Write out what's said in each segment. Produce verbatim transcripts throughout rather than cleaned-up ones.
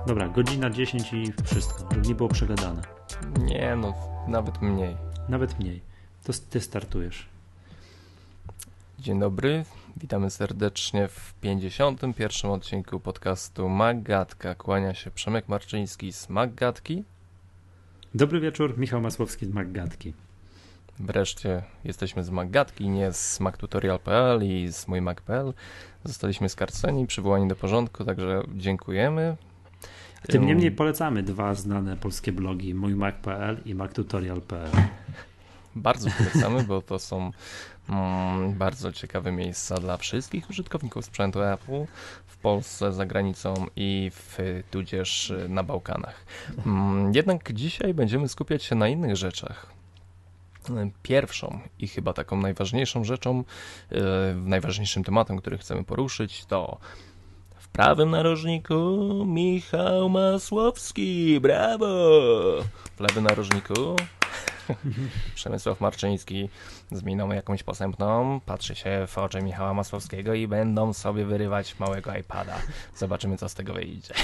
Dobra, godzina dziesięć i wszystko, żeby nie było przegadane. Nie, no nawet mniej. Nawet mniej. To ty startujesz. Dzień dobry, witamy serdecznie w pięćdziesiątym pierwszym odcinku podcastu Maggatka. Kłania się Przemek Marczyński z Maggatki. Dobry wieczór, Michał Masłowski z Maggatki. Wreszcie jesteśmy z Maggatki, nie z mactutorial kropka p l i z mój mac kropka p l. Zostaliśmy skarceni, przywołani do porządku, także dziękujemy. Tym niemniej polecamy dwa znane polskie blogi, mój mac kropka p l i mactutorial kropka p l. Bardzo polecamy, bo to są mm, bardzo ciekawe miejsca dla wszystkich użytkowników sprzętu Apple w Polsce, za granicą i w, tudzież na Bałkanach. Mm, jednak dzisiaj będziemy skupiać się na innych rzeczach. Pierwszą i chyba taką najważniejszą rzeczą, yy, najważniejszym tematem, który chcemy poruszyć, to w prawym narożniku Michał Masłowski, brawo! W lewym narożniku Przemysław Marczyński z miną jakąś posępną patrzy się w oczy Michała Masłowskiego i będą sobie wyrywać małego iPada. Zobaczymy, co z tego wyjdzie.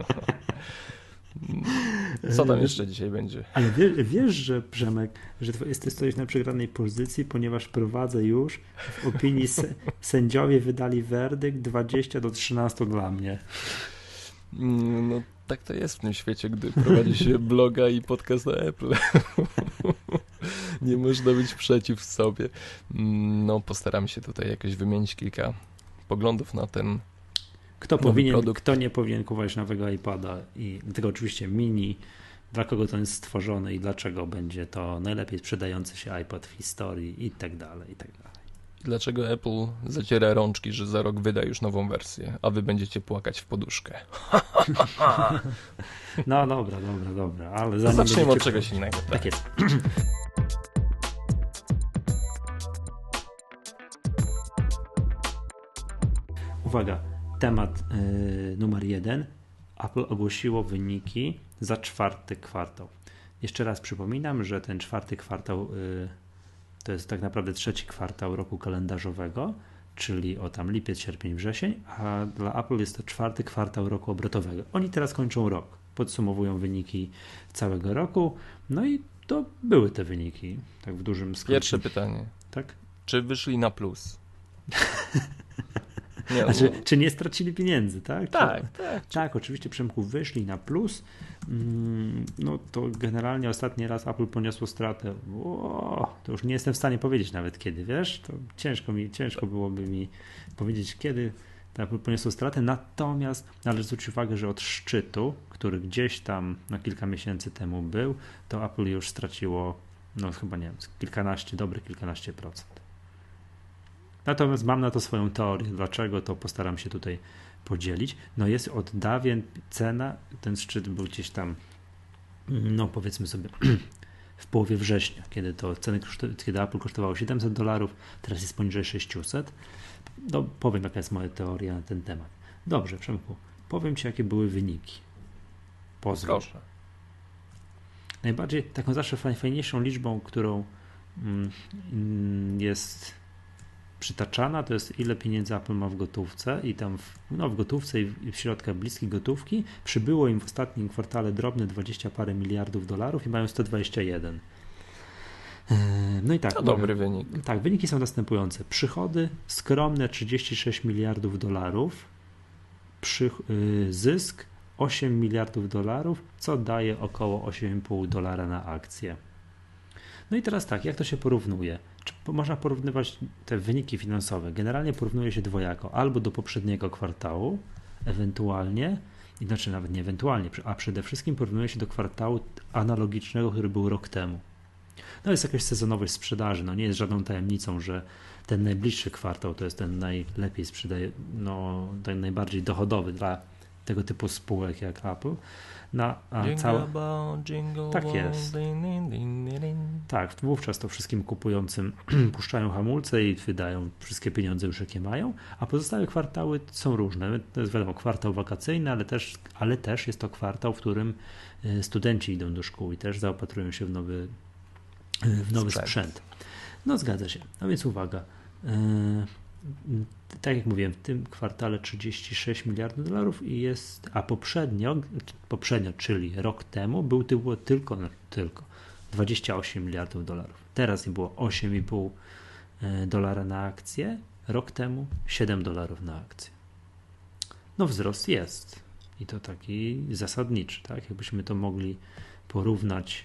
Co tam jeszcze dzisiaj będzie? Ale wiesz, wiesz że Przemek, że jesteś stoisz na przegranej pozycji, ponieważ prowadzę już, w opinii se, sędziowie wydali werdykt dwadzieścia do trzynastu dla mnie. No tak to jest w tym świecie, gdy prowadzi się bloga i podcast na Apple. Nie można być przeciw sobie. No postaram się tutaj jakoś wymienić kilka poglądów na ten Kto powinien, produkt. Kto nie powinien kupować nowego iPada i tego oczywiście mini, dla kogo to jest stworzone i dlaczego będzie to najlepiej sprzedający się iPad w historii i tak dalej, i tak dalej. Dlaczego Apple zaciera rączki, że za rok wyda już nową wersję, a wy będziecie płakać w poduszkę? No dobra, dobra, dobra, ale zanim zaczniemy od czegoś innego. Tak, tak jest. Uwaga, temat yy, numer jeden. Apple ogłosiło wyniki za czwarty kwartał. Jeszcze raz przypominam, że ten czwarty kwartał yy, to jest tak naprawdę trzeci kwartał roku kalendarzowego, czyli o tam lipiec, sierpień, wrzesień, a dla Apple jest to czwarty kwartał roku obrotowego. Oni teraz kończą rok, podsumowują wyniki całego roku, no i to były te wyniki, tak w dużym skrócie. Pierwsze pytanie. Tak? Czy wyszli na plus? Nie, no. czy, czy nie stracili pieniędzy, tak? Tak, czy, tak. Tak, oczywiście Przemku wyszli na plus. No to generalnie ostatni raz Apple poniosło stratę. O, to już nie jestem w stanie powiedzieć nawet kiedy, wiesz? To ciężko mi, ciężko byłoby mi powiedzieć kiedy Apple poniosło stratę. Natomiast należy zwrócić uwagę, że od szczytu, który gdzieś tam na kilka miesięcy temu był, to Apple już straciło, no chyba nie wiem, kilkanaście, dobre kilkanaście procent. Natomiast mam na to swoją teorię, dlaczego, to postaram się tutaj podzielić. No jest od dawien cena, ten szczyt był gdzieś tam, no powiedzmy sobie w połowie września, kiedy to ceny, kiedy Apple kosztowało siedemset dolarów, teraz jest poniżej sześćset. No powiem, jaka jest moja teoria na ten temat. Dobrze, Przemku, powiem Ci, jakie były wyniki. Pozwól. Proszę. Najbardziej, taką zawsze fajniejszą liczbą, którą mm, jest przytaczana, to jest ile pieniędzy Apple ma w gotówce i tam w, no w gotówce i w środkach bliskich gotówki przybyło im w ostatnim kwartale drobne dwadzieścia parę miliardów dolarów i mają sto dwadzieścia jeden. No i tak. To dobry wynik. Tak, wyniki są następujące. Przychody skromne trzydzieści sześć miliardów dolarów, przy, yy, zysk osiem miliardów dolarów, co daje około osiem i pół dolara na akcję. No i teraz tak, jak to się porównuje? Czy można porównywać te wyniki finansowe? Generalnie porównuje się dwojako, albo do poprzedniego kwartału, ewentualnie, inaczej nawet nie ewentualnie, a przede wszystkim porównuje się do kwartału analogicznego, który był rok temu. No jest jakaś sezonowość sprzedaży, no nie jest żadną tajemnicą, że ten najbliższy kwartał to jest ten najlepiej sprzedaje, no ten najbardziej dochodowy dla tego typu spółek jak Apple. Na, a jingle cała... ball, jingle tak ball, jest. Din, din, din, din. Tak, wówczas to wszystkim kupującym puszczają hamulce i wydają wszystkie pieniądze już jakie mają, a pozostałe kwartały są różne. To jest wiadomo kwartał wakacyjny, ale też, ale też jest to kwartał, w którym studenci idą do szkół i też zaopatrują się w nowy, w nowy sprzęt. sprzęt. No zgadza się. No więc uwaga. tak jak mówiłem, w tym kwartale trzydzieści sześć miliardów dolarów i jest, a poprzednio, poprzednio, czyli rok temu był to było tylko, no, tylko dwadzieścia osiem miliardów dolarów. Teraz było osiem i pół dolara na akcję, rok temu siedem dolarów na akcję. No wzrost jest i to taki zasadniczy, tak? Jakbyśmy to mogli porównać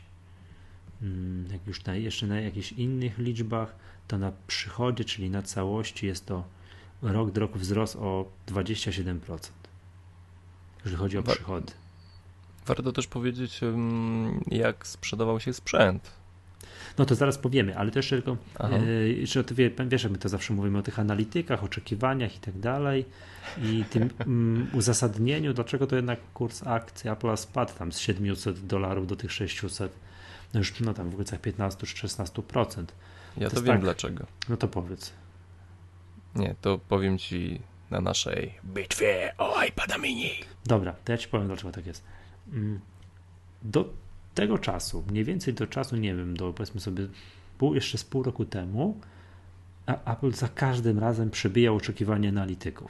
jak już na, jeszcze na jakichś innych liczbach, to na przychodzie, czyli na całości jest to rok do roku wzrost o dwadzieścia siedem procent, jeżeli chodzi o Wa- przychody. Warto też powiedzieć, jak sprzedawał się sprzęt. No to zaraz powiemy, ale też tylko, yy, że ty wiesz, my to zawsze mówimy o tych analitykach, oczekiwaniach i tak dalej i tym um, uzasadnieniu, dlaczego to jednak kurs akcji Apple spadł tam z siedemset dolarów do tych sześciuset, no już no tam w okolicach piętnaście czy szesnaście procent. Ja to, to wiem tak, dlaczego. No to powiedz. Nie, to powiem ci na naszej bitwie o iPada mini. Dobra, to ja ci powiem, dlaczego tak jest. Do tego czasu, mniej więcej do czasu, nie wiem, do powiedzmy sobie pół, jeszcze z pół roku temu, Apple za każdym razem przebijał oczekiwania analityków.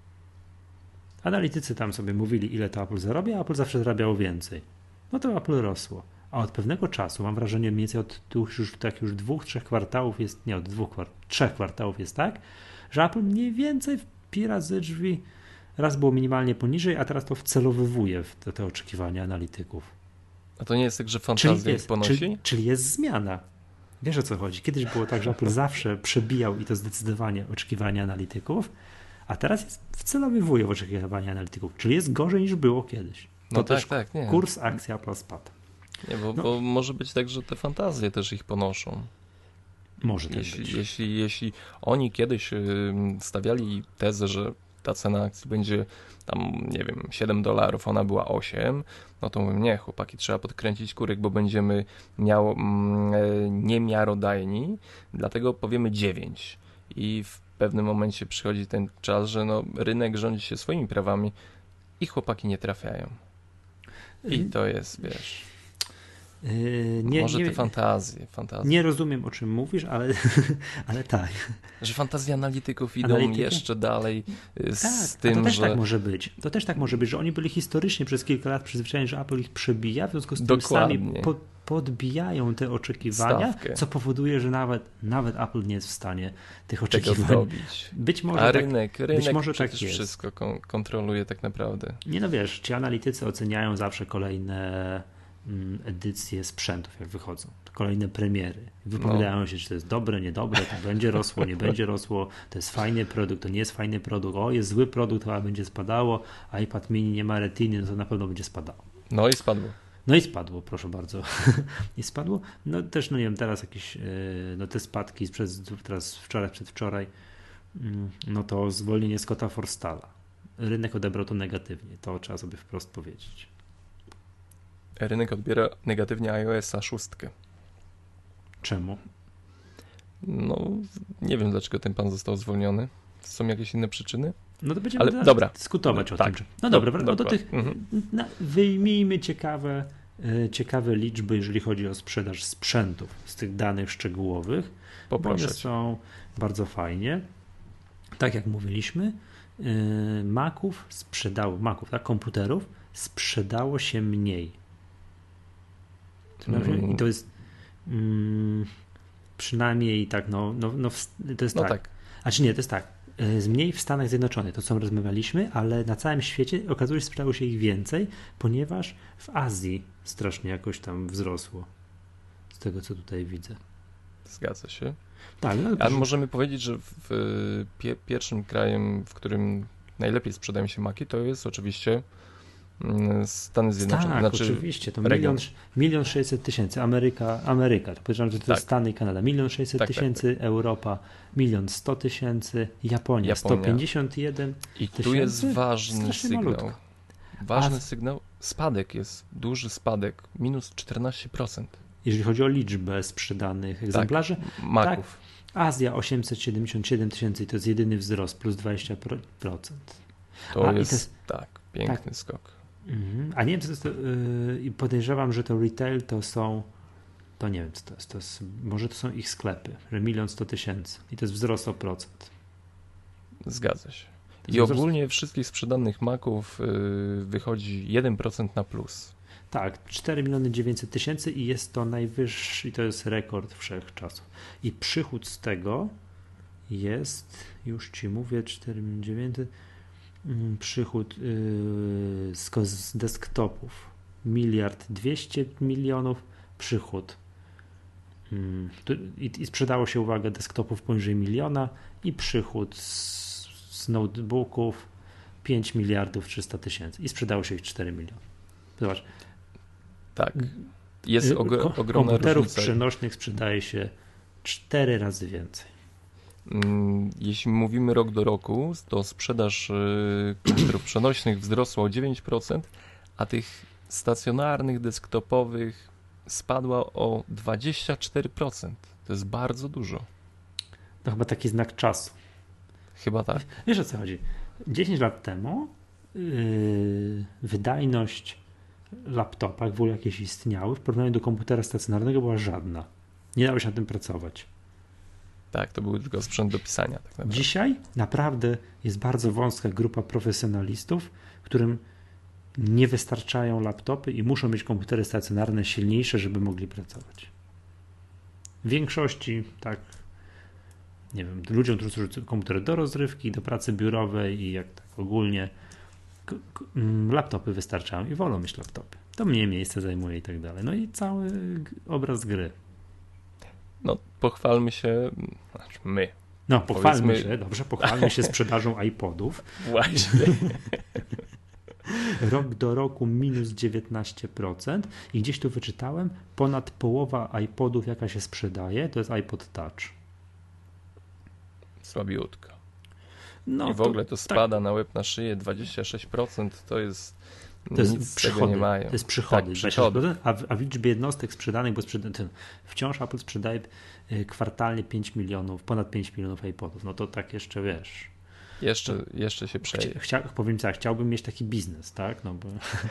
Analitycy tam sobie mówili, ile to Apple zarabia, a Apple zawsze zarabiało więcej. No to Apple rosło. A od pewnego czasu, mam wrażenie, mniej więcej od już, tak już dwóch, trzech kwartałów jest, nie od dwóch, trzech kwartałów jest tak, że Apple mniej więcej wpira ze drzwi, raz było minimalnie poniżej, a teraz to wcelowywuje w te, te oczekiwania analityków. A to nie jest tak, że fantazja ich ponosi? Czyli, czyli jest zmiana. Wiesz, o co chodzi? Kiedyś było tak, że Apple zawsze przebijał i to zdecydowanie oczekiwania analityków, a teraz jest wcelowywuje w oczekiwania analityków, czyli jest gorzej niż było kiedyś. To no też tak, tak, nie. Kurs akcji Apple spadł. Nie, bo, no. bo może być tak, że te fantazje też ich ponoszą. Może tak jeśli, być. Jeśli, jeśli oni kiedyś stawiali tezę, że ta cena akcji będzie tam, nie wiem, siedem dolarów, ona była osiem, no to mówię, nie, chłopaki, trzeba podkręcić kurek, bo będziemy miał, mm, niemiarodajni, dlatego powiemy dziewięć. I w pewnym momencie przychodzi ten czas, że no, rynek rządzi się swoimi prawami i chłopaki nie trafiają. I to jest, wiesz... Yy, nie, Może nie, te fantazje, fantazje. Nie rozumiem, o czym mówisz, ale, ale tak. Że fantazje analityków idą Analityki? jeszcze dalej z tak, tym, a to też że... tak może być. To też tak może być, że oni byli historycznie przez kilka lat przyzwyczajeni, że Apple ich przebija, w związku z tym Dokładnie. sami po, podbijają te oczekiwania, Stawkę. Co powoduje, że nawet, nawet Apple nie jest w stanie tych Tego oczekiwań zdobić. Być może A tak, rynek, rynek być może przecież tak jest. wszystko kon- kontroluje tak naprawdę. Nie no wiesz, ci analitycy oceniają zawsze kolejne edycje sprzętów, jak wychodzą. Kolejne premiery. Wypowiadają no. się, czy to jest dobre, niedobre, to będzie rosło, nie będzie rosło, to jest fajny produkt, to nie jest fajny produkt, o, jest zły produkt, a będzie spadało, a iPad mini nie ma retiny, no to na pewno będzie spadało. No i spadło. No i spadło, proszę bardzo. I spadło. No też, no nie wiem, teraz jakieś no te spadki przez, teraz wczoraj, przedwczoraj, no to zwolnienie Scotta Forstalla. Rynek odebrał to negatywnie, to trzeba sobie wprost powiedzieć. Rynek odbiera negatywnie iOS sześć. Czemu? No, nie wiem, dlaczego ten pan został zwolniony. Są jakieś inne przyczyny? No to będziemy Ale, dobra. dyskutować o tak. tym. No dobra, do, do, do tych, mhm. na, wyjmijmy ciekawe, ciekawe liczby, jeżeli chodzi o sprzedaż sprzętów z tych danych szczegółowych. Poproszę. One są bardzo fajnie. Tak jak mówiliśmy, Maców sprzedało, Maców, tak, komputerów sprzedało się mniej. Mm. I to jest mm, przynajmniej tak, no, no, no to jest no tak. tak. A czy nie, to jest tak. Z mniej w Stanach Zjednoczonych, to co rozmawialiśmy, ale na całym świecie okazuje się, że sprzedało się ich więcej, ponieważ w Azji strasznie jakoś tam wzrosło. Z tego, co tutaj widzę. Zgadza się. Tak, no, ale możemy powiedzieć, że w pie- pierwszym krajem, w którym najlepiej sprzedają się Maki, to jest oczywiście Stany Zjednoczone. Tak, znaczy oczywiście. To milion, milion sześćset tysięcy. Ameryka, Ameryka. To powiedziałem, że to tak. jest Stany i Kanada. Milion sześćset tak, tysięcy, tak, tak. Europa milion sto tysięcy, Japonia, Japonia sto pięćdziesiąt jeden I tysięcy. tu jest ważny sygnał. Malutko. Ważny A... sygnał. Spadek jest, duży spadek, minus czternaście procent. Jeżeli chodzi o liczbę sprzedanych egzemplarzy. Tak, Maców. Tak, Azja osiemset siedemdziesiąt siedem tysięcy i to jest jedyny wzrost, plus dwadzieścia procent. To, A, jest, to jest tak, piękny tak. skok. Mhm. A nie wiem, co to jest, yy, podejrzewam, że to retail to są, to nie wiem, co to jest, to jest może to są ich sklepy, że milion sto tysięcy i to jest wzrost o procent. Zgadza się. I ogólnie wszystkich sprzedanych Maców yy, wychodzi jeden procent na plus. Tak, cztery miliony dziewięćset tysięcy i jest to najwyższy, i to jest rekord wszechczasów. I przychód z tego jest, już Ci mówię, cztery miliony dziewięćset, przychód yy, z, z desktopów, miliard dwieście milionów, przychód yy, i, i sprzedało się, uwaga, desktopów poniżej miliona i przychód z, z notebooków pięć miliardów trzysta tysięcy i sprzedało się ich cztery miliony. Zobacz. Tak, jest ogr- ogromna komputerów różnica. przenośnych sprzedaje się cztery razy więcej. Jeśli mówimy rok do roku, to sprzedaż komputerów przenośnych wzrosła o dziewięć procent, a tych stacjonarnych, desktopowych spadła o dwadzieścia cztery procent. To jest bardzo dużo. To chyba taki znak czasu. Chyba tak. Wiesz, o co chodzi? dziesięć lat temu yy, wydajność laptopa, jak w ogóle jakieś istniały, w porównaniu do komputera stacjonarnego była żadna. Nie dało się na tym pracować. Tak, to był tylko sprzęt do pisania. Tak naprawdę. Dzisiaj naprawdę jest bardzo wąska grupa profesjonalistów, którym nie wystarczają laptopy i muszą mieć komputery stacjonarne silniejsze, żeby mogli pracować. W większości, tak, nie wiem, ludziom, którzy używają komputery do rozrywki, do pracy biurowej i jak tak ogólnie k- k- laptopy wystarczają i wolą mieć laptopy. To mniej miejsca zajmuje i tak dalej. No i cały g- obraz gry. No, pochwalmy się, znaczy my. No, pochwalmy Powiedzmy... się, dobrze, pochwalmy się sprzedażą iPodów. Właśnie. Rok do roku minus dziewiętnaście procent i gdzieś tu wyczytałem, ponad połowa iPodów, jaka się sprzedaje, to jest iPod Touch. Słabiutko. No, I w ogóle to spada tak, na łeb na szyję, dwadzieścia sześć procent to jest, to jest nic z przychody, tego nie mają. To jest przychody, tak, przychody. A, w, a w liczbie jednostek sprzedanych, bo sprzeda, ten, wciąż Apple sprzedaje kwartalnie pięć milionów, ponad pięć milionów iPodów, no to tak jeszcze wiesz. Jeszcze, jeszcze się przeje. Chcia, powiem tak, chciałbym mieć taki biznes, tak? No, bo...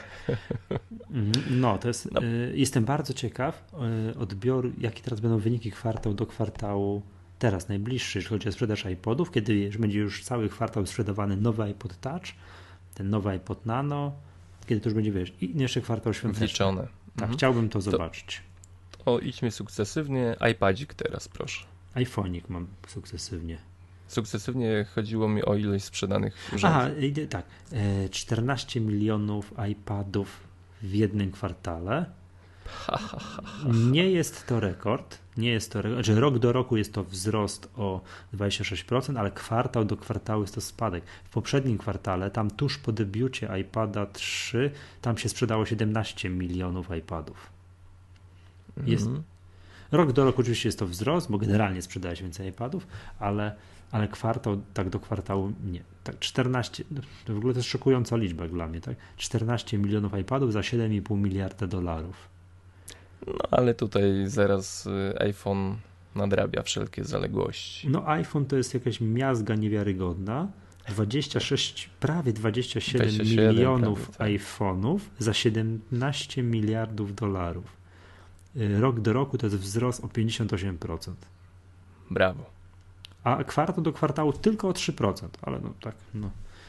no to jest, no. Y, jestem bardzo ciekaw y, odbioru, jakie teraz będą wyniki kwartał do kwartału teraz najbliższy, jeśli chodzi o sprzedaż iPodów, kiedy już będzie już cały kwartał sprzedawany nowy iPod Touch, ten nowy iPod Nano, kiedy to już będzie, wiesz, i jeszcze kwartał świąteczny. Wliczone. Tak, mhm. chciałbym to zobaczyć. To, to idźmy sukcesywnie. iPadzik teraz, proszę. iPhonik mam sukcesywnie. Sukcesywnie chodziło mi o ilość sprzedanych urządzeń. Aha, tak. czternaście milionów iPadów w jednym kwartale. Ha, ha, ha, ha. Nie jest to rekord. Nie jest to rekord. Znaczy rok do roku jest to wzrost o dwadzieścia sześć procent, ale kwartał do kwartału jest to spadek. W poprzednim kwartale, tam tuż po debiucie iPada trzy, tam się sprzedało siedemnaście milionów iPadów. Jest, mm-hmm. Rok do roku oczywiście jest to wzrost, bo generalnie sprzedaje się więcej iPadów, ale, ale kwartał, tak do kwartału nie. Tak czternaście, to w ogóle to jest szokująca liczba dla mnie, tak? czternaście milionów iPadów za siedem i pół miliarda dolarów. No ale tutaj zaraz iPhone nadrabia wszelkie zaległości. No iPhone to jest jakaś miazga niewiarygodna. dwadzieścia sześć, prawie dwadzieścia siedem, dwadzieścia siedem milionów prawie, tak. iPhone'ów za siedemnaście miliardów dolarów. Rok do roku to jest wzrost o pięćdziesiąt osiem procent. Brawo. A kwartał do kwartału tylko o trzy procent, ale no tak, no.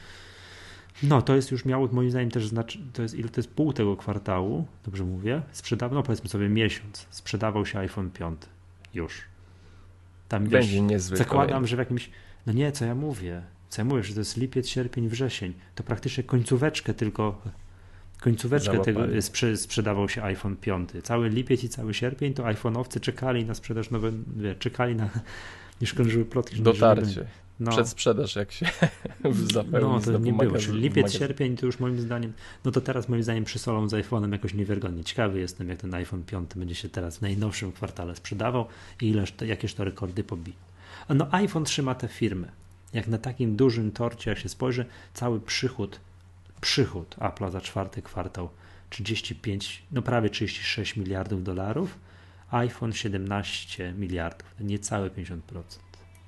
No to jest już miało moim zdaniem też znaczy, to jest ile to jest pół tego kwartału, dobrze mówię, sprzedawał, no powiedzmy sobie miesiąc, sprzedawał się iPhone pięć już. Tam będzie niezły. Zakładam, kolejny. że w jakimś, no nie, co ja mówię, co ja mówię, że to jest lipiec, sierpień, wrzesień, to praktycznie końcóweczkę tylko końcóweczkę tego sprze- sprzedawał się iPhone pięć. Cały lipiec i cały sierpień to iPhone'owcy czekali na sprzedaż nowe, wie, czekali na, już krążyły plotki. Dotarcie. No. Przedsprzedaż jak się zapełni. No to nie było. Czyli lipiec, sierpień to już moim zdaniem, no to teraz moim zdaniem przysolą z iPhone'em jakoś niewiarygodnie. Ciekawy jestem, jak ten iPhone pięć będzie się teraz w najnowszym kwartale sprzedawał i ileż to, jakież to rekordy pobije. No iPhone trzyma tę firmę. Jak na takim dużym torcie, jak się spojrzy, cały przychód przychód Apple'a za czwarty kwartał trzydzieści pięć, no prawie trzydzieści sześć miliardów dolarów, iPhone siedemnaście miliardów, niecałe pięćdziesiąt procent.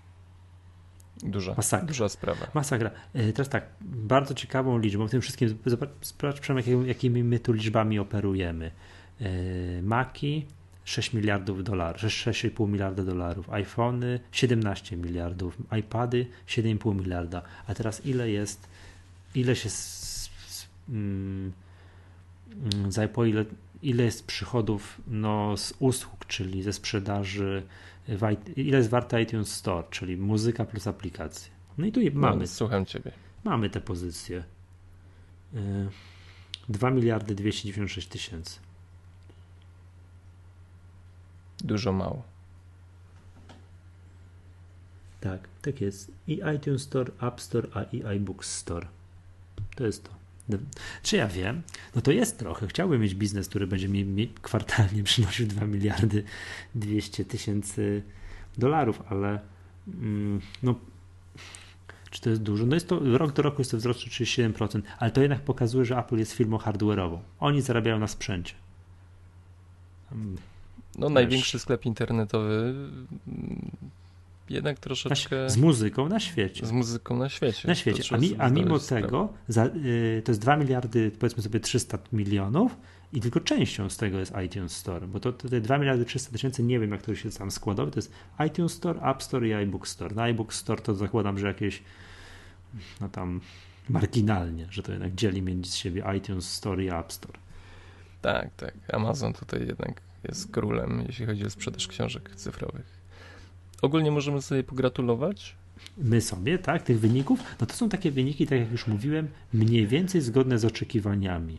Duża, Masakra. duża sprawa. Masakra. Teraz tak, bardzo ciekawą liczbą, w tym wszystkim, zobacz, jakimi my tu liczbami operujemy. Maki sześć miliardów dolarów, sześć i pół miliarda dolarów, iPhony siedemnaście miliardów, iPady siedem i pół miliarda. A teraz ile jest, ile się z, z, mm, z iPod, ile, ile jest przychodów no, z usług, czyli ze sprzedaży, w, ile jest warta iTunes Store, czyli muzyka plus aplikacje. No i tu mamy. No, słucham ciebie. Mamy te pozycje. dwa miliardy dwieście dziewięćdziesiąt sześć tysięcy. Dużo mało. Tak, tak jest. I iTunes Store, App Store, a i iBooks Store. To jest to. Czy ja wiem? No to jest trochę. Chciałbym mieć biznes, który będzie mi, mi kwartalnie przynosił dwa miliardy dwieście tysięcy dolarów, ale mm, no czy to jest dużo? No jest to, rok do roku jest to wzrost trzydzieści siedem procent, ale to jednak pokazuje, że Apple jest firmą hardware'ową. Oni zarabiają na sprzęcie. No, największy sklep internetowy jednak troszeczkę... Z muzyką na świecie. Z muzyką na świecie. Na świecie. A, mi, a mimo tego za, y, to jest dwa miliardy, powiedzmy sobie trzysta milionów i tylko częścią z tego jest iTunes Store, bo to, to te dwa miliardy trzysta tysięcy, nie wiem jak to się tam składowy, to jest iTunes Store, App Store i iBook Store. Na iBook Store to zakładam, że jakieś no tam marginalnie, że to jednak dzieli między siebie iTunes Store i App Store. Tak, tak. Amazon tutaj jednak jest królem, jeśli chodzi o sprzedaż książek cyfrowych. Ogólnie możemy sobie pogratulować? My sobie, tak, tych wyników. No to są takie wyniki, tak jak już mówiłem, mniej więcej zgodne z oczekiwaniami.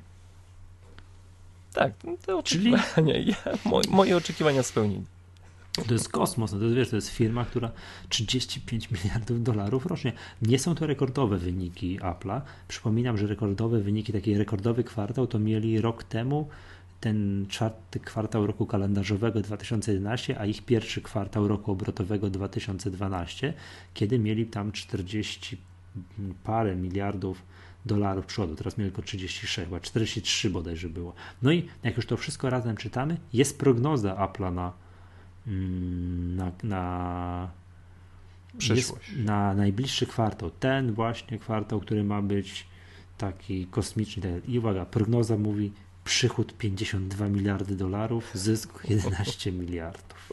Tak, te oczekiwania. Czyli... Ja, moje, moje oczekiwania spełnili. To jest kosmos, no to, wiesz, to jest firma, która trzydzieści pięć miliardów dolarów rocznie. Nie są to rekordowe wyniki Apple'a. Przypominam, że rekordowe wyniki, taki rekordowy kwartał to mieli rok temu ten czwarty kwartał roku kalendarzowego dwa tysiące jedenaście, a ich pierwszy kwartał roku obrotowego dwa tysiące dwanaście, kiedy mieli tam czterdzieści parę miliardów dolarów przodu. Teraz mieli tylko trzydzieści sześć, chyba czterdzieści trzy bodajże było. No i jak już to wszystko razem czytamy, jest prognoza Apple'a na na, na przyszłość. Na najbliższy kwartał. Ten właśnie kwartał, który ma być taki kosmiczny. I uwaga, prognoza mówi przychód pięćdziesiąt dwa miliardy dolarów, zysk jedenaście miliardów.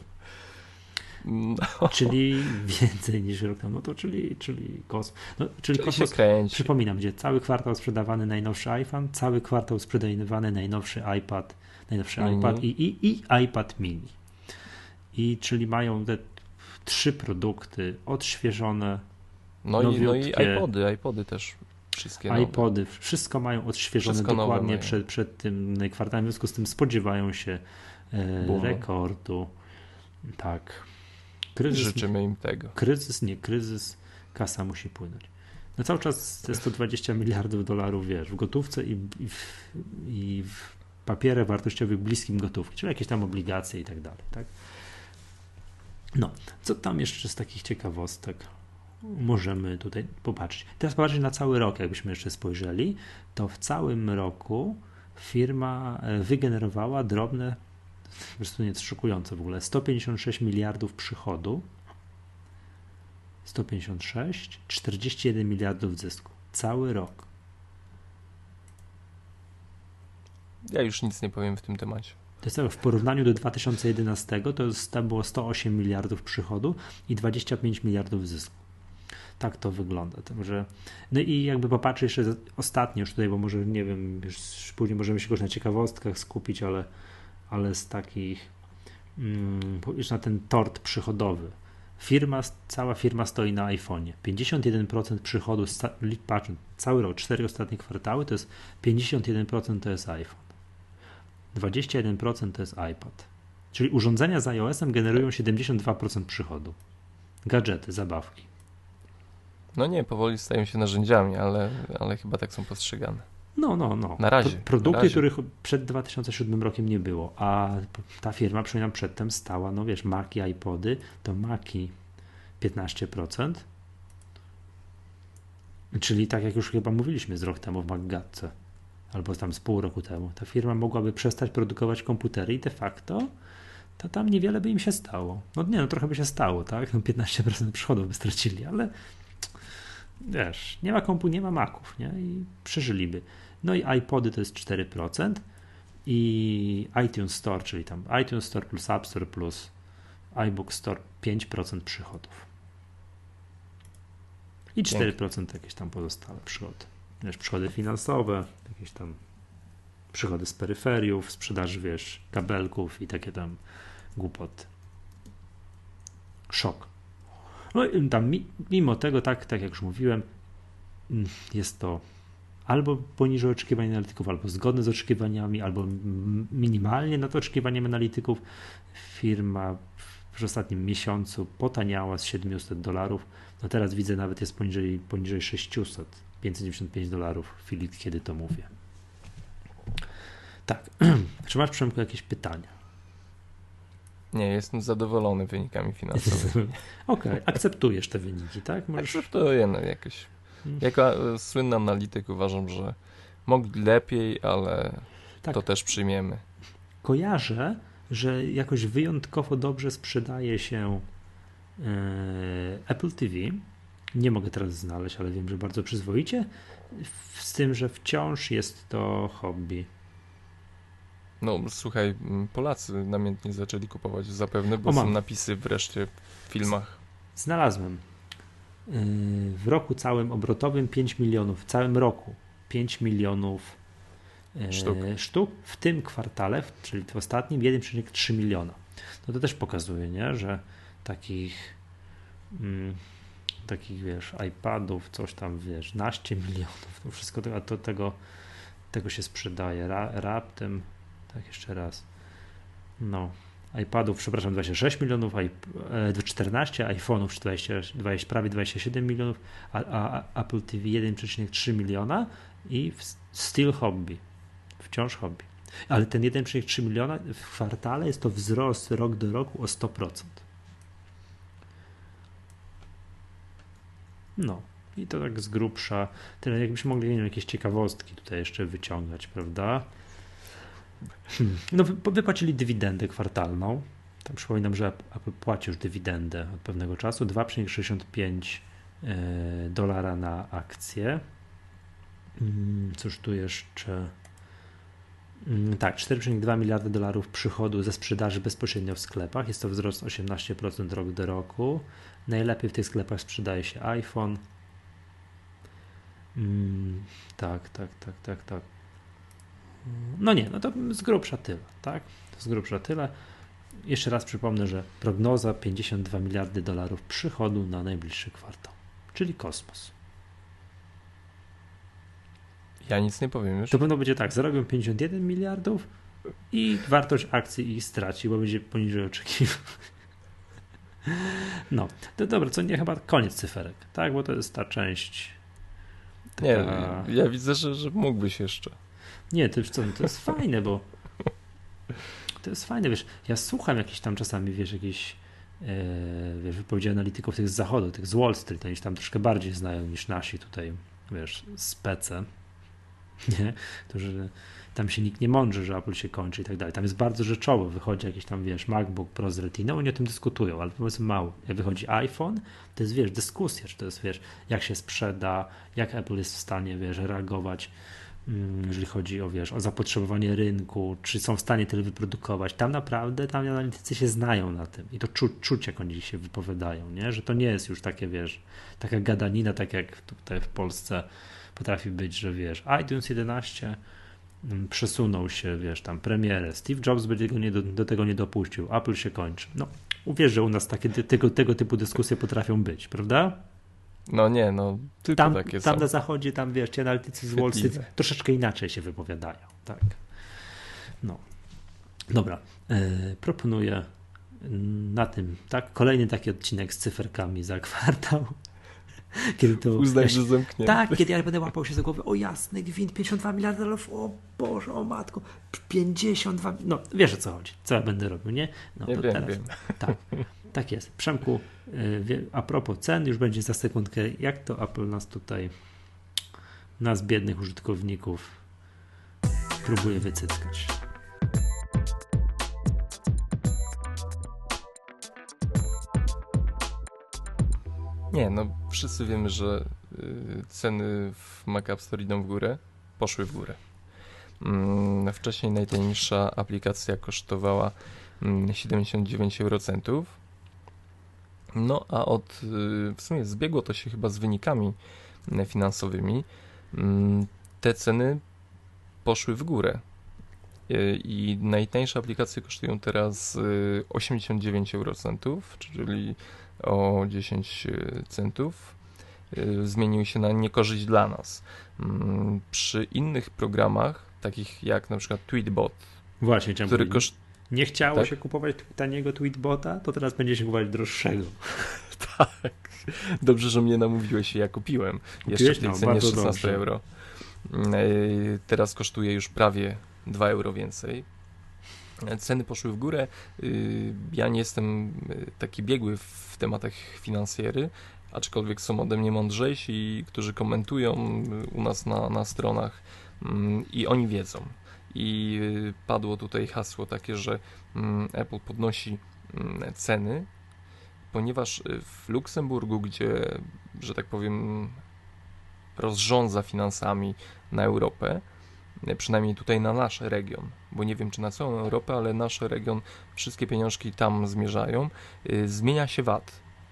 No. Czyli więcej niż rok temu. No to czyli, czyli kosmos. No, czyli czyli kosmos, się kręci. Przypominam, gdzie cały kwartał sprzedawany najnowszy iPhone, cały kwartał sprzedawany najnowszy iPad, najnowszy mini. iPad i, i, i iPad mini. I czyli mają te trzy produkty odświeżone, no i, no i iPody, iPody też wszystkie nowe. iPody, wszystko mają odświeżone wszystko dokładnie przed, przed tym kwartałem, w związku z tym spodziewają się e, rekordu. Tak. Kryzys, życzymy im tego. Kryzys, nie kryzys, kasa musi płynąć. No cały czas te sto dwadzieścia miliardów dolarów, wiesz, w gotówce i, i, w, i w papierach wartościowych bliskim gotówki, czyli jakieś tam obligacje i tak dalej, tak? No, co tam jeszcze z takich ciekawostek możemy tutaj popatrzeć? Teraz popatrzeć na cały rok, jakbyśmy jeszcze spojrzeli, to w całym roku firma wygenerowała drobne, po prostu nie jest szokujące w ogóle, sto pięćdziesiąt sześć miliardów przychodu, sto pięćdziesiąt sześć, czterdzieści jeden miliardów zysku. Cały rok. Ja już nic nie powiem w tym temacie. To jest tak, w porównaniu do dwa tysiące jedenastego to, jest, to było sto osiem miliardów przychodu i dwadzieścia pięć miliardów zysku. Tak to wygląda. Także, no i jakby popatrzeć jeszcze ostatnio już tutaj, bo może nie wiem, już później możemy się już na ciekawostkach skupić, ale, ale z takich mm, już na ten tort przychodowy. Firma, cała firma stoi na iPhone'ie. pięćdziesiąt jeden procent przychodu, patrząc cały rok, cztery ostatnie kwartały, to jest pięćdziesiąt jeden procent to jest iPhone. dwadzieścia jeden procent to jest iPad. Czyli urządzenia z iOS-em generują siedemdziesiąt dwa procent przychodu. Gadżety, zabawki. No nie, powoli stają się narzędziami, ale, ale chyba tak są postrzegane. No, no, no. Na razie. Produkty, na razie. których przed dwa tysiące siódmym rokiem nie było, a ta firma przynajmniej przedtem stała, no wiesz, Maci, iPody, to Maci piętnaście procent, czyli tak jak już chyba mówiliśmy z rok temu w MacGadce, albo tam z pół roku temu, ta firma mogłaby przestać produkować komputery i de facto to tam niewiele by im się stało. No nie, no trochę by się stało, tak? No piętnaście procent przychodów by stracili, ale wiesz, nie ma kompu, nie ma Maców, nie? I przeżyliby. No i iPody to jest cztery procent i iTunes Store, czyli tam iTunes Store plus App Store plus iBook Store pięć procent przychodów. I cztery procent jakieś tam pozostałe przychody. Wiesz, przychody finansowe, jakieś tam przychody z peryferiów, sprzedaży, wiesz, kabelków i takie tam głupoty. Szok. No i tam mimo tego, tak, tak jak już mówiłem, jest to albo poniżej oczekiwań analityków, albo zgodne z oczekiwaniami, albo minimalnie nad oczekiwaniem analityków. Firma w ostatnim miesiącu potaniała z siedmiuset dolarów. No teraz widzę, nawet jest poniżej, poniżej sześćset, pięćset dziewięćdziesiąt pięć dolarów w chwili, kiedy to mówię. Tak. Czy masz, Przemku, jakieś pytania? Nie, jestem zadowolony wynikami finansowymi. Okej, okay, akceptujesz te wyniki, tak? Możesz... Akceptuję, no jakoś. Jako słynny analityk uważam, że mogli lepiej, ale tak. To też przyjmiemy. Kojarzę, że jakoś wyjątkowo dobrze sprzedaje się yy, Apple T V. Nie mogę teraz znaleźć, ale wiem, że bardzo przyzwoicie. Z tym, że wciąż jest to hobby. No słuchaj, Polacy namiętnie zaczęli kupować zapewne, bo o, są napisy wreszcie w filmach. Znalazłem. W roku całym obrotowym pięć milionów, w całym roku pięć milionów sztuk. sztuk, w tym kwartale, czyli w ostatnim jeden przecinek trzy miliona. No to też pokazuje, nie, że takich mm, takich, wiesz, iPadów, coś tam, wiesz, naście milionów, to wszystko tego, to, tego, tego się sprzedaje Ra, raptem, tak jeszcze raz, no, iPadów, przepraszam, dwadzieścia sześć milionów, czternaście, iPhone'ów dwadzieścia, dwadzieścia, prawie dwadzieścia siedem milionów, a, a Apple T V jeden przecinek trzy miliona i still hobby, wciąż hobby. Ale ten jeden przecinek trzy miliona w kwartale jest to wzrost rok do roku o sto procent. No i to tak z grubsza. Tyle, jakbyśmy mogli, nie wiem, jakieś ciekawostki tutaj jeszcze wyciągać, prawda? Hmm. No wy, wypłacili dywidendę kwartalną. Tam przypominam, że Apple płaci już dywidendę od pewnego czasu. dwa przecinek sześćdziesiąt pięć dolara na akcję. Cóż tu jeszcze? Tak, cztery przecinek dwa miliardy dolarów przychodu ze sprzedaży bezpośrednio w sklepach. Jest to wzrost osiemnaście procent rok do roku. Najlepiej w tych sklepach sprzedaje się iPhone. Mm, tak, tak, tak, tak, tak. No nie, no to z grubsza tyle, tak? To z grubsza tyle. Jeszcze raz przypomnę, że prognoza pięćdziesiąt dwa miliardy dolarów przychodu na najbliższy kwartał, czyli kosmos. Ja nic nie powiem już. To pewno będzie tak, zarobią pięćdziesiąt jeden miliardów i wartość akcji ich straci, bo będzie poniżej oczekiwań. No, to dobra, co nie, chyba koniec cyferek, tak? Bo to jest ta część. Taka... Nie, ja widzę, że, że mógłbyś jeszcze. Nie, to, co, to jest fajne, bo to jest fajne, wiesz, ja słucham jakichś tam czasami, wiesz, jakichś e, wiesz, wypowiedzi analityków tych z zachodu, tych z Wall Street, oni się tam troszkę bardziej znają niż nasi tutaj, wiesz, spece, nie? To, że tam się nikt nie mądrzy, że Apple się kończy i tak dalej. Tam jest bardzo rzeczowo, wychodzi jakiś tam, wiesz, MacBook Pro z Retiną, oni o tym dyskutują, ale powiedzmy mało. Jak wychodzi iPhone, to jest, wiesz, dyskusja, czy to jest, wiesz, jak się sprzeda, jak Apple jest w stanie, wiesz, reagować, jeżeli chodzi o, wiesz, o zapotrzebowanie rynku, czy są w stanie tyle wyprodukować. Tam naprawdę, tam analitycy się znają na tym i to czu, czuć, jak oni się wypowiadają, nie? Że to nie jest już takie, wiesz, taka gadanina, tak jak tutaj w Polsce potrafi być, że wiesz, iTunes jedenaście przesunął się, wiesz, tam premierę, Steve Jobs by tego nie do, do tego nie dopuścił, Apple się kończy. No, uwierz, że u nas takie, tego, tego typu dyskusje potrafią być, prawda? No nie, no tylko tam, takie tam są. na zachodzie, tam wiesz, ci analitycy z Wall Street troszeczkę inaczej się wypowiadają, tak. No. Dobra, e, proponuję na tym, tak, kolejny taki odcinek z cyferkami za kwartał. Kiedy to uznaj, że zamknięty. Tak, kiedy ja będę łapał się za głowę, o jasny gwint, pięćdziesiąt dwa miliardy dolarów, o Boże, o matko, pięćdziesiąt dwa, no wiesz, o co chodzi, co ja będę robił, nie? No nie to wiem, teraz, wiem. Tak, tak jest. Przemku, a propos cen, już będzie za sekundkę, jak to Apple nas tutaj, nas biednych użytkowników próbuje wycyckać. Nie, no wszyscy wiemy, że y, ceny w Mac App Store idą w górę, poszły w górę. Wcześniej najtańsza aplikacja kosztowała siedemdziesiąt dziewięć eurocentów. No a od, w sumie zbiegło to się chyba z wynikami finansowymi. Te ceny poszły w górę i najtańsze aplikacje kosztują teraz osiemdziesiąt dziewięć eurocentów, czyli o dziesięć centów. Zmienił się na niekorzyść dla nas. Przy innych programach, takich jak na przykład Tweetbot, Właśnie, który koszt... nie chciało tak? się kupować taniego Tweetbota, to teraz będzie się kupować droższego. Tak. Dobrze, że mnie namówiłeś i ja kupiłem. Kupiłeś? Jeszcze w tej No, cenie bardzo szesnaście dobrze. euro. Teraz kosztuje już prawie dwa euro więcej. Ceny poszły w górę. Ja nie jestem taki biegły w tematach finansjery, aczkolwiek są ode mnie mądrzejsi, którzy komentują u nas na, na stronach i oni wiedzą. I padło tutaj hasło takie, że Apple podnosi ceny, ponieważ w Luksemburgu, gdzie, że tak powiem, rozrządza finansami na Europę, przynajmniej tutaj na nasz region, bo nie wiem czy na całą Europę, ale nasz region, wszystkie pieniążki tam zmierzają, zmienia się V A T.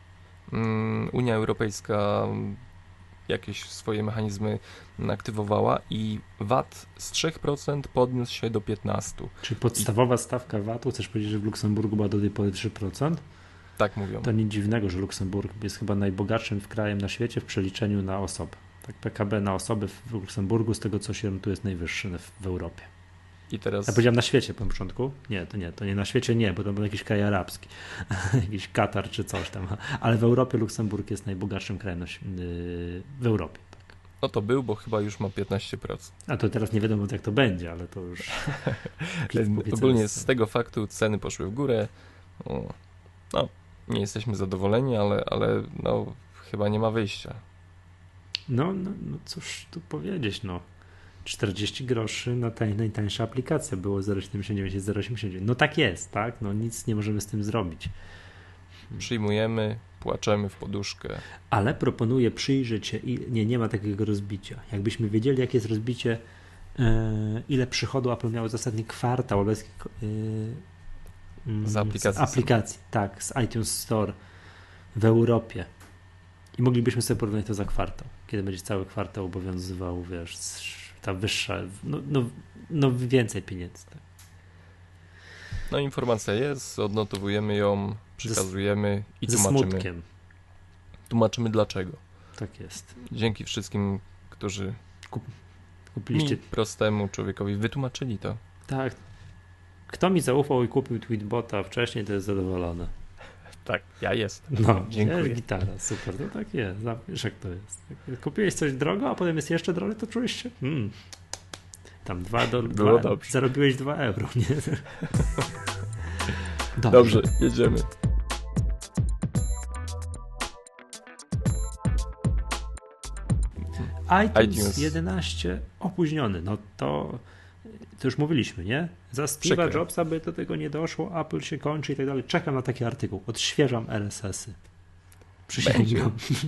Unia Europejska jakieś swoje mechanizmy aktywowała i V A T z trzech procent podniósł się do piętnaście procent. Czyli podstawowa stawka V A T-u, chcesz powiedzieć, że w Luksemburgu była do tej pory trzy procent? Tak mówią. To nic dziwnego, że Luksemburg jest chyba najbogatszym krajem na świecie w przeliczeniu na osobę. Tak, P K B na osobę w Luksemburgu, z tego co się tu jest najwyższy w Europie. I teraz... Ja powiedziałem na świecie po początku. Nie, to nie, to nie na świecie nie, bo to był jakiś kraj arabski, jakiś Katar czy coś tam. Ale w Europie Luksemburg jest najbogatszym krajem na, yy, w Europie. Tak. No to był, bo chyba już ma piętnaście procent. A to teraz nie wiadomo jak to będzie, ale to już... Ogólnie z tego faktu ceny poszły w górę. No, nie jesteśmy zadowoleni, ale, ale no, chyba nie ma wyjścia. No, no, no cóż tu powiedzieć, no. czterdzieści groszy na taj, najtańsza aplikacja było zero przecinek siedemdziesiąt dziewięć, zero przecinek osiemdziesiąt dziewięć. No tak jest, tak? No nic nie możemy z tym zrobić. Przyjmujemy, płaczemy w poduszkę. Ale proponuję przyjrzeć się, i nie, nie ma takiego rozbicia. Jakbyśmy wiedzieli, jakie jest rozbicie, yy, ile przychodu Apple miało za ostatni kwartał bez, yy, yy, z aplikacji, z aplikacji tak, z iTunes Store w Europie. I moglibyśmy sobie porównać to za kwartał, kiedy będzie cały kwartał obowiązywał, wiesz, ta wyższa, no, no, no więcej pieniędzy. Tak. No informacja jest, odnotowujemy ją, przekazujemy i ze tłumaczymy. smutkiem. Tłumaczymy dlaczego. Tak jest. Dzięki wszystkim, którzy Kup, kupiliście. mi, prostemu człowiekowi, wytłumaczyli to. Tak. Kto mi zaufał i kupił Tweetbota wcześniej, to jest zadowolony. Tak, ja jestem. No, dziękuję. Jest gitara, super, to tak jest. Wiesz jak to jest. Jak kupiłeś coś drogo, a potem jest jeszcze drogie, to czujesz się hmm. tam dwa do Było dwa, dobrze. Zarobiłeś dwa euro, nie? Dobrze. Dobrze, jedziemy. iTunes, iTunes jedenaście opóźniony, no to to już mówiliśmy, nie? Za Steve'a Przykre. Jobsa by do tego nie doszło, Apple się kończy i tak dalej. Czekam na taki artykuł, odświeżam R S S-y. Przysięgam.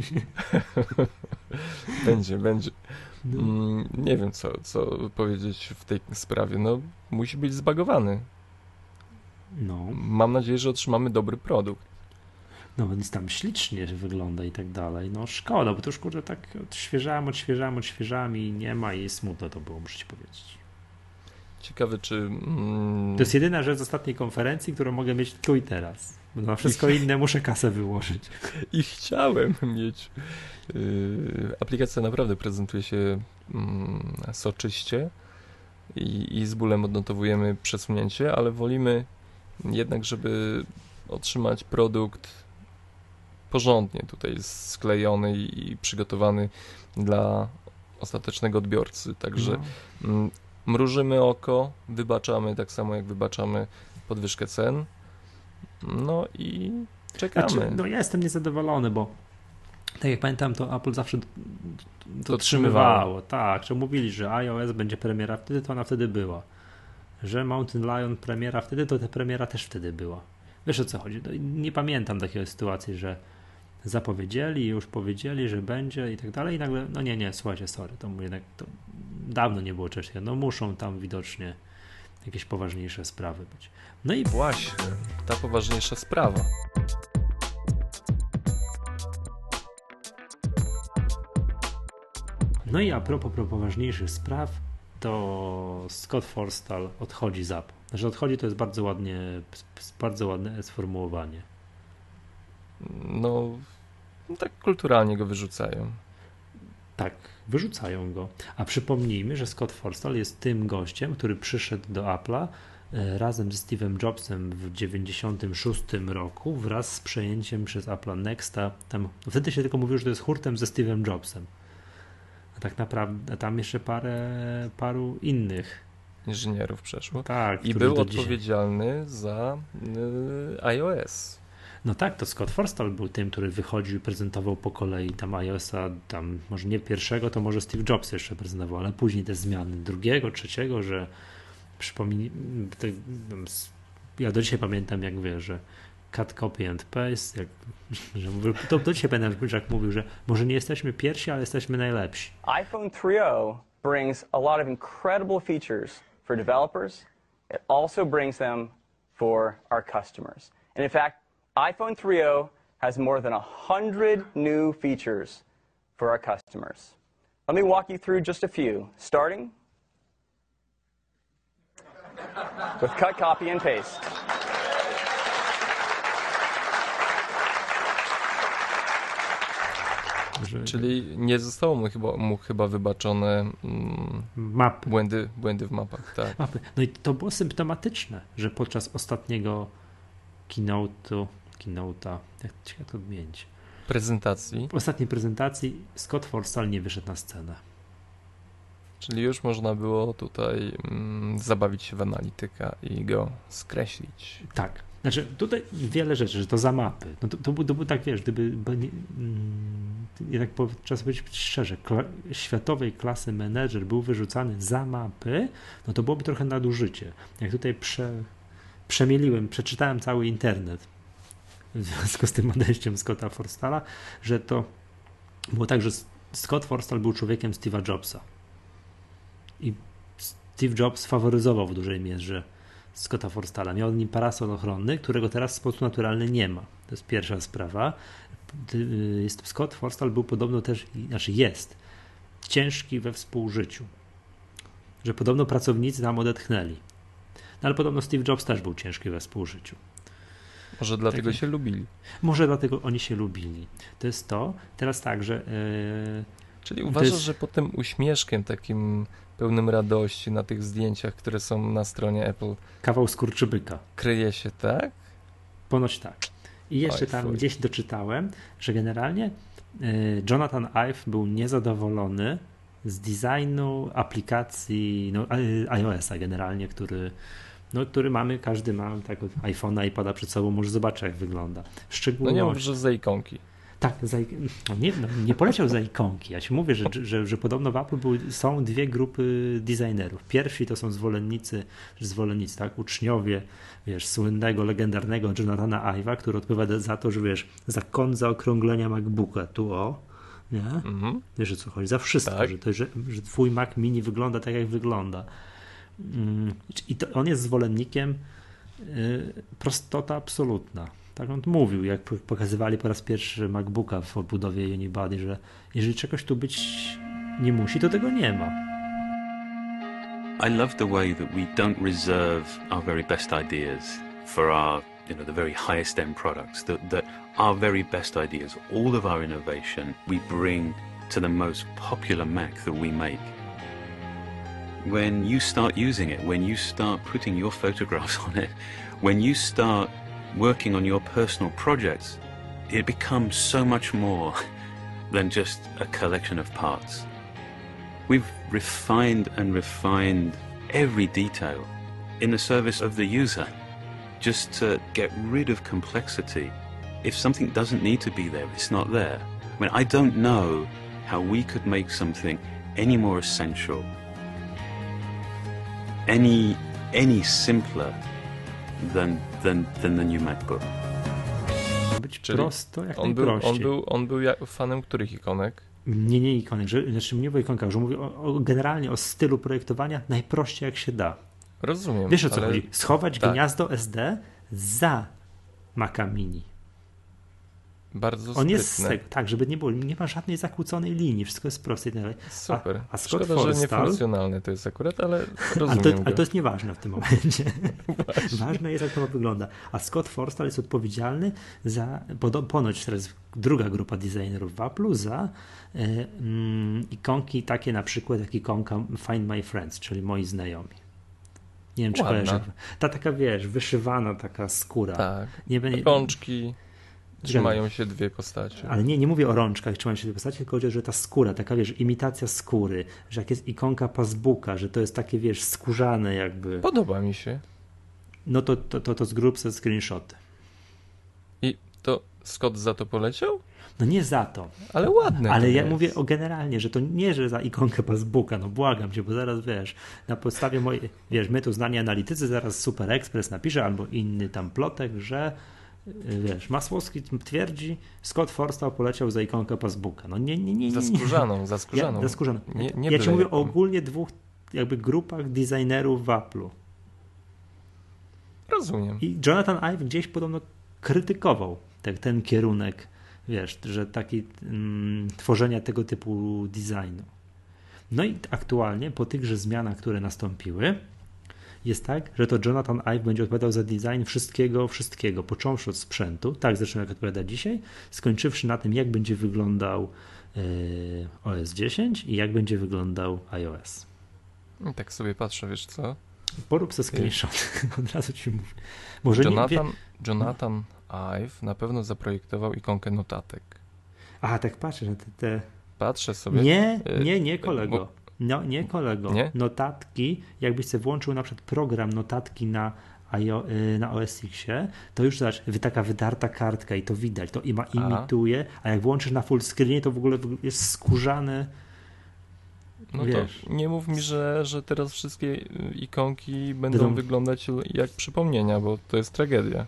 Będzie, będzie. No. Mm, nie wiem, co, co powiedzieć w tej sprawie. No, musi być zbagowany. No. Mam nadzieję, że otrzymamy dobry produkt. No więc tam ślicznie wygląda i tak dalej. No szkoda, bo to już kurde tak odświeżałem, odświeżałem, odświeżałem i nie ma i smutno to było, muszę ci powiedzieć. Ciekawe, czy... Mm... To jest jedyna rzecz z ostatniej konferencji, którą mogę mieć tu i teraz. Bo na wszystko inne muszę kasę wyłożyć. I chciałem mieć. Yy, aplikacja naprawdę prezentuje się mm, soczyście i, i z bólem odnotowujemy przesunięcie, ale wolimy jednak, żeby otrzymać produkt porządnie tutaj sklejony i przygotowany dla ostatecznego odbiorcy. Także No. mm, mrużymy oko, wybaczamy tak samo jak wybaczamy podwyżkę cen. No i czekamy. Znaczy, no ja jestem niezadowolony, bo tak jak pamiętam, to Apple zawsze to To dotrzymywało. Tak, że mówili, że iOS będzie premiera wtedy, to ona wtedy była. Że Mountain Lion premiera wtedy, to ta premiera też wtedy była. Wiesz o co chodzi? No, nie pamiętam takiej sytuacji, że zapowiedzieli, już powiedzieli, że będzie i tak dalej i nagle, no nie, nie, słuchajcie, sorry, to jednak to dawno nie było czegoś takiego. No muszą tam widocznie jakieś poważniejsze sprawy być. No i właśnie, ta poważniejsza sprawa. No i a propos pro poważniejszych spraw, to Scott Forstall odchodzi z Apple. Znaczy odchodzi to jest bardzo ładnie, bardzo ładne sformułowanie. No, tak kulturalnie go wyrzucają. Tak, wyrzucają go. A przypomnijmy, że Scott Forstall jest tym gościem, który przyszedł do Apple'a razem ze Steve'em Jobsem w dziewięćdziesiątym szóstym roku wraz z przejęciem przez Apple'a Nexta. Tam, wtedy się tylko mówiło, że to jest hurtem ze Steve'em Jobsem. A tak naprawdę tam jeszcze parę, paru innych inżynierów przeszło. Tak, i był odpowiedzialny dzisiaj... za y, iOS. No tak, to Scott Forstall był tym, który wychodził i prezentował po kolei tam iOS-a, tam może nie pierwszego, to może Steve Jobs jeszcze prezentował, ale później te zmiany drugiego, trzeciego, że przypomnij, ja do dzisiaj pamiętam, jak wiesz, że cut, copy and paste, jak, że mówił, to do dzisiaj pamiętam, że jak mówił, że może nie jesteśmy pierwsi, ale jesteśmy najlepsi. iPhone three point oh brings a lot of incredible features for developers. It also brings them for our customers. And in fact, iPhone three point oh has more than one hundred new features for our customers. Let me walk you through just a few, starting with cut, copy, and paste. Że... Czyli nie zostało mu chyba, mu chyba wybaczone mm, mapy. Błędy, błędy w mapach. Tak. Mapy. No i to było symptomatyczne, że podczas ostatniego keynote'u, keynote'a, jak, jak to odmienić? Prezentacji. W ostatniej prezentacji Scott Forstall nie wyszedł na scenę. Czyli już można było tutaj mm, zabawić się w analityka i go skreślić. Tak. Znaczy tutaj wiele rzeczy, że to za mapy. No to, to, był, to był tak, wiesz, gdyby nie, mm, jednak po, trzeba powiedzieć szczerze, kla, światowej klasy menedżer był wyrzucany za mapy, no to byłoby trochę nadużycie. Jak tutaj prze, przemieliłem, przeczytałem cały internet w związku z tym odejściem Scotta Forstalla, że to było tak, że Scott Forstall był człowiekiem Steve'a Jobsa. I Steve Jobs faworyzował w dużej mierze Scotta Forstalla. Miał od nim parasol ochronny, którego teraz w sposób naturalny nie ma. To jest pierwsza sprawa. Jest, Scott Forstall był podobno też, znaczy jest, ciężki we współżyciu. Że podobno pracownicy tam odetchnęli. No ale podobno Steve Jobs też był ciężki we współżyciu. Może dlatego tak, się lubili. Może dlatego oni się lubili. To jest to. Teraz tak, że... Yy, Czyli uważasz, jest... że pod tym uśmieszkiem takim pełnym radości na tych zdjęciach, które są na stronie Apple... Kawał skurczybyka. Kryje się, tak? Ponoć tak. I jeszcze Oj, tam fuj. gdzieś doczytałem, że generalnie y, Jonathan Ive był niezadowolony z designu aplikacji no, iOS-a generalnie, który, no, który mamy, każdy ma tak od iPhone'a i pada przed sobą, może zobaczy jak wygląda. No nie mów, że z ikonki. Tak, za, no nie, no nie poleciał za ikonki. Ja ci mówię, że, że, że podobno w Apple były, są dwie grupy designerów. Pierwsi to są zwolennicy, zwolennicy, tak, uczniowie, wiesz, słynnego, legendarnego Jonathana Ive'a, który odpowiada za to, że wiesz, za kąt zaokrąglenia MacBooka, tu o, nie? Mm-hmm. Wiesz o co chodzi, za wszystko, tak. że, to, że, że twój Mac mini wygląda tak, jak wygląda. I to on jest zwolennikiem yy, prostota absolutna. Tak on mówił, jak pokazywali po raz pierwszy MacBooka w obudowie Unibody, że jeżeli czegoś tu być nie musi, to tego nie ma. I love the way that we don't reserve our very best ideas for our, you know, the very highest end products. That, that our very best ideas, all of our innovation, we bring to the most popular Mac that we make. When you start using it, when you start putting your photographs on it, when you start working on your personal projects, it becomes so much more than just a collection of parts. We've refined and refined every detail in the service of the user, just to get rid of complexity. If something doesn't need to be there, it's not there. I mean, I don't know how we could make something any more essential, any any simpler than than than the new MacBook. Być Czyli prosto, jak on był, najprościej. on był, on był fanem których ikonek? Nie, nie ikonek, że, znaczy nie mówię o ikonkach, że mówię o, o, generalnie o stylu projektowania najprościej jak się da. Rozumiem. Wiesz o co ale... chodzi? Schować tak. gniazdo S D za Maca Mini. Bardzo On sprytne. jest z tego, tak, żeby nie było, nie ma żadnej zakłóconej linii, wszystko jest proste i tak dalej. Super. A, a Scott Szkoda, Forstall, że niefunkcjonalne to jest akurat, ale rozumiem ale to, go. ale to jest nieważne w tym momencie. Ważne jest, jak to wygląda. A Scott Forstall jest odpowiedzialny za, ponoć teraz druga grupa designerów w Apple'u, za y, y, ikonki takie na przykład jak ikonka Find My Friends, czyli moi znajomi. Nie wiem, czy kojarzysz. Ta taka, wiesz, wyszywana taka skóra. Tak. Nie, nie, Rączki trzymają się dwie postacie. Ale nie, nie mówię o rączkach, trzymają się dwie postacie, tylko chodzi, że ta skóra, taka, wiesz, imitacja skóry, że jak jest ikonka passbooka, że to jest takie, wiesz, skórzane jakby. Podoba mi się. No to, to, to, to zgrób sobie screenshoty. I to Scott za to poleciał? No nie za to. Ale ładne. Ale ja jest. mówię o generalnie, że to nie, że za ikonkę passbooka, no błagam cię, bo zaraz wiesz, na podstawie mojej, wiesz, my tu znani analitycy, zaraz Super Express napisze albo inny tam plotek, że wiesz, Masłowski twierdzi, Scott Forstall poleciał za ikonkę passbooka. No nie, nie, nie. nie, nie. Za skórzaną, za skórzaną. Ja, za skórzaną. Nie, nie ja ci mówię jaką. o ogólnie dwóch jakby grupach designerów w Apple'u. Rozumiem. I Jonathan Ive gdzieś podobno krytykował ten, ten kierunek, wiesz, że taki mm, tworzenia tego typu designu. No i aktualnie po tychże zmianach, które nastąpiły, jest tak, że to Jonathan Ive będzie odpowiadał za design wszystkiego, wszystkiego, począwszy od sprzętu, tak zresztą jak odpowiada dzisiaj, skończywszy na tym, jak będzie wyglądał yy, O S dziesięć i jak będzie wyglądał iOS. I tak sobie patrzę, wiesz co? Porób sobie screenshot, od razu ci mówię. Może Jonathan, nie, wie... Jonathan Ive na pewno zaprojektował ikonkę notatek. Aha, tak patrzę, że te... te... Patrzę sobie. Nie, nie, nie kolego. Bo... No nie kolego. Nie? Notatki, jakbyś sobie włączył na przykład program notatki na, na O S X-ie, to już zobacz, taka wydarta kartka i to widać, to ima, imituje, a jak włączysz na full screenie, to w ogóle jest skórzane. No wiesz. To nie mów mi, że, że teraz wszystkie ikonki będą Będą... wyglądać jak przypomnienia, bo to jest tragedia.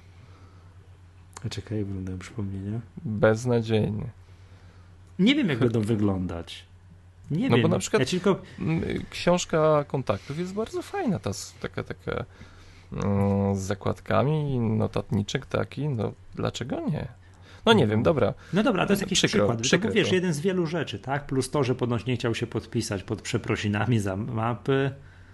A czekaj, wyglądają przypomnienia. Beznadziejnie. Nie wiem, jak będą wyglądać. Nie no wiem. bo na przykład ja tylko... książka kontaktów jest bardzo fajna, ta taka, taka mm, z zakładkami, notatniczek taki, no dlaczego nie? No nie wiem, dobra. No dobra, to jest jakiś przykro, przykład. Przykro to, wiesz, to. jeden z wielu rzeczy, tak? Plus to, że ponoć nie chciał się podpisać pod przeprosinami za mapy.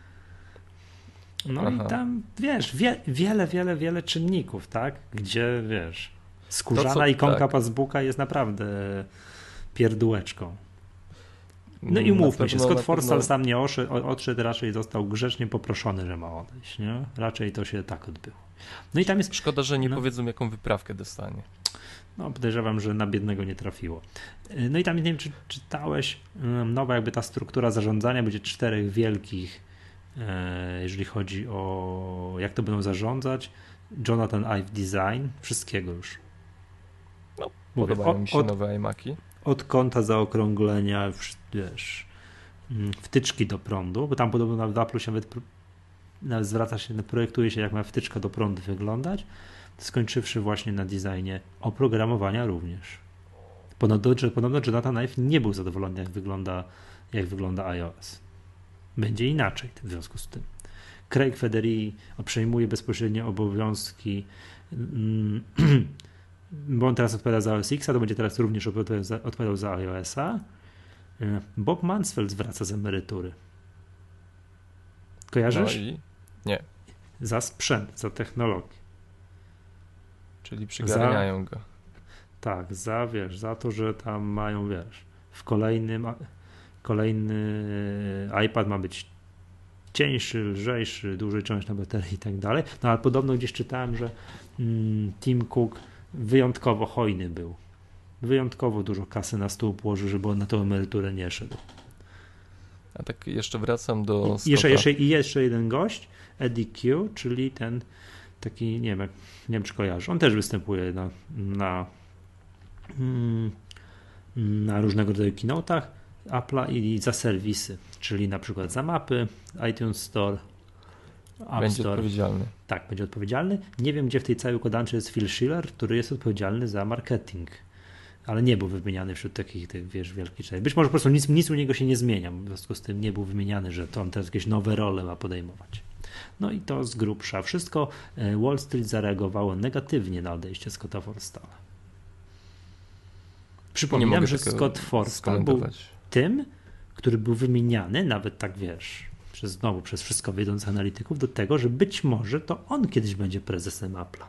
No Aha. i tam, wiesz, wie, wiele, wiele, wiele czynników, tak? Gdzie, wiesz, skórzana co, ikonka tak. passbooka jest naprawdę pierdółeczką. No i umówmy się, Scott Forstall pewno... sam nie odszedł, odszedł, raczej został grzecznie poproszony, że ma odejść, nie? Raczej to się tak odbyło. No i tam jest... Szkoda, że nie no. powiedzą, jaką wyprawkę dostanie. No podejrzewam, że na biednego nie trafiło. No i tam nie wiem, czy czytałeś, nowa jakby ta struktura zarządzania będzie czterech wielkich, jeżeli chodzi o jak to będą zarządzać. Jonathan Ive Design, wszystkiego już. No, Mówię, podobają mi się od, nowe iMaki. Od kąta zaokrąglenia, wiesz, wtyczki do prądu, bo tam podobno na Apple się nawet, nawet zwraca się, projektuje się, jak ma wtyczka do prądu wyglądać, skończywszy właśnie na designie oprogramowania również. Podobno, podobno Jonathan Ive nie był zadowolony, jak wygląda, jak wygląda iOS. Będzie inaczej w związku z tym. Craig Federighi przejmuje bezpośrednio obowiązki, bo on teraz odpowiada za O S X-a, to będzie teraz również odpowiadał za, odpowiadał za iOS-a. Bob Mansfield wraca z emerytury. Kojarzysz? No i nie. Za sprzęt, za technologię. Czyli przygarniają za, go. Tak, za, wiesz, za to, że tam mają, wiesz, w kolejnym kolejny iPad ma być cieńszy, lżejszy, dłużej ciąć na baterii i tak dalej. No ale podobno gdzieś czytałem, że mm, Tim Cook wyjątkowo hojny był. Wyjątkowo dużo kasy na stół położył, żeby on na tą emeryturę nie szedł. A tak jeszcze wracam do I jeszcze, jeszcze, I jeszcze jeden gość, Eddie Q, czyli ten taki, nie wiem, nie wiem czy kojarzy, on też występuje na, na, na różnego rodzaju keynote'ach Apple'a i za serwisy, czyli na przykład za mapy, iTunes Store, App Będzie Store. odpowiedzialny. Tak, będzie odpowiedzialny. Nie wiem, gdzie w tej całej układance jest Phil Schiller, który jest odpowiedzialny za marketing ale nie był wymieniany wśród takich tych, wiesz, wielkich czterech. Być może po prostu nic, nic u niego się nie zmienia, w związku z tym nie był wymieniany, że to on teraz jakieś nowe role ma podejmować. No i to z grubsza. Wszystko Wall Street zareagowało negatywnie na odejście Scotta Forstalla. Przypominam, że Scott Forstall był tym, który był wymieniany, nawet tak wiesz, przez, znowu przez wszystko wiedzących analityków, do tego, że być może to on kiedyś będzie prezesem Apple'a.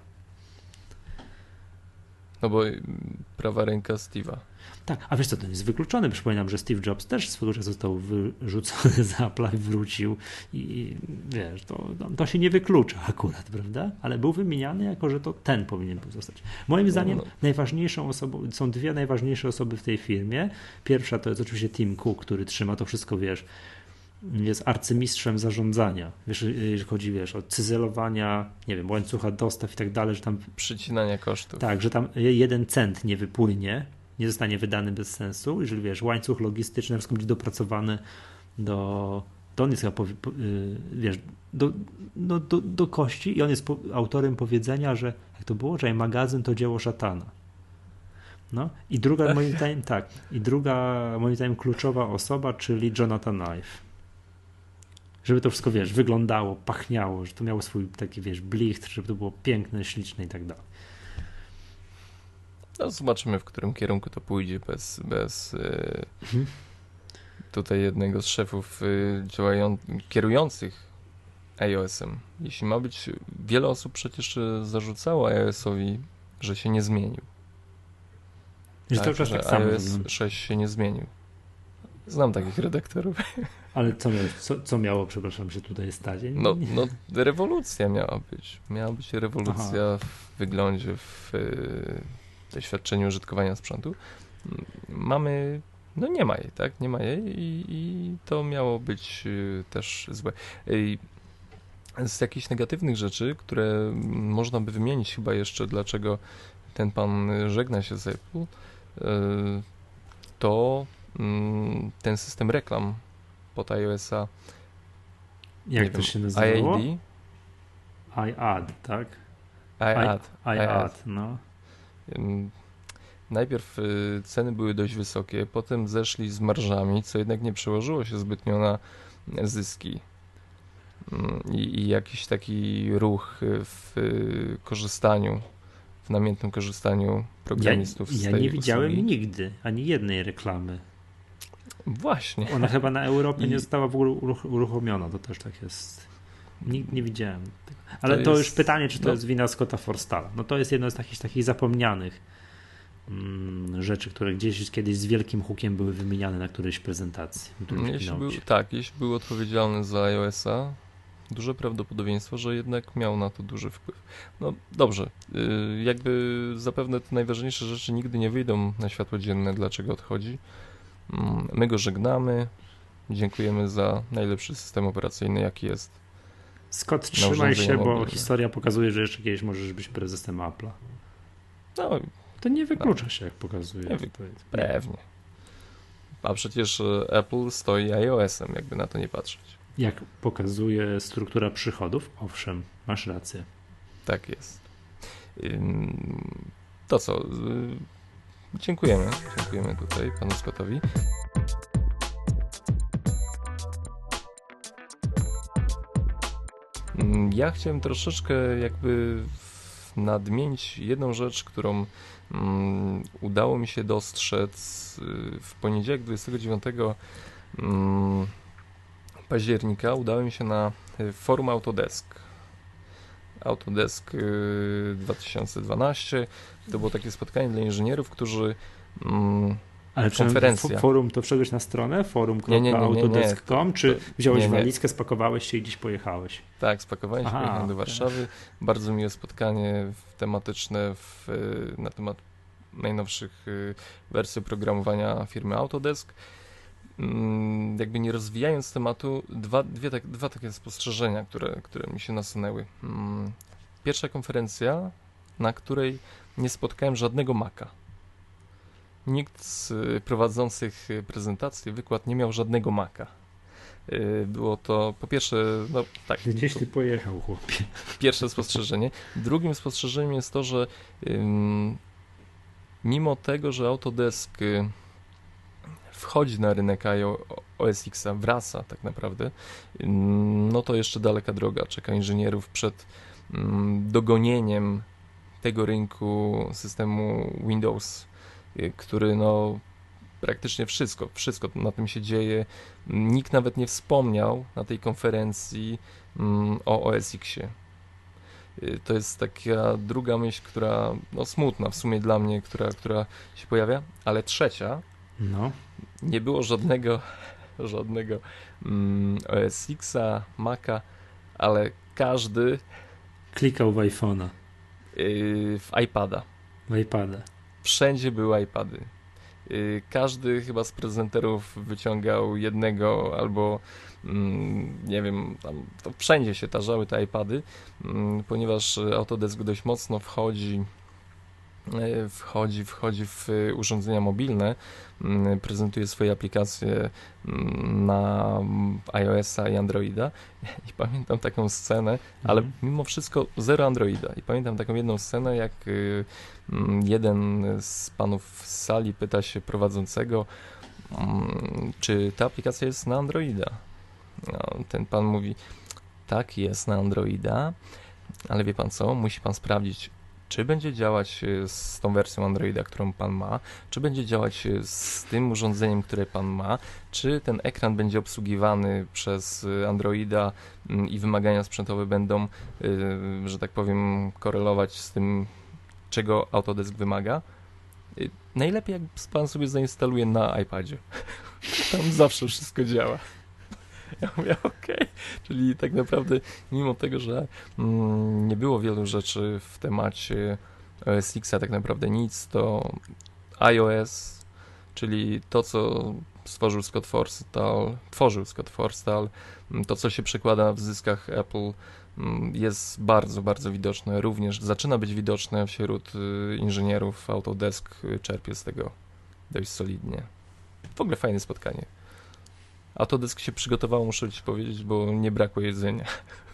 No bo prawa ręka Steve'a. Tak, a wiesz co, to jest wykluczone. Przypominam, że Steve Jobs też swego czasu został wyrzucony z Apple'a i wrócił i wiesz, to, to się nie wyklucza akurat, prawda? Ale był wymieniany jako, że to ten powinien był zostać. Moim zdaniem no, no. najważniejszą osobą, są dwie najważniejsze osoby w tej firmie. Pierwsza to jest oczywiście Tim Cook, który trzyma to wszystko, wiesz, jest arcymistrzem zarządzania, wiesz, jeżeli chodzi, wiesz, o cyzelowania, nie wiem, łańcucha dostaw i tak dalej, że tam... Przycinania kosztów. Tak, że tam jeden cent nie wypłynie, nie zostanie wydany bez sensu, jeżeli, wiesz, łańcuch logistyczny wszystko będzie dopracowany do... to on jest chyba, wiesz, do, do, do, do kości i on jest autorem powiedzenia, że, jak to było, że magazyn to dzieło szatana. No i druga, moim zdaniem, tak, i druga, moim zdaniem, kluczowa osoba, czyli Jonathan Ive. Żeby to wszystko, wiesz, wyglądało, pachniało, że to miało swój taki, wiesz, blichtr, żeby to było piękne, śliczne i tak dalej. No zobaczymy, w którym kierunku to pójdzie bez, bez yy, mhm. tutaj jednego z szefów yy, działają, kierujących iOS-em. Jeśli ma być, wiele osób przecież zarzucało iOS-owi, że się nie zmienił. Że tak, to że tak samo iOS sześć się nie zmienił. Znam takich redaktorów. Ale co, miało, co, co miało, przepraszam, się tutaj stać? Nie, no, no rewolucja miała być. Miała być rewolucja Aha. w wyglądzie, w y, doświadczeniu użytkowania sprzętu. Mamy, no nie ma jej, tak? Nie ma jej i, i to miało być y, też złe. Y, z jakichś negatywnych rzeczy, które można by wymienić chyba jeszcze, dlaczego ten pan żegna się z Apple, y, to ten system reklam pod iOS-a. Jak to wiem, się nazywało? I A D? iAd, tak? iAd. iAd, no. Najpierw ceny były dość wysokie, potem zeszli z marżami, co jednak nie przełożyło się zbytnio na zyski. I, i jakiś taki ruch w korzystaniu, w namiętnym korzystaniu programistów ja, z tej tej Ja nie widziałem usługi. nigdy ani jednej reklamy. Właśnie. Ona chyba na Europie I... nie została w ogóle uruchomiona, to też tak jest. Nikt nie widziałem tego. Ale to, to jest... już pytanie, czy to no. jest wina Scotta Forstalla. No to jest jedno z takich, takich zapomnianych mm, rzeczy, które gdzieś kiedyś z wielkim hukiem były wymieniane na którejś prezentacji. Jeśli był, tak, jeśli był odpowiedzialny za iOS-a, duże prawdopodobieństwo, że jednak miał na to duży wpływ. No dobrze, yy, jakby zapewne te najważniejsze rzeczy nigdy nie wyjdą na światło dzienne, dlaczego odchodzi. Yy, my go żegnamy, dziękujemy za najlepszy system operacyjny, jaki jest. Scott, trzymaj się, bo mobilne. Historia pokazuje, że jeszcze kiedyś możesz być prezesem Apple'a. No, to nie wyklucza no, się, jak pokazuje. Nie, to jest, pewnie. A przecież Apple stoi iOS-em, jakby na to nie patrzeć. Jak pokazuje struktura przychodów, owszem, masz rację. Tak jest. To co? Dziękujemy. Dziękujemy tutaj panu Scottowi. Ja chciałem troszeczkę jakby nadmienić jedną rzecz, którą um, udało mi się dostrzec w poniedziałek dwudziestego dziewiątego um, października. Udało mi się na forum Autodesk. Autodesk dwa tysiące dwanaście. To było takie spotkanie dla inżynierów, którzy um, Ale konferencja. Forum to wszedłeś na stronę forum kropka autodesk kropka com, czy wziąłeś nie, nie. walizkę, spakowałeś się i gdzieś pojechałeś? Tak, spakowałem się, Aha, pojechałem do Warszawy. Okay. Bardzo miłe spotkanie tematyczne w, na temat najnowszych wersji oprogramowania firmy Autodesk. Jakby nie rozwijając tematu, dwa, dwie, tak, dwa takie spostrzeżenia, które, które mi się nasunęły. Pierwsza konferencja, na której nie spotkałem żadnego Maca. Nikt z prowadzących prezentację, wykład nie miał żadnego Maca. Było to po pierwsze, no tak. Gdzieś ty pojechał, chłopie. Pierwsze spostrzeżenie. Drugim spostrzeżeniem jest to, że ym, mimo tego, że Autodesk wchodzi na rynek O S X-a, wraca tak naprawdę, no to jeszcze daleka droga czeka inżynierów przed dogonieniem tego rynku systemu Windows, który no praktycznie wszystko, wszystko na tym się dzieje. Nikt nawet nie wspomniał na tej konferencji o O S X-ie. To jest taka druga myśl, która no smutna w sumie dla mnie, która, która się pojawia, ale trzecia, no. nie było żadnego żadnego mm, O S X-a, Maca, ale każdy klikał w iPhone'a, yy, w iPada. W iPada. Wszędzie były iPady. Yy, każdy chyba z prezenterów wyciągał jednego albo mm, nie wiem, tam to wszędzie się tarzały te iPady, mm, ponieważ Autodesk dość mocno wchodzi wchodzi, wchodzi w urządzenia mobilne, prezentuje swoje aplikacje na iOS-a i Androida i pamiętam taką scenę, ale mimo wszystko zero Androida i pamiętam taką jedną scenę, jak jeden z panów z sali pyta się prowadzącego, czy ta aplikacja jest na Androida. No, ten pan mówi, tak, jest na Androida, ale wie pan co, musi pan sprawdzić, czy będzie działać z tą wersją Androida, którą pan ma, czy będzie działać z tym urządzeniem, które pan ma, czy ten ekran będzie obsługiwany przez Androida i wymagania sprzętowe będą, że tak powiem, korelować z tym, czego Autodesk wymaga. Najlepiej, jak pan sobie zainstaluje na iPadzie. Tam zawsze wszystko działa. Ja mówię, okej, okay. Czyli tak naprawdę mimo tego, że mm, nie było wielu rzeczy w temacie O S X-a, tak naprawdę nic, to iOS, czyli to, co stworzył Scott Forstall, tworzył Scott Forstall, to, co się przekłada w zyskach Apple, jest bardzo, bardzo widoczne. Również zaczyna być widoczne wśród inżynierów. Autodesk czerpie z tego dość solidnie. W ogóle fajne spotkanie. Autodesk się przygotowało, muszę ci powiedzieć, bo nie brakło jedzenia.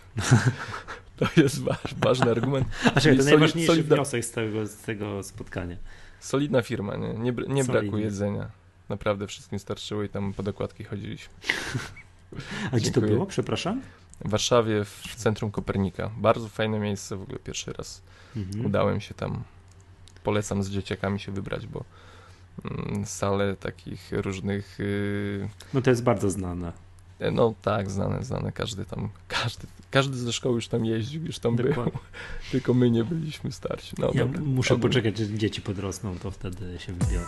To jest waż, ważny argument. A czekaj, to najważniejszy solidna, wniosek z tego, z tego spotkania. Solidna firma, nie, nie, nie brakło jedzenia. Naprawdę wszystkim starczyło i tam po dokładki chodziliśmy. A gdzie to było, przepraszam? W Warszawie, w centrum Kopernika. Bardzo fajne miejsce, w ogóle pierwszy raz mhm. udałem się tam. Polecam z dzieciakami się wybrać, bo sale takich różnych... Yy... No to jest bardzo znane. No tak, znane, znane. Każdy tam, każdy, każdy ze szkoły już tam jeździł, już tam Dokładnie. był. Tylko my nie byliśmy starsi. No, ja dobra. muszę Ogólnie. poczekać, że dzieci podrosną, to wtedy się wybiorę.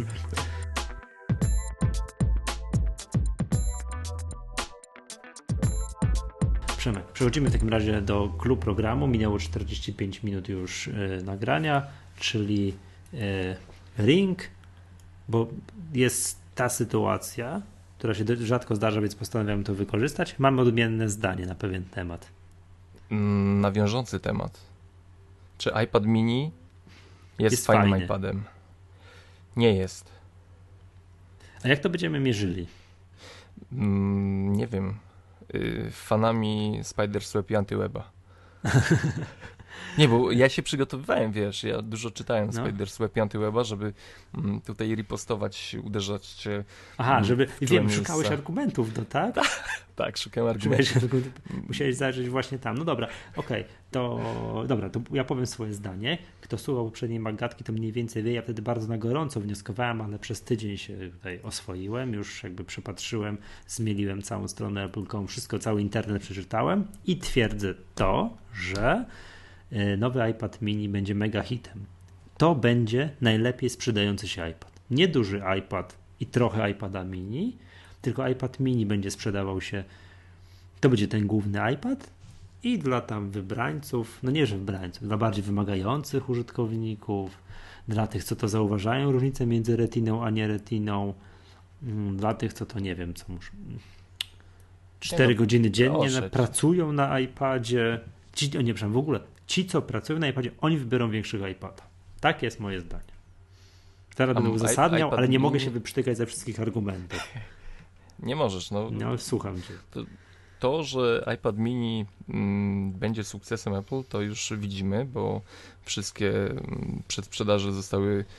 Przemek, przechodzimy w takim razie do clue programu. Minęło czterdzieści pięć minut już yy, nagrania, czyli yy, Ring, bo jest ta sytuacja, która się rzadko zdarza, więc postanawiam to wykorzystać. Mamy odmienne zdanie na pewien temat. Mm, na wiążący temat. Czy iPad mini jest, jest fajnym fajny. iPadem? Nie jest. A jak to będziemy mierzyli? Mm, nie wiem. Yy, fanami Spider-Swap i Antyweba. Nie, bo ja się przygotowywałem, wiesz, ja dużo czytałem no. Spider-Swap i Antyweba, żeby mm, tutaj ripostować, uderzać cię. Aha, żeby, wiem, miejsca. Szukałeś argumentów, no tak? Tak, szukałem argumentów. Musiałeś zajrzeć właśnie tam. No dobra, okej, okay, to dobra, to ja powiem swoje zdanie. Kto słuchał poprzedniej Magatki, to mniej więcej wie, ja wtedy bardzo na gorąco wnioskowałem, ale przez tydzień się tutaj oswoiłem, już jakby przepatrzyłem, zmieliłem całą stronę Apple kropka com, wszystko, cały internet przeczytałem i twierdzę to, że nowy iPad mini będzie mega hitem. To będzie najlepiej sprzedający się iPad. Nie duży iPad i trochę iPada mini, tylko iPad mini będzie sprzedawał się, to będzie ten główny iPad i dla tam wybrańców, no nie, że wybrańców, dla bardziej wymagających użytkowników, dla tych, co to zauważają różnicę między retiną a nie retiną, dla tych, co to nie wiem, co muszą cztery no, godziny dziennie na, pracują na iPadzie, ci, nie, przepraszam, w ogóle ci, co pracują na iPadzie, oni wybiorą większego iPada. Tak jest moje zdanie. Teraz będę uzasadniał, ale nie mini... mogę się wyprztykać ze wszystkich argumentów. Nie możesz, no. No, słucham cię. To, to że iPad mini m, będzie sukcesem Apple, to już widzimy, bo wszystkie m, przedsprzedaże zostały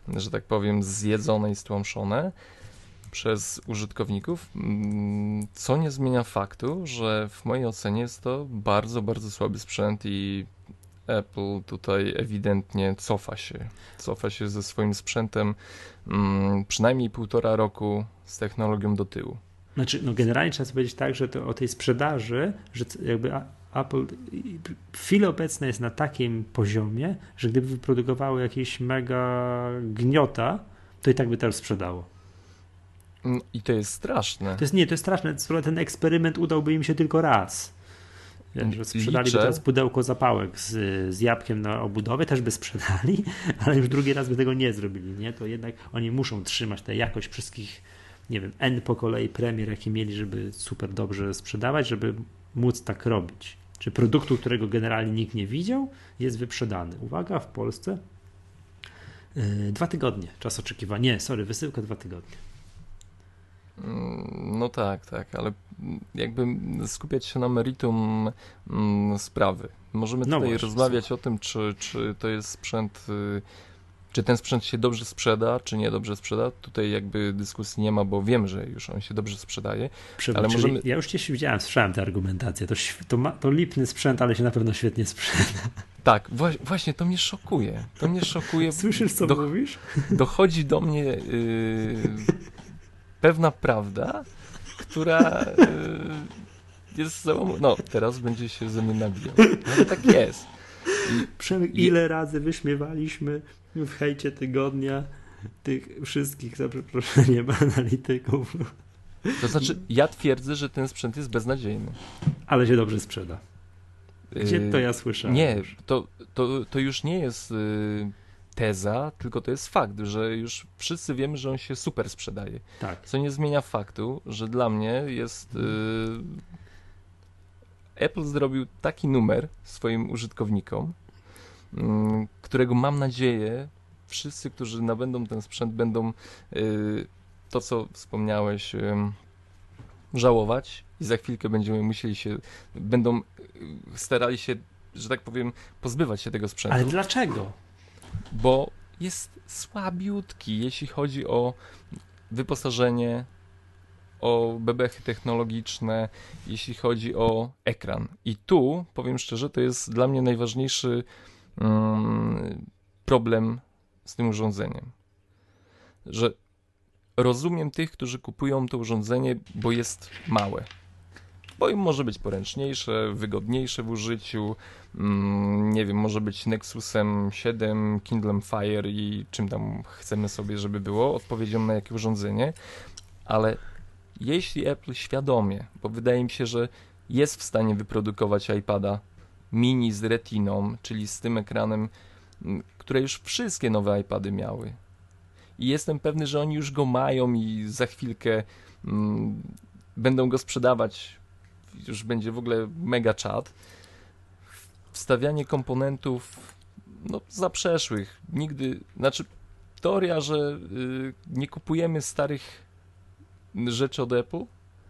że tak powiem, zjedzone i stłamszone przez użytkowników, co nie zmienia faktu, że w mojej ocenie jest to bardzo, bardzo słaby sprzęt i Apple tutaj ewidentnie cofa się. Cofa się ze swoim sprzętem mm, przynajmniej półtora roku z technologią do tyłu. Znaczy, no generalnie trzeba powiedzieć tak, że to o tej sprzedaży, że jakby Apple w chwili obecnej jest na takim poziomie, że gdyby wyprodukowało jakieś mega gniota, to i tak by to sprzedało. I to jest straszne. To jest, nie, to jest straszne. Ten eksperyment udałby im się tylko raz. Wiesz, że sprzedaliby Liczę. teraz pudełko zapałek z, z jabłkiem na obudowie, też by sprzedali, ale już drugi raz by tego nie zrobili, nie? To jednak oni muszą trzymać tę jakość wszystkich, nie wiem, N po kolei premier, jakie mieli, żeby super dobrze sprzedawać, żeby móc tak robić. Czy produktu, którego generalnie nikt nie widział, jest wyprzedany. Uwaga, w Polsce yy, dwa tygodnie czas oczekiwania. Nie, sorry, wysyłka dwa tygodnie. No tak, tak, ale jakby skupiać się na meritum mm, sprawy. Możemy tutaj no właśnie, rozmawiać słuchaj. o tym, czy, czy to jest sprzęt, y, czy ten sprzęt się dobrze sprzeda, czy nie dobrze sprzeda. Tutaj jakby dyskusji nie ma, bo wiem, że już on się dobrze sprzedaje. Ale możemy... Ja już gdzieś widziałem, słyszałem tę argumentację. To, to, ma, to lipny sprzęt, ale się na pewno świetnie sprzeda. Tak, wła- właśnie to mnie szokuje. To mnie szokuje. Słyszysz, co do, mówisz? Dochodzi do mnie... Yy, pewna prawda, która y, jest załamana. No, teraz będzie się ze mnie nabijał. Ale tak jest. I, Przemek, ile razy wyśmiewaliśmy w hejcie tygodnia tych wszystkich, za przeproszeniem, analityków. To znaczy, ja twierdzę, że ten sprzęt jest beznadziejny. Ale się dobrze sprzeda. Gdzie to ja słyszałem? Nie, to, to, to już nie jest... Y, teza, tylko to jest fakt, że już wszyscy wiemy, że on się super sprzedaje. Tak. Co nie zmienia faktu, że dla mnie jest... Yy, Apple zrobił taki numer swoim użytkownikom, yy, którego mam nadzieję wszyscy, którzy nabędą ten sprzęt, będą yy, to, co wspomniałeś, yy, żałować i za chwilkę będziemy musieli się, będą yy, starali się, że tak powiem, pozbywać się tego sprzętu. Ale dlaczego? Bo jest słabiutki, jeśli chodzi o wyposażenie, o bebechy technologiczne, jeśli chodzi o ekran. I tu, powiem szczerze, to jest dla mnie najważniejszy um, problem z tym urządzeniem. Że rozumiem tych, którzy kupują to urządzenie, bo jest małe. Bo im może być poręczniejsze, wygodniejsze w użyciu, mm, nie wiem, może być Nexusem siedem, Kindlem Fire i czym tam chcemy sobie, żeby było, odpowiedzią na jakie urządzenie, ale jeśli Apple świadomie, bo wydaje mi się, że jest w stanie wyprodukować iPada mini z retiną, czyli z tym ekranem, które już wszystkie nowe iPady miały. I jestem pewny, że oni już go mają i za chwilkę mm, będą go sprzedawać, już będzie w ogóle mega czad. Wstawianie komponentów no, zaprzeszłych. Nigdy, znaczy teoria, że y, nie kupujemy starych rzeczy od Apple,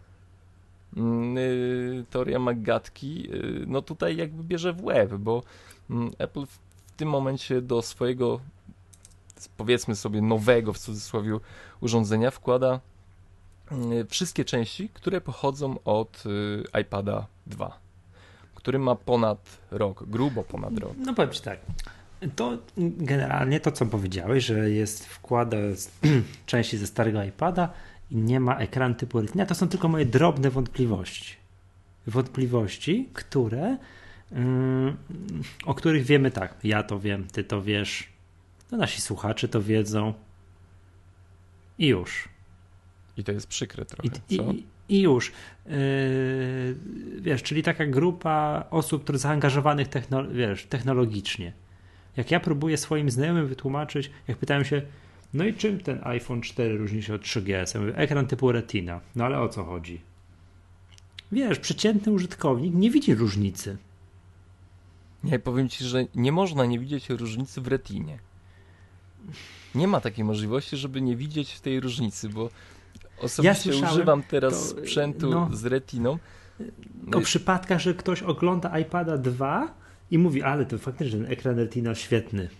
y, teoria McGatki, y, no tutaj jakby bierze w łeb, bo y, Apple w, w tym momencie do swojego, powiedzmy sobie, nowego w cudzysłowie urządzenia wkłada y, wszystkie części, które pochodzą od y, iPada dwa, który ma ponad rok, grubo ponad rok. No powiem ci tak, to generalnie to, co powiedziałeś, że jest wkłada części ze starego iPada i nie ma ekranu typu Retina, to są tylko moje drobne wątpliwości. Wątpliwości, które yy, o których wiemy tak, ja to wiem, ty to wiesz, no nasi słuchacze to wiedzą i już. I to jest przykre trochę, I, co? I, i już. Yy, wiesz, czyli taka grupa osób, które zaangażowanych techno, wiesz, technologicznie. Jak ja próbuję swoim znajomym wytłumaczyć, jak pytają się, no i czym ten iPhone cztery różni się od trzy G S? Ja mówię, ekran typu Retina. No ale o co chodzi? Wiesz, przeciętny użytkownik nie widzi różnicy. Nie, powiem ci, że nie można nie widzieć różnicy w Retinie. Nie ma takiej możliwości, żeby nie widzieć tej różnicy, bo osobiście ja używam teraz to, sprzętu no, z Retiną. O przypadkach, że ktoś ogląda iPada dwa i mówi, ale to faktycznie ten ekran Retina świetny.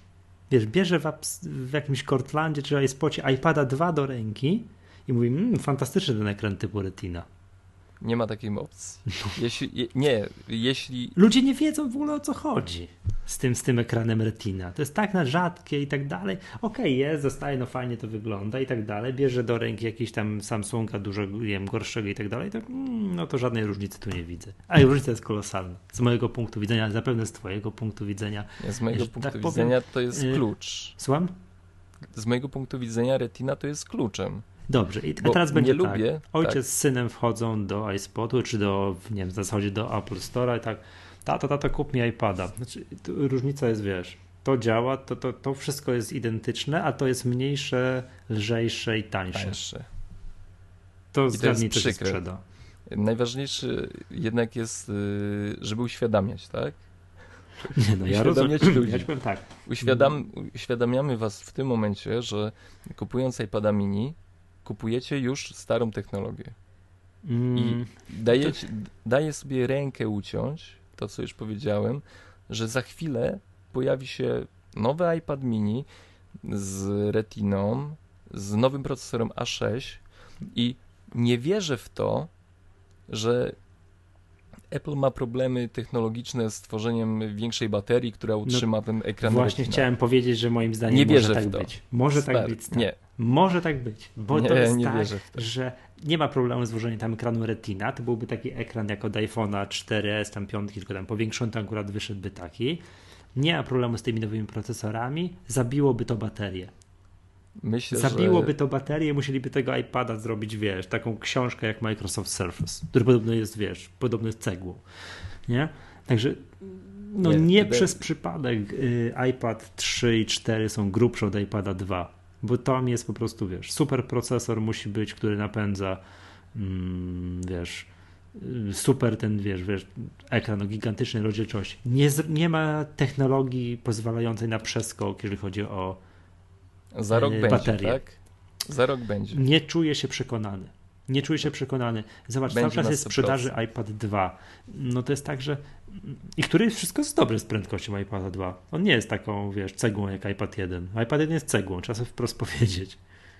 wiesz, bierze w, w jakimś Cortlandzie czy iSpocie iPada dwa do ręki i mówi, mmm, fantastyczny ten ekran typu Retina. Nie ma takiej opcji. Jeśli, je, nie, jeśli... Ludzie nie wiedzą w ogóle o co chodzi z tym, z tym ekranem Retina. To jest tak na rzadkie i tak dalej. Okej, okay, jest, zostaje, no fajnie to wygląda i tak dalej. Bierze do ręki jakiś tam Samsunga dużego, nie wiem, gorszego i tak dalej. Tak, mm, no to żadnej różnicy tu nie widzę. A różnica jest kolosalna. Z mojego punktu widzenia, ale zapewne z twojego punktu widzenia. Nie, z mojego punktu tak widzenia powiem, to jest yy, klucz. Słucham? Z mojego punktu widzenia Retina to jest kluczem. Dobrze, i teraz będzie tak. Lubię, Ojciec tak. z synem wchodzą do iSpotu, czy do, nie wiem, w zasadzie do Apple Store'a i tak, tato, tato, kup mi iPada. Znaczy, różnica jest, wiesz, to działa, to, to, to wszystko jest identyczne, a to jest mniejsze, lżejsze i tańsze. tańsze. To zgadnij, co się sprzeda. Najważniejsze jednak jest, żeby uświadamiać, tak? Nie, no, ja uświadamiać rozumiem. ludzi. Ja powiem tak. Uświadam, uświadamiamy was w tym momencie, że kupując iPada mini, kupujecie już starą technologię. Mm. I dajecie, daję sobie rękę uciąć, to co już powiedziałem, że za chwilę pojawi się nowy iPad mini z Retiną, z nowym procesorem A sześć i nie wierzę w to, że Apple ma problemy technologiczne z tworzeniem większej baterii, która utrzyma no, ten ekran. Właśnie Retina. Chciałem powiedzieć, że moim zdaniem nie może wierzę tak w to. być. Może Stary, tak być. Tak. Nie. Może tak być, bo nie, to jest nie tak, wierzę w to. że nie ma problemu z włożeniem tam ekranu Retina, to byłby taki ekran jak od iPhone'a cztery S, tam piątki, tylko tam powiększony, tam akurat wyszedłby taki. Nie ma problemu z tymi nowymi procesorami, zabiłoby to baterię. Myślę, Zabiłoby że... to baterię, musieliby tego iPada zrobić, wiesz, taką książkę jak Microsoft Surface, który podobno jest, wiesz, podobno jest cegłą. Nie? Także no nie, nie przez przypadek y, iPad trzy i cztery są grubsze od iPada dwa, bo tam jest po prostu, wiesz, super procesor musi być, który napędza mm, wiesz, y, super ten, wiesz, wiesz, ekran o gigantycznej rozdzielczości. Nie, nie ma technologii pozwalającej na przeskok, jeżeli chodzi o Za rok y, będzie, baterię. tak? Za rok będzie. Nie czuję się przekonany. Nie czuję się przekonany. Zobacz, Będzie cały czas jest w sprzedaży iPad dwa. No to jest tak, że i który wszystko jest dobre z prędkością iPada dwa. On nie jest taką, wiesz, cegłą jak iPad jeden. iPad jeden jest cegłą, trzeba sobie wprost powiedzieć.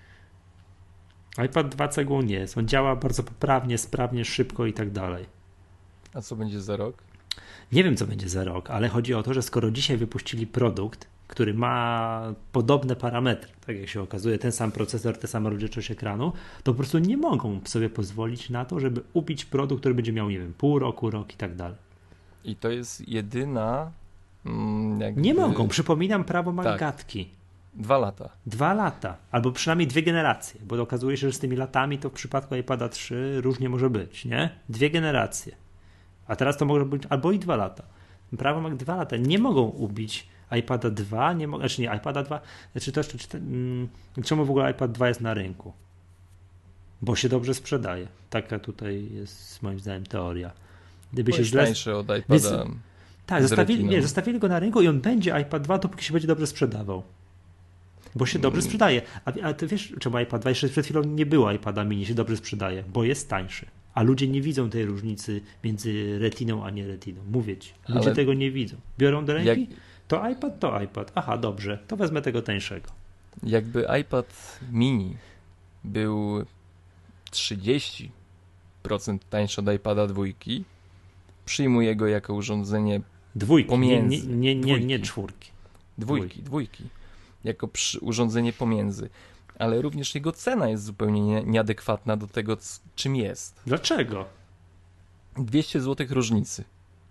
iPad dwa cegłą nie jest. On działa bardzo poprawnie, sprawnie, szybko i tak dalej. A co będzie za rok? Nie wiem, co będzie za rok, ale chodzi o to, że skoro dzisiaj wypuścili produkt, który ma podobne parametry, tak jak się okazuje, ten sam procesor, ta sama rozdzielczość ekranu, to po prostu nie mogą sobie pozwolić na to, żeby ubić produkt, który będzie miał, nie wiem, pół roku, rok i tak dalej. I to jest jedyna... Mm, jakby... Nie mogą, przypominam prawo Mangatki. Tak. Dwa lata. Dwa lata, albo przynajmniej dwie generacje, bo okazuje się, że z tymi latami to w przypadku iPada trzy różnie może być, nie? Dwie generacje. A teraz to może być albo i dwa lata. Prawo ma dwa lata. Nie mogą ubić iPada dwa, nie mogą, znaczy nie, iPada dwa, znaczy to, czy, czy, hmm, czemu w ogóle iPad dwa jest na rynku? Bo się dobrze sprzedaje. Taka tutaj jest moim zdaniem teoria. Gdyby Bo się jest źle... tańszy od iPada. Więc, tak, zostawili, nie, zostawili go na rynku i on będzie iPad dwa, dopóki się będzie dobrze sprzedawał. Bo się dobrze sprzedaje. A, a ty wiesz, czemu iPad dwa? Jeszcze przed chwilą nie było iPada mini, się dobrze sprzedaje, bo jest tańszy. A ludzie nie widzą tej różnicy między Retiną a nie Retiną. Mówię ci. Ludzie Ale tego nie widzą. Biorą do ręki, jak... to iPad, to iPad. Aha, dobrze, to wezmę tego tańszego. Jakby iPad mini był trzydzieści procent tańszy od iPada dwójki, przyjmuję go jako urządzenie dwójki, pomiędzy. Nie, nie, nie, nie, nie czwórki. Dwójki, dwójki. dwójki. Jako przy, urządzenie pomiędzy. Ale również jego cena jest zupełnie nie, nieadekwatna do tego, c, czym jest. Dlaczego? dwieście złotych różnicy.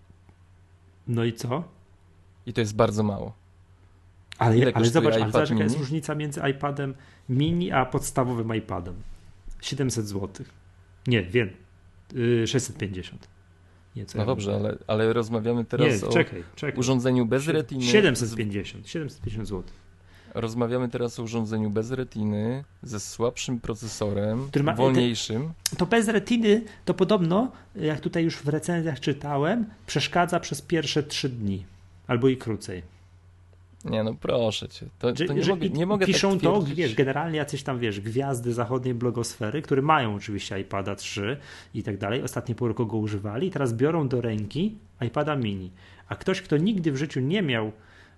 No i co? I to jest bardzo mało. Ale, ale zobacz, ale zobacz jaka jest różnica między iPadem mini a podstawowym iPadem. siedemset złotych. Nie, wiem. Yy, sześćset pięćdziesiąt. Nie, co no ja dobrze, ale, ale rozmawiamy teraz nie, o czekaj, czekaj. urządzeniu bez retiny. siedemset pięćdziesiąt. siedemset pięćdziesiąt złotych. Rozmawiamy teraz o urządzeniu bez retiny, ze słabszym procesorem, ma, wolniejszym. Te, to bez retiny to podobno, jak tutaj już w recenzjach czytałem, przeszkadza przez pierwsze trzy dni. Albo i krócej. Nie no, proszę cię. To, że, to nie, że mogę, nie mogę piszą tak to, twierdzić. Wiesz, generalnie jacyś tam, wiesz, gwiazdy zachodniej blogosfery, które mają oczywiście iPada trzy i tak dalej, ostatnie pół roku go używali i teraz biorą do ręki iPada mini. A ktoś, kto nigdy w życiu nie miał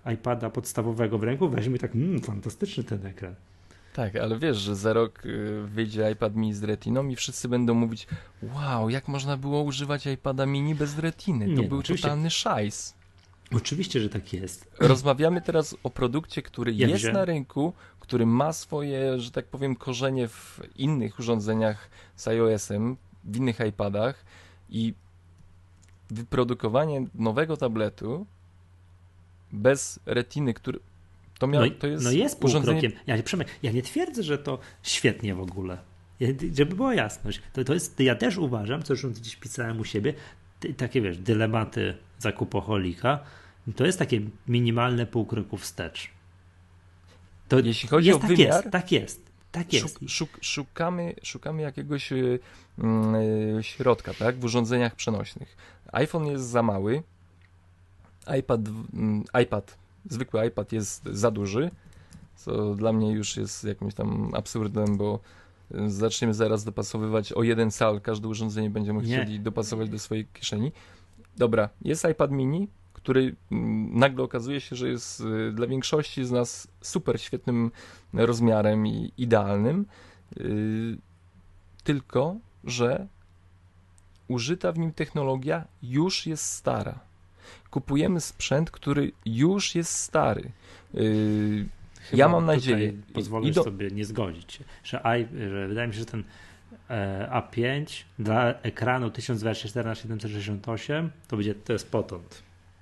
iPada podstawowego w ręku, weźmie tak, mmm, fantastyczny ten ekran. Tak, ale wiesz, że za rok y, wyjdzie iPad mini z retiną i wszyscy będą mówić, wow, jak można było używać iPada mini bez retiny? To Nie, był oczywiście. totalny szajs. Oczywiście, że tak jest. Rozmawiamy teraz o produkcie, który Ja jest wiem. na rynku, który ma swoje, że tak powiem, korzenie w innych urządzeniach z iOS-em, w innych iPadach i wyprodukowanie nowego tabletu bez retiny, który to, miał, No, to jest, no jest urządzenie... półkrokiem. Ja, Przemek, ja nie twierdzę, że to świetnie w ogóle. Ja, żeby była jasność. To, to jest, ja też uważam, co już gdzieś pisałem u siebie, ty, takie wiesz, dylematy zakupoholika, to jest takie minimalne pół kroku wstecz. To Jeśli chodzi jest, o tak wymiar, jest, tak jest. Tak jest. Szuk, szuk, szukamy, szukamy jakiegoś y, y, środka, tak, w urządzeniach przenośnych. iPhone jest za mały, iPad, y, iPad, zwykły iPad jest za duży, co dla mnie już jest jakimś tam absurdem, bo y, zaczniemy zaraz dopasowywać o jeden cal, każde urządzenie będziemy Nie. chcieli dopasować do swojej kieszeni. Dobra, jest iPad mini, który y, nagle okazuje się, że jest y, dla większości z nas super świetnym rozmiarem i idealnym, yy, tylko że użyta w nim technologia już jest stara. Kupujemy sprzęt, który już jest stary. Yy, Chyba ja mam tutaj nadzieję... pozwolę i do... sobie nie zgodzić się, że, i, że wydaje mi się, że ten e, A pięć dla ekranu tysiąc dwadzieścia cztery na siedemset sześćdziesiąt osiem to będzie, to jest potąd.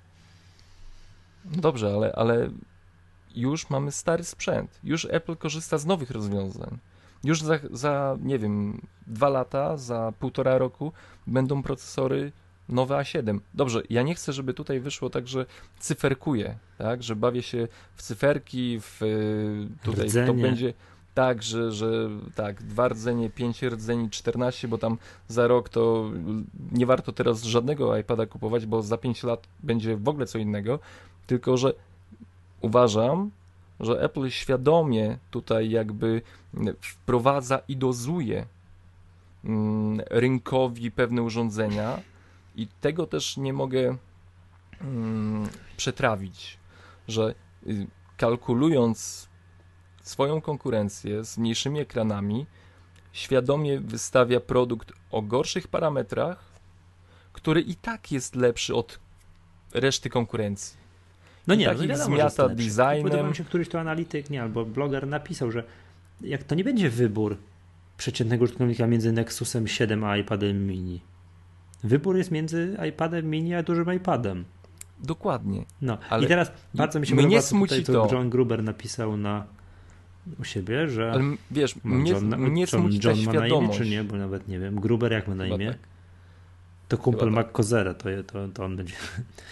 No dobrze, ale, ale już mamy stary sprzęt. Już Apple korzysta z nowych rozwiązań. Już za, za nie wiem, dwa lata, za półtora roku będą procesory nowe A siedem. Dobrze, ja nie chcę, żeby tutaj wyszło tak, że cyferkuję, tak, że bawię się w cyferki, w tutaj Rdzenie. to będzie tak, że, że tak, dwa rdzenie, pięć rdzeni, czternaście, bo tam za rok to nie warto teraz żadnego iPada kupować, bo za pięć lat będzie w ogóle co innego, tylko że uważam, że Apple świadomie tutaj jakby wprowadza i dozuje mm, rynkowi pewne urządzenia i tego też nie mogę mm, przetrawić, że y, kalkulując swoją konkurencję z mniejszymi ekranami, świadomie wystawia produkt o gorszych parametrach, który i tak jest lepszy od reszty konkurencji. No I nie, tak no ich wiadomo, że zmiata jest lepszy. designem. Podoba mi się, któryś to analityk, nie, albo bloger napisał, że jak to nie będzie wybór przeciętnego użytkownika między Nexusem siedem a iPadem mini. Wybór jest między iPadem mini a dużym iPadem. Dokładnie. No Ale i teraz bardzo mi się mnie podoba, smuci tutaj, co to. John Gruber napisał na u siebie, że Ale wiesz, ma mnie, John, mnie John, smuci ta John ma na imię, świadomość. czy nie, bo nawet nie wiem. Gruber jak ma na Chyba imię? tak. To kumpel Chyba tak. McCozera, to, to, to on będzie.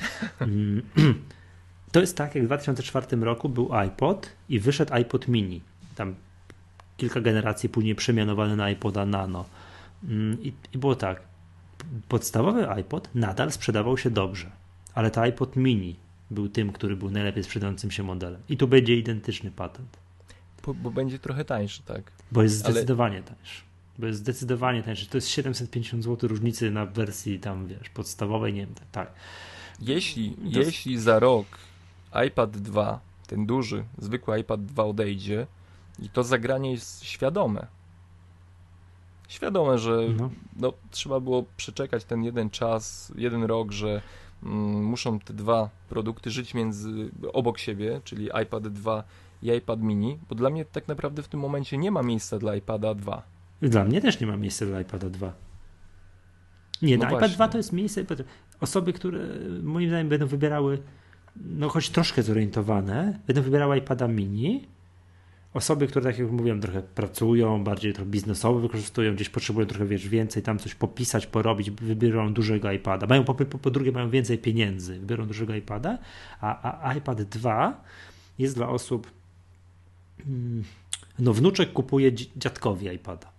To jest tak, jak w dwa tysiące czwartym roku był iPod i wyszedł iPod mini. Tam kilka generacji później przemianowany na iPoda Nano. I, i było tak. Podstawowy iPod nadal sprzedawał się dobrze, ale to iPod mini był tym, który był najlepiej sprzedającym się modelem. I tu będzie identyczny patent. Bo, bo będzie trochę tańszy, tak? Bo jest Ale- zdecydowanie tańszy. Bo jest zdecydowanie tańszy. To jest siedemset pięćdziesiąt złotych różnicy na wersji tam, wiesz, podstawowej, nie wiem, tak. Jeśli, To jest- jeśli za rok iPad dwa, ten duży, zwykły iPad dwa odejdzie i to zagranie jest świadome. Świadome, że No. no, trzeba było przeczekać ten jeden czas, jeden rok, że mm, muszą te dwa produkty żyć między, obok siebie, czyli iPad dwa i iPad mini, bo dla mnie tak naprawdę w tym momencie nie ma miejsca dla iPada dwa. Dla mnie też nie ma miejsca dla iPada dwa. Nie, No na iPad właśnie. dwa to jest miejsce, osoby, które moim zdaniem będą wybierały, no choć troszkę zorientowane, będą wybierały iPada mini. Osoby, które, tak jak mówiłem, trochę pracują, bardziej trochę biznesowo wykorzystują, gdzieś potrzebują trochę, wiesz, więcej, tam coś popisać, porobić, wybiorą dużego iPada. Mają, po, po, po drugie, mają więcej pieniędzy, wybiorą dużego iPada, a, a iPad dwa jest dla osób, mm, no wnuczek kupuje dzi- dziadkowi iPada.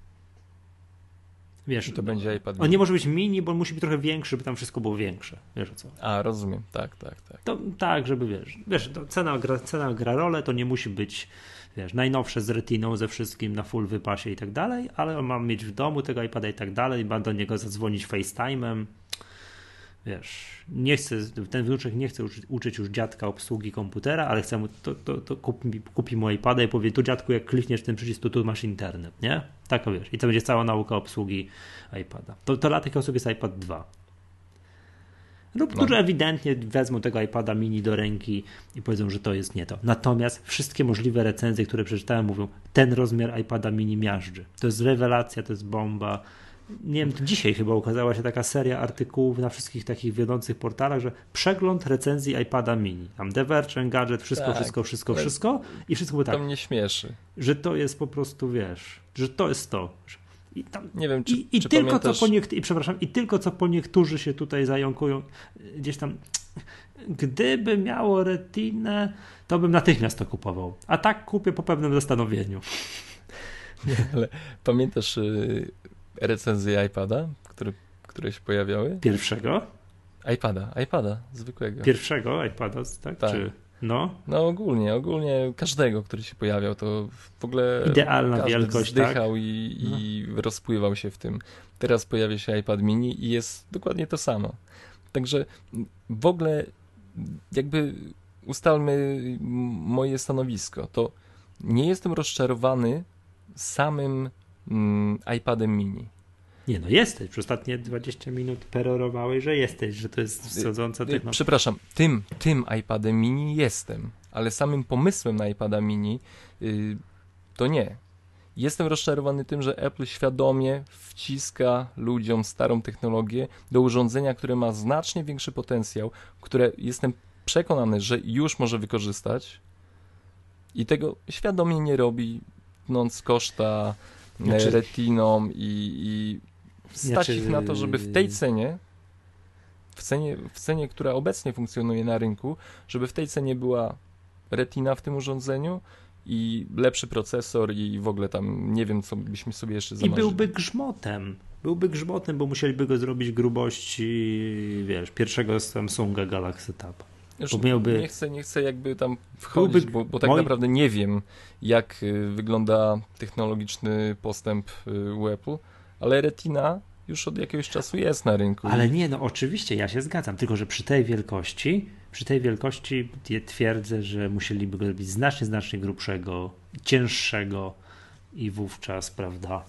Wiesz, I to będzie iPad on mini. nie może być mini, bo musi być trochę większy, żeby tam wszystko było większe. Wiesz o co? A, rozumiem, tak, tak, tak. To tak, żeby wiesz, wiesz to cena, gra, cena gra rolę, to nie musi być, wiesz, najnowsze z retiną, ze wszystkim na full wypasie i tak dalej, ale on ma mieć w domu tego iPada i tak dalej, ma do niego zadzwonić FaceTime'em, wiesz, nie chce, ten wnuczek nie chce uczyć, uczyć już dziadka obsługi komputera, ale chce mu, to, to, to kupi, kupi mu iPada i powie, tu dziadku, jak klikniesz ten przycisk, to tu masz internet, nie? Tak, wiesz, i to będzie cała nauka obsługi iPada. To, to dla tych osób jest iPad dwa. Lub którzy no. ewidentnie wezmą tego iPada mini do ręki i powiedzą, że to jest nie to. Natomiast wszystkie możliwe recenzje, które przeczytałem, mówią, ten rozmiar iPada mini miażdży. To jest rewelacja, to jest bomba. Nie wiem, dzisiaj chyba ukazała się taka seria artykułów na wszystkich takich wiodących portalach, że przegląd recenzji iPada mini. Tam The Verge, Engadget, wszystko, tak, wszystko, wszystko, wszystko i wszystko było tak. To mnie śmieszy. Że to jest po prostu, wiesz, że to jest to. I tam, nie wiem, czy, i, i czy tylko pamiętasz... co po niektórzy, przepraszam, i tylko co po niektórzy się tutaj zająkują gdzieś tam, gdyby miało retinę, to bym natychmiast to kupował. A tak kupię po pewnym zastanowieniu. Nie, ale pamiętasz y, recenzje iPada, które, które się pojawiały? Pierwszego? iPada, iPada zwykłego. Pierwszego iPada, tak? tak. Czy... No. no ogólnie, ogólnie każdego, który się pojawiał, to w ogóle idealna każdy wielkość, wzdychał tak? i, i no. rozpływał się w tym. Teraz pojawia się iPad mini i jest dokładnie to samo. Także w ogóle jakby ustalmy moje stanowisko, to nie jestem rozczarowany samym mm, iPadem mini. Nie no, jesteś. Przez ostatnie dwadzieścia minut perorowałeś, że jesteś, że to jest wschodząca technologia. Przepraszam, tym, tym iPadem mini jestem, ale samym pomysłem na iPada mini yy, to nie. Jestem rozczarowany tym, że Apple świadomie wciska ludziom starą technologię do urządzenia, które ma znacznie większy potencjał, które jestem przekonany, że już może wykorzystać i tego świadomie nie robi, tnąc koszta znaczy... retiną i, i stać znaczy... ich na to, żeby w tej cenie, w cenie, w cenie, która obecnie funkcjonuje na rynku, żeby w tej cenie była retina w tym urządzeniu i lepszy procesor i w ogóle tam nie wiem, co byśmy sobie jeszcze zamarzyli. I byłby grzmotem. Byłby grzmotem, bo musieliby go zrobić grubości, wiesz, pierwszego Samsunga Galaxy Tab. Już miałby... nie, chcę, nie chcę jakby tam wchodzić, byłby... bo, bo tak Moi... naprawdę nie wiem, jak wygląda technologiczny postęp u Apple, ale retina już od jakiegoś czasu jest na rynku. Ale nie, no oczywiście, ja się zgadzam, tylko że przy tej wielkości, przy tej wielkości twierdzę, że musieliby go robić znacznie, znacznie grubszego, cięższego i wówczas, prawda,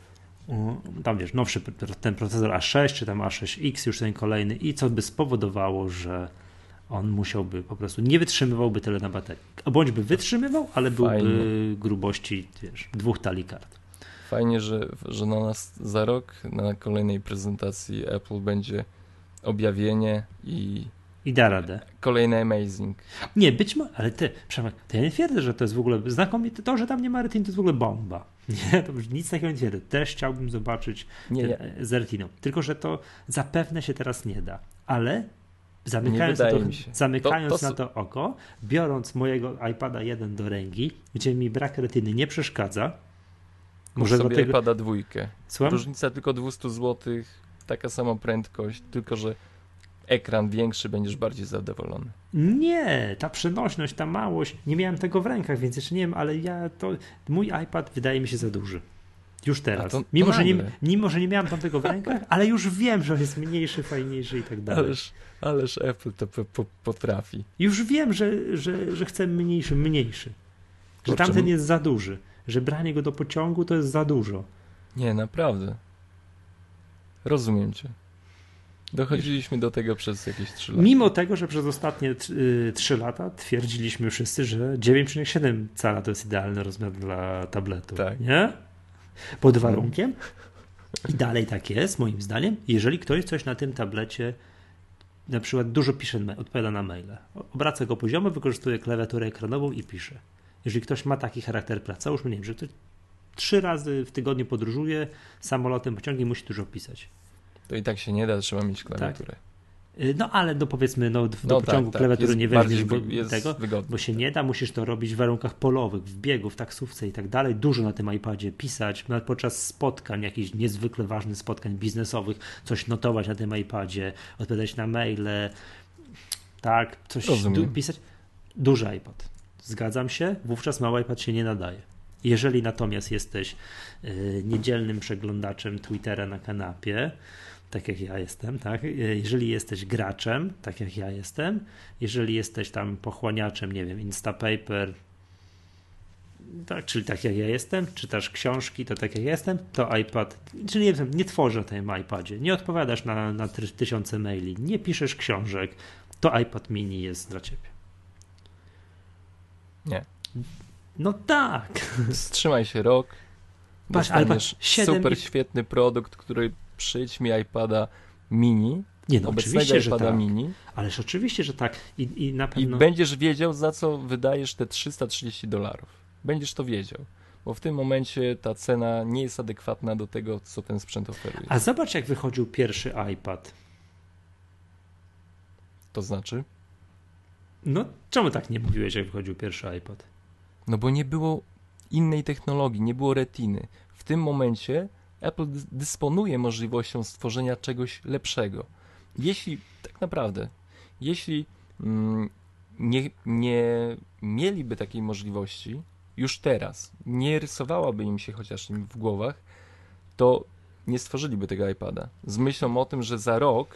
tam wiesz, nowszy ten procesor A sześć, czy tam A sześć X, już ten kolejny i co by spowodowało, że on musiałby po prostu, nie wytrzymywałby tyle na baterii. Bądź by wytrzymywał, ale byłby Fajnie. grubości, wiesz, dwóch talii kart. Fajnie, że, że na nas za rok, na kolejnej prezentacji Apple będzie objawienie i I da radę. Kolejny amazing. Nie, być może, ale ty, Przemek, to ja nie twierdzę, że to jest w ogóle znakomite, to, że tam nie ma retiny, to jest w ogóle bomba. Nie, to już nic takiego nie twierdzę. Też chciałbym zobaczyć nie, nie. z retiną. Tylko, że to zapewne się teraz nie da, ale zamykając, na to, zamykając to, to... na to oko, biorąc mojego iPada jeden do ręki, gdzie mi brak retiny nie przeszkadza, może sobie tego... iPada dwójkę. Słucham? Różnica tylko dwieście złotych, taka sama prędkość, tylko że ekran większy, będziesz bardziej zadowolony. Nie, ta przenośność, ta małość, nie miałem tego w rękach, więc jeszcze nie wiem, ale ja to, mój iPad wydaje mi się za duży. Już teraz. To, to mimo, że nie, mimo, że nie miałem tam tego w rękach, ale już wiem, że jest mniejszy, fajniejszy i tak dalej. Ależ, ależ Apple to po, po, potrafi. Już wiem, że, że, że chcę mniejszy, mniejszy. Że Kurczę, tamten jest za duży. Że branie go do pociągu to jest za dużo. Nie, naprawdę. Rozumiem cię. Dochodziliśmy do tego przez jakieś trzy lata. Mimo tego, że przez ostatnie trzy lata twierdziliśmy wszyscy, że dziewięć przecinek siedem cala to jest idealny rozmiar dla tabletu. Tak. Nie? Pod warunkiem, i dalej tak jest, moim zdaniem, jeżeli ktoś coś na tym tablecie na przykład dużo pisze, odpowiada na maile, obraca go poziomo, wykorzystuje klawiaturę ekranową i pisze. Jeżeli ktoś ma taki charakter pracy, już nie wiem, że ktoś trzy razy w tygodniu podróżuje samolotem, pociągiem, musi dużo pisać. To i tak się nie da, trzeba mieć klawiaturę. Tak. No ale no powiedzmy, no, do no pociągu tak, klawiatury tak. nie weźmiesz bo, tego, wygodny. bo się nie da, musisz to robić w warunkach polowych, w biegu, w taksówce i tak dalej. Dużo na tym iPadzie pisać, nawet podczas spotkań, jakichś niezwykle ważnych spotkań biznesowych, coś notować na tym iPadzie, odpowiadać na maile, tak, coś du- pisać. Duży iPad. Zgadzam się, wówczas mały iPad się nie nadaje. Jeżeli natomiast jesteś y, niedzielnym przeglądaczem Twittera na kanapie, tak jak ja jestem, tak? Jeżeli jesteś graczem, tak jak ja jestem, jeżeli jesteś tam pochłaniaczem, nie wiem, Instapaper, tak, czyli tak jak ja jestem, czytasz książki, to tak jak ja jestem, to iPad, czyli nie, nie tworzę na tym iPadzie, nie odpowiadasz na, na tysiące maili, nie piszesz książek, to iPad mini jest dla ciebie. Nie. No tak. Wstrzymaj się rok, Patrz, dostaniesz siedem super i... świetny produkt, który przyjdź mi iPada mini, nie, no obecnego oczywiście, iPada że tak. mini. Ależ oczywiście, że tak. I, i na I pewno... będziesz wiedział, za co wydajesz te trzysta trzydzieści dolarów. Będziesz to wiedział, bo w tym momencie ta cena nie jest adekwatna do tego, co ten sprzęt oferuje. A zobacz, jak wychodził pierwszy iPad. To znaczy? No, czemu tak nie mówiłeś, jak wychodził pierwszy iPad? No bo nie było innej technologii, nie było retiny. W tym momencie Apple dy- dysponuje możliwością stworzenia czegoś lepszego. Jeśli, tak naprawdę, jeśli mm, nie, nie mieliby takiej możliwości już teraz, nie rysowałaby im się chociaż im w głowach, to nie stworzyliby tego iPada. Z myślą o tym, że za rok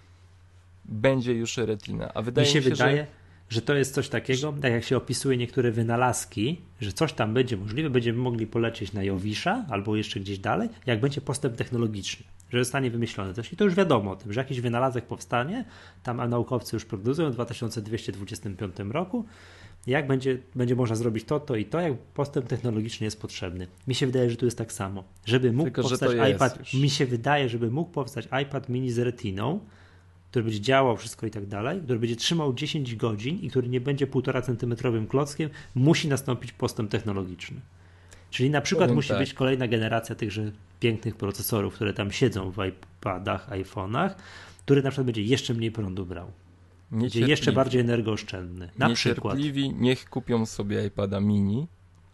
będzie już retina. A wydaje mi się, mi się wydaje, że... że to jest coś takiego, tak jak się opisuje niektóre wynalazki, że coś tam będzie możliwe, będziemy mogli polecieć na Jowisza albo jeszcze gdzieś dalej, jak będzie postęp technologiczny, że zostanie wymyślone coś. I to już wiadomo o tym, że jakiś wynalazek powstanie, tam a naukowcy już prognozują w dwa tysiące dwieście dwudziestym piątym roku, jak będzie, będzie można zrobić to, to i to, jak postęp technologiczny jest potrzebny. Mi się wydaje, że tu jest tak samo. Żeby mógł Tylko, powstać że to iPad, jest mi się wydaje, żeby mógł powstać iPad mini z retiną, który będzie działał wszystko i tak dalej, który będzie trzymał dziesięć godzin i który nie będzie półtora centymetrowym klockiem, musi nastąpić postęp technologiczny. Czyli na przykład Powiem musi tak. być kolejna generacja tychże pięknych procesorów, które tam siedzą w iPadach, iPhone'ach, który na przykład będzie jeszcze mniej prądu brał. Będzie jeszcze bardziej energooszczędny. Na przykład. Niecierpliwi niech kupią sobie iPada mini,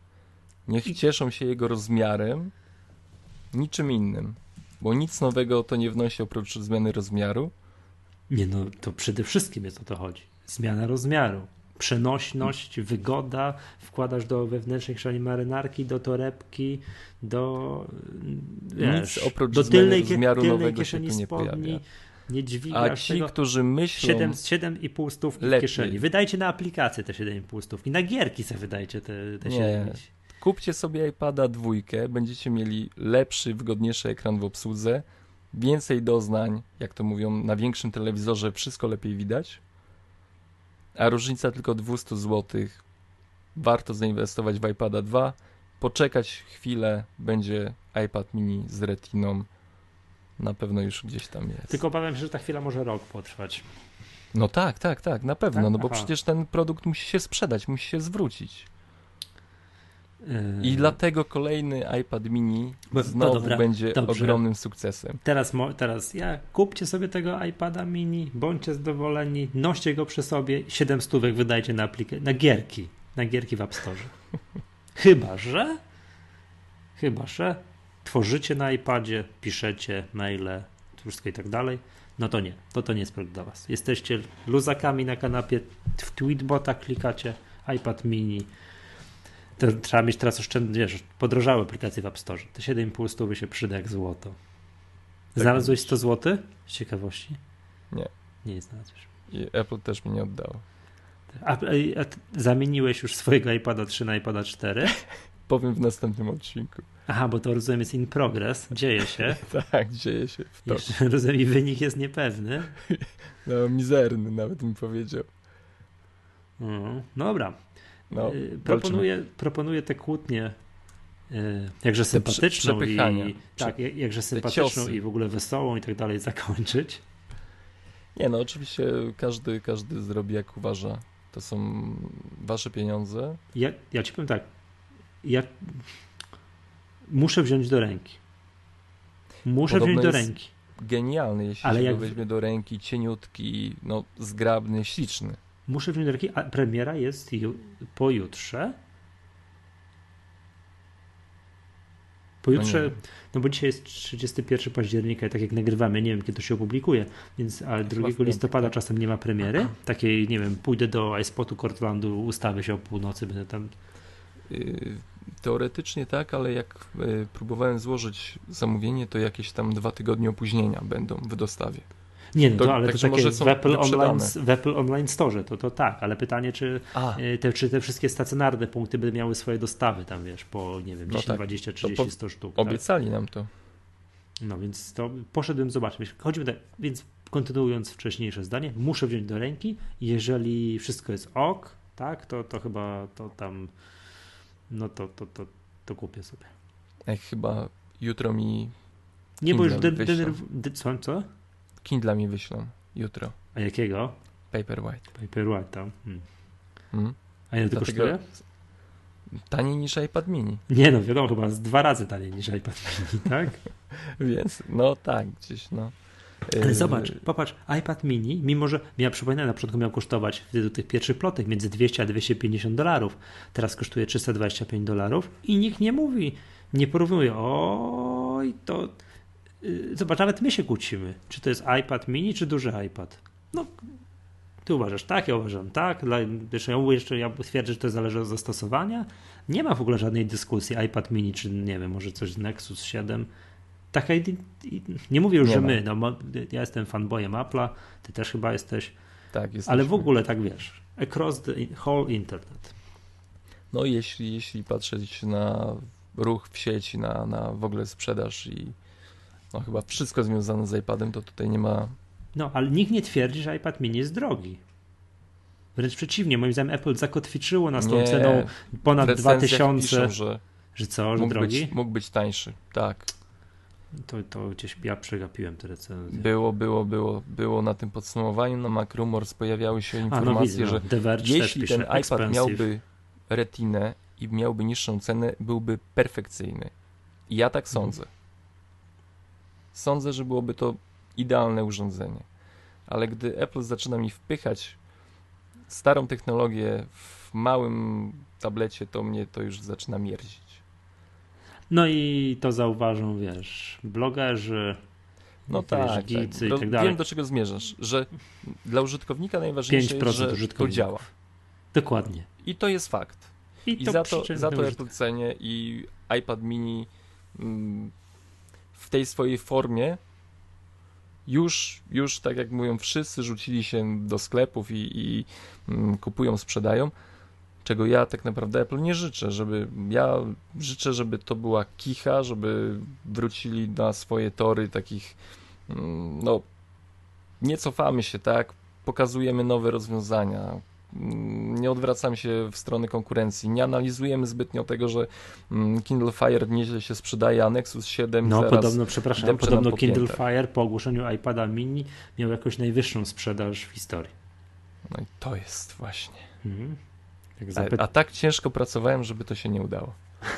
niech cieszą się jego rozmiarem, niczym innym, bo nic nowego to nie wnosi oprócz zmiany rozmiaru. Nie no, to przede wszystkim jest o to chodzi. Zmiana rozmiaru. Przenośność, wygoda, wkładasz do wewnętrznej kieszeni marynarki, do torebki, do wiesz, Nic oprócz do zmiany tylnej, rozmiaru tylnej nowego kieszeni się tu nie spodni. pojawia. Nie dźwigasz A ci, tego. którzy myślą... siedem i pół stówki lepiej. w kieszeni. Wydajcie na aplikację te siedem i pół stówki. Na gierki sobie wydajcie te, te Nie. siedem i pół. Kupcie sobie iPada dwójkę, będziecie mieli lepszy, wygodniejszy ekran w obsłudze, więcej doznań, jak to mówią, na większym telewizorze wszystko lepiej widać, a różnica tylko dwieście złotych. Warto zainwestować w iPada dwa, poczekać chwilę, będzie iPad mini z retiną, na pewno już gdzieś tam jest. Tylko obawiam się, że ta chwila może rok potrwać. No tak, tak, tak, na pewno, Tak? no bo Aha. przecież ten produkt musi się sprzedać, musi się zwrócić. Yy... I dlatego kolejny iPad mini Bo- znowu no dobra, będzie dobrze. ogromnym sukcesem. Teraz, mo- teraz ja kupcie sobie tego iPada mini, bądźcie zadowoleni, noście go przy sobie, siedem stówek wydajcie na aplikację, na gierki, na gierki w App Store. Chyba, że chyba, że tworzycie na iPadzie, piszecie maile, wszystko i tak dalej, no to nie, to to nie jest produkt dla was. Jesteście luzakami na kanapie, w tweetbota klikacie, iPad mini, to trzeba mieć teraz oszczędnie, wiesz, podrożały aplikacje w App Store. Te siedem i pół stówy się przyda jak złoto. Znalazłeś sto złotych? Z ciekawości? Nie. Nie znalazłeś. I Apple też mi nie oddało. A, a, a ty zamieniłeś już swojego iPada trzy na iPada cztery? Powiem w następnym odcinku. Aha, bo to rozumiem jest in progress, dzieje się. Tak, dzieje się w to. Jeszcze rozumiem i wynik jest niepewny. No, mizerny nawet bym powiedział. No, dobra. No, Y, proponuję, proponuję te kłótnie y, jakże sympatyczną prze- i prze- tak, jak- jakże sympatyczną ciosy. i w ogóle wesołą i tak dalej zakończyć. Nie no, oczywiście każdy, każdy zrobi jak uważa. To są wasze pieniądze. Ja, ja ci powiem tak, ja muszę wziąć do ręki. Muszę Podobno wziąć do jest ręki. Genialny, jeśli Ale się jak- go weźmie do ręki, cieniutki, no zgrabny, śliczny. Muszę wziąć do ręki, a premiera jest ju, pojutrze. Pojutrze, No nie no bo dzisiaj jest trzydziestego pierwszego października i tak jak nagrywamy, nie wiem kiedy to się opublikuje, więc a drugiego w listopada piątek, tak. czasem nie ma premiery. Takiej, nie wiem, pójdę do iSpotu Cortlandu, ustawię się o północy, będę tam... Yy, teoretycznie tak, ale jak yy, próbowałem złożyć zamówienie, to jakieś tam dwa tygodnie opóźnienia będą w dostawie. Nie, no to, To- ale także to takie może są w Apple, wyprzedane. Online, w Apple Online Store, to, to tak, ale pytanie, czy A. y, te, czy te wszystkie stacjonarne punkty by miały swoje dostawy tam, wiesz, po, nie wiem, No dziesięć, tak. dwadzieścia, To trzydzieści, po- sto sztuk. Tak? Obiecali nam to. No więc to poszedłem zobaczyć. Choćby tak, więc kontynuując wcześniejsze zdanie, muszę wziąć do ręki, jeżeli wszystko jest ok, tak, to, to chyba to tam, no to, to, to, to kupię sobie. Jak chyba jutro mi Nie, bo już Kindle de, wyślą. denerw- de, co, co? Kindle mi wyślą jutro. A jakiego? Paperwhite. Paperwhite tam. Hmm. Hmm? A ile to Dlatego kosztuje? taniej niż iPad mini. Nie no, wiadomo, chyba z dwa razy taniej niż iPad mini, tak? Więc no tak, gdzieś no. Ale Yy, zobacz, popatrz, iPad mini, mimo że, ja przypominam, na początku miał kosztować wtedy do tych pierwszych plotek między dwieście a dwieście pięćdziesiąt dolarów, teraz kosztuje trzysta dwadzieścia pięć dolarów i nikt nie mówi, nie porównuje, oj, to yy, zobacz, nawet my się kłócimy, czy to jest iPad mini, czy duży iPad. No, ty uważasz tak, ja uważam tak, dla, jeszcze ja mówię, jeszcze ja twierdzę, że to zależy od zastosowania, nie ma w ogóle żadnej dyskusji, iPad mini, czy nie wiem, może coś z Nexus siedem. Taka, nie mówię już, Nie że ma. my, no, ja jestem fanboyem Apple'a, ty też chyba jesteś, tak, jesteśmy. ale w ogóle tak wiesz, across the whole internet. No jeśli, jeśli patrzeć na ruch w sieci, na, na w ogóle sprzedaż i no chyba wszystko związane z iPadem, to tutaj nie ma. No, ale nikt nie twierdzi, że iPad mini jest drogi. Wręcz przeciwnie, moim zdaniem Apple zakotwiczyło nas tą Nie. ceną ponad W dwa recenzjach tysiące, piszą, że że co, że mógł drogi? być, mógł być tańszy. Tak. To, to gdzieś ja przegapiłem te recenzje. Było, było, było, było na tym podsumowaniu, na Mac Rumors pojawiały się A, informacje, no widzę, że no, The Verge też jeśli pisze, ten iPad expensive. miałby retinę i miałby niższą cenę, byłby perfekcyjny. I ja tak sądzę. Sądzę, że byłoby to idealne urządzenie. Ale gdy Apple zaczyna mi wpychać starą technologię w małym tablecie, to mnie to już zaczyna mierzić. No i to zauważą, wiesz, blogerzy, No wiesz, tak, geecy tak. i Ro- tak dalej. Wiem, do czego zmierzasz, że dla użytkownika najważniejsze pięć jest, procent że to użytkowników. działa. Dokładnie. I to jest fakt. I za to, za to Apple cenię i iPad mini mm, w tej swojej formie już, już tak jak mówią, wszyscy rzucili się do sklepów i, i mm, kupują, sprzedają, czego ja tak naprawdę Apple nie życzę, żeby ja życzę, żeby to była kicha, żeby wrócili na swoje tory takich, mm, no nie cofamy się, tak, pokazujemy nowe rozwiązania, nie odwracamy się w stronę konkurencji, nie analizujemy zbytnio tego, że Kindle Fire nieźle się sprzedaje, a Nexus siedem No zaraz podobno, przepraszam, depcze podobno nam po Kindle piętach. Fire po ogłoszeniu iPada mini miał jakąś najwyższą sprzedaż w historii. No i to jest właśnie. Mhm. Jak A, zapyt... a tak ciężko pracowałem, żeby to się nie udało.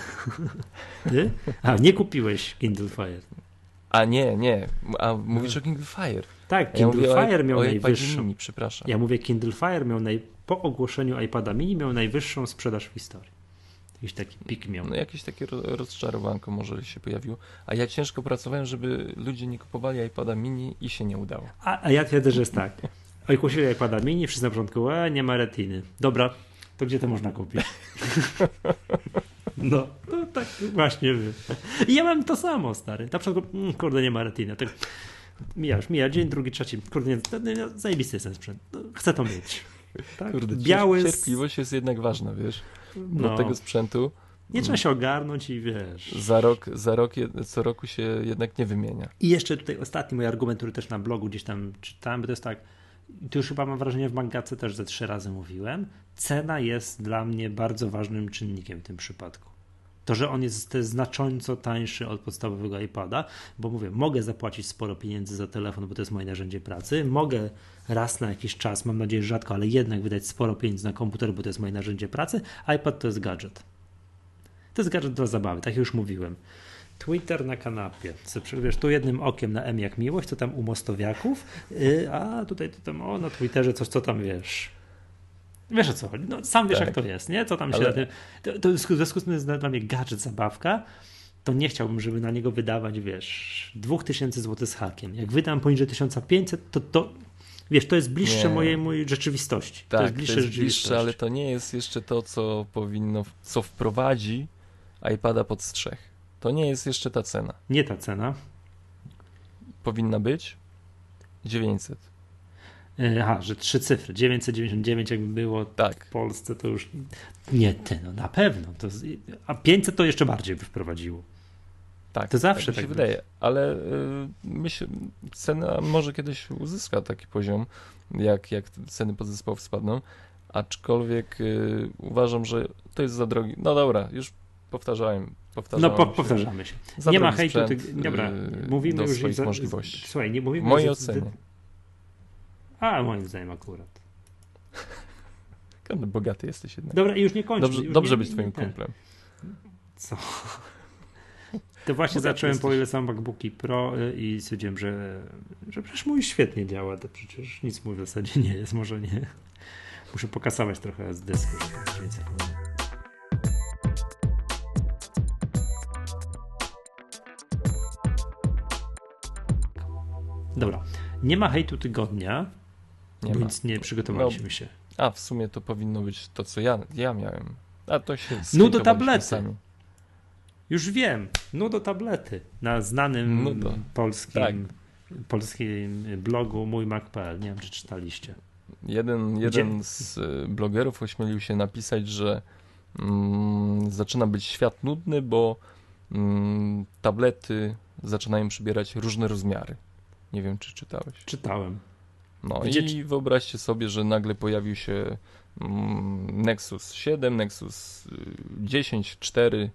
Ty? A, nie kupiłeś Kindle Fire. A nie, nie. A mówisz o Kindle Fire. Tak, A ja Kindle mówię Fire o, miał o iPadzie najwyższą. mini, przepraszam. Ja mówię, Kindle Fire miał naj... po ogłoszeniu iPada mini miał najwyższą sprzedaż w historii. Jakiś taki pik miał. No jakieś takie ro- rozczarowanko może się pojawiło. A ja ciężko pracowałem, żeby ludzie nie kupowali iPada mini i się nie udało. A, a ja twierdzę, że jest tak. Ogłosili iPada mini, wszyscy na początku, e, nie ma retiny. Dobra, to gdzie to można kupić? No, to tak właśnie wy. I ja mam to samo, stary. Na początku, mm, kurde, nie ma retiny. Tak, mija już, mija dzień, drugi, trzeci. Kurde, nie, to, nie, zajebisty jest ten sprzęt. No, chcę to mieć. Tak? Kurde, biały. cier- z- cierpliwość jest jednak ważna, wiesz, No, do tego sprzętu. nie trzeba się ogarnąć i wiesz. Za rok, za rok, jed- co roku się jednak nie wymienia. I jeszcze tutaj ostatni mój argument, który też na blogu gdzieś tam czytałem, bo to jest tak, tu już chyba mam wrażenie w Mangace też ze trzy razy mówiłem, cena jest dla mnie bardzo ważnym czynnikiem w tym przypadku. To, że on jest to jest znacząco tańszy od podstawowego iPada, bo mówię, mogę zapłacić sporo pieniędzy za telefon, bo to jest moje narzędzie pracy, mogę raz na jakiś czas, mam nadzieję, że rzadko, ale jednak wydać sporo pieniędzy na komputer, bo to jest moje narzędzie pracy, iPad to jest gadżet. To jest gadżet dla zabawy, tak jak już mówiłem. Twitter na kanapie. Co, wiesz, tu jednym okiem na M jak miłość, co tam u mostowiaków, yy, a tutaj to tam, o, na Twitterze coś, co tam wiesz. Wiesz o co chodzi. No, sam wiesz, Tak. jak to jest, nie? Co tam się Ale- na tym. To, to w związku z tym jest dla mnie gadżet, zabawka. To nie chciałbym, żeby na niego wydawać, wiesz, dwóch tysięcy złotych z hakiem. Jak wydam poniżej tysiąc pięćset, to to. wiesz, to jest bliższe Nie. mojej, mojej rzeczywistości. Tak, to jest bliższe to jest rzeczywistości. bliższe, ale to nie jest jeszcze to, co powinno, co wprowadzi iPada pod strzech. To nie jest jeszcze ta cena. Nie ta cena. Powinna być dziewięćset. Aha, że trzy cyfry. dziewięćset dziewięćdziesiąt dziewięć jakby było Tak. w Polsce, to już nie ty, no na pewno. To, a pięćset to jeszcze bardziej by wprowadziło. Tak, To zawsze tak mi się tak wydaje, ale y, myślę, cena może kiedyś uzyska taki poziom, jak, jak ceny podzespołów spadną, aczkolwiek y, uważam, że to jest za drogi. No dobra, już powtarzałem. No powtarzałem po, się. powtarzamy się. Za Nie ma drogi hejtu. sprzęt, Ty, dobra, y, mówimy do już swoich za, możliwości. Słuchaj, nie mówimy W mojej już ocenie. A, moim zdaniem akurat. Bogaty jesteś jednak. Dobra, i już nie kończmy. Dobrze, już dobrze nie, być twoim nie, kumplem. Co? To właśnie Bogaty zacząłem, jesteś. po ile sam MacBooki Pro y, i stwierdziłem, że, że przecież mój świetnie działa, to przecież nic mu w zasadzie nie jest, może nie. Muszę pokasować trochę z dysku, żeby mieć więcej powodów. Dobra, nie ma hejtu tygodnia, Nie bo ma. nic nie przygotowaliśmy się. A w sumie to powinno być to, co ja, ja miałem. A to się No do zhejtowaliśmy tablety. sami. Już wiem, no do tablety na znanym Nudo. polskim, Tak. polskim blogu mój mac kropka p l. Nie wiem, czy czytaliście. Jeden, jeden z y, blogerów ośmielił się napisać, że mm, zaczyna być świat nudny, bo mm, tablety zaczynają przybierać różne rozmiary. Nie wiem, czy czytałeś. Czytałem. No Gdzie i czy- wyobraźcie sobie, że nagle pojawił się mm, Nexus siedem, Nexus y, dziesięć, cztery.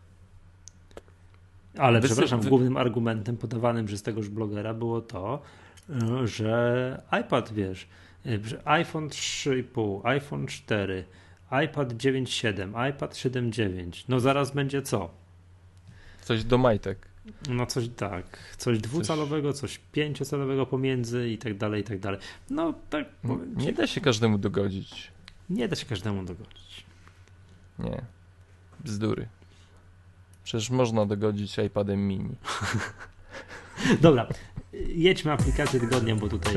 Ale Wysy- przepraszam, wy- głównym argumentem podawanym przez tegoż blogera było to, y, że iPad, wiesz, y, że iPhone trzy i pół, iPhone cztery, iPad dziewięć siedem, iPad siedem dziewięć, no zaraz będzie co? Coś do majtek. No coś tak, coś dwucalowego, coś pięciocalowego pomiędzy i tak dalej, i tak dalej. No tak, powiem ci, Nie da się każdemu dogodzić. nie da się każdemu dogodzić. Nie. Bzdury. Przecież można dogodzić iPadem mini. Dobra, jedźmy aplikację tygodnia, bo tutaj...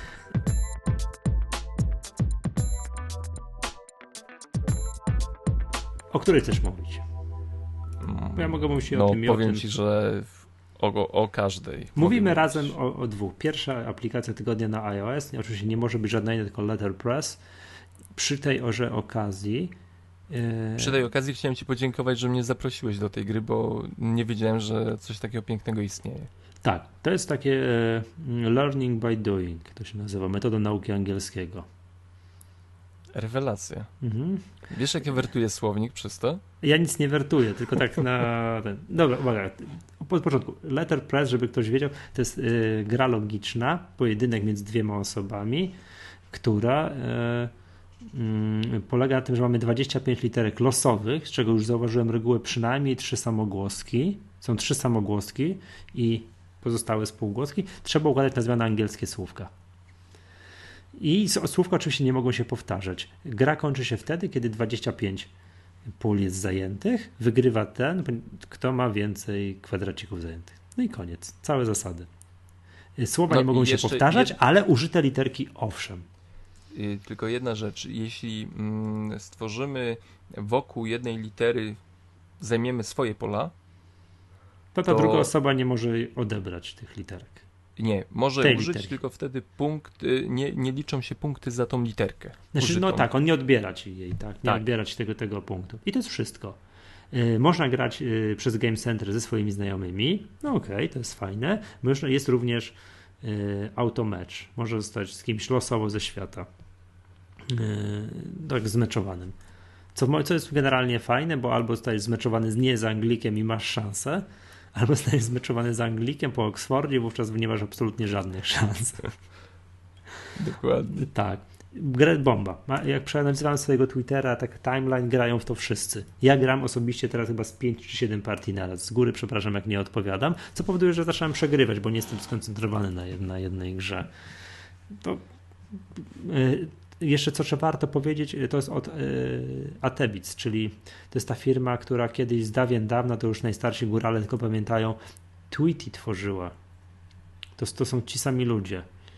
O której chcesz mówić? Bo ja mogę mówić i No o tym, i o powiem tym. ci, że w- o, o każdej. Mówimy mogę razem mówić. o, o dwóch. Pierwsza aplikacja tygodnia na iOS, oczywiście nie może być żadna inna, tylko Letterpress. Przy tej orze okazji... Yy... Przy tej okazji chciałem ci podziękować, że mnie zaprosiłeś do tej gry, bo nie wiedziałem, że coś takiego pięknego istnieje. Tak, to jest takie e, learning by doing, to się nazywa, metoda nauki angielskiego. Rewelacja. Mhm. Wiesz, jak ja wertuję słownik przez to? Ja nic nie wertuję, tylko tak na ten. Dobra, uwaga. Od początku. Letterpress, żeby ktoś wiedział, to jest y, gra logiczna, pojedynek między dwiema osobami, która y, y, polega na tym, że mamy dwadzieścia pięć literek losowych, z czego już zauważyłem regułę przynajmniej trzy samogłoski. Są trzy samogłoski i pozostałe spółgłoski. Trzeba układać na zmianę angielskie słówka. I słówka oczywiście nie mogą się powtarzać. Gra kończy się wtedy, kiedy dwadzieścia pięć pól jest zajętych. Wygrywa ten, kto ma więcej kwadracików zajętych. No i koniec. Całe zasady. Słowa No nie mogą i się jeszcze powtarzać, jed- ale użyte literki owszem. Yy, tylko jedna rzecz. Jeśli mm, stworzymy wokół jednej litery, zajmiemy swoje pola, To ta To- druga osoba nie może odebrać tych literek. nie, może Tej użyć, literki. tylko wtedy punkt, y, nie, nie liczą się punkty za tą literkę. Znaczy, użytą. no tak, on nie odbiera ci jej, tak? Nie Tak. odbiera ci tego, tego punktu. I to jest wszystko. Yy, można grać yy, przez Game Center ze swoimi znajomymi. No okej, okay, to jest fajne. Można, jest również yy, automecz. Może zostać z kimś losowo ze świata. Yy, tak zmeczowanym. Co, mo- co jest generalnie fajne, bo albo zostajesz zmeczowany z, nie z Anglikiem i masz szansę, albo zostajesz zmeczowany z Anglikiem po Oksfordzie, wówczas nie masz absolutnie żadnych szans. Dokładnie. Tak. Gra bomba. Ma- Jak przeanalizowałem swojego Twittera, tak timeline, grają w to wszyscy. Ja gram osobiście teraz chyba z pięć czy siedem partii naraz. Z góry przepraszam, jak nie odpowiadam, co powoduje, że zacząłem przegrywać, bo nie jestem skoncentrowany na, jed- na jednej grze. To yy, jeszcze co trzeba warto powiedzieć, to jest od yy, Atebic, czyli to jest ta firma, która kiedyś z dawien dawna, to już najstarsi górale tylko pamiętają, Tweety tworzyła. To, to są ci sami ludzie.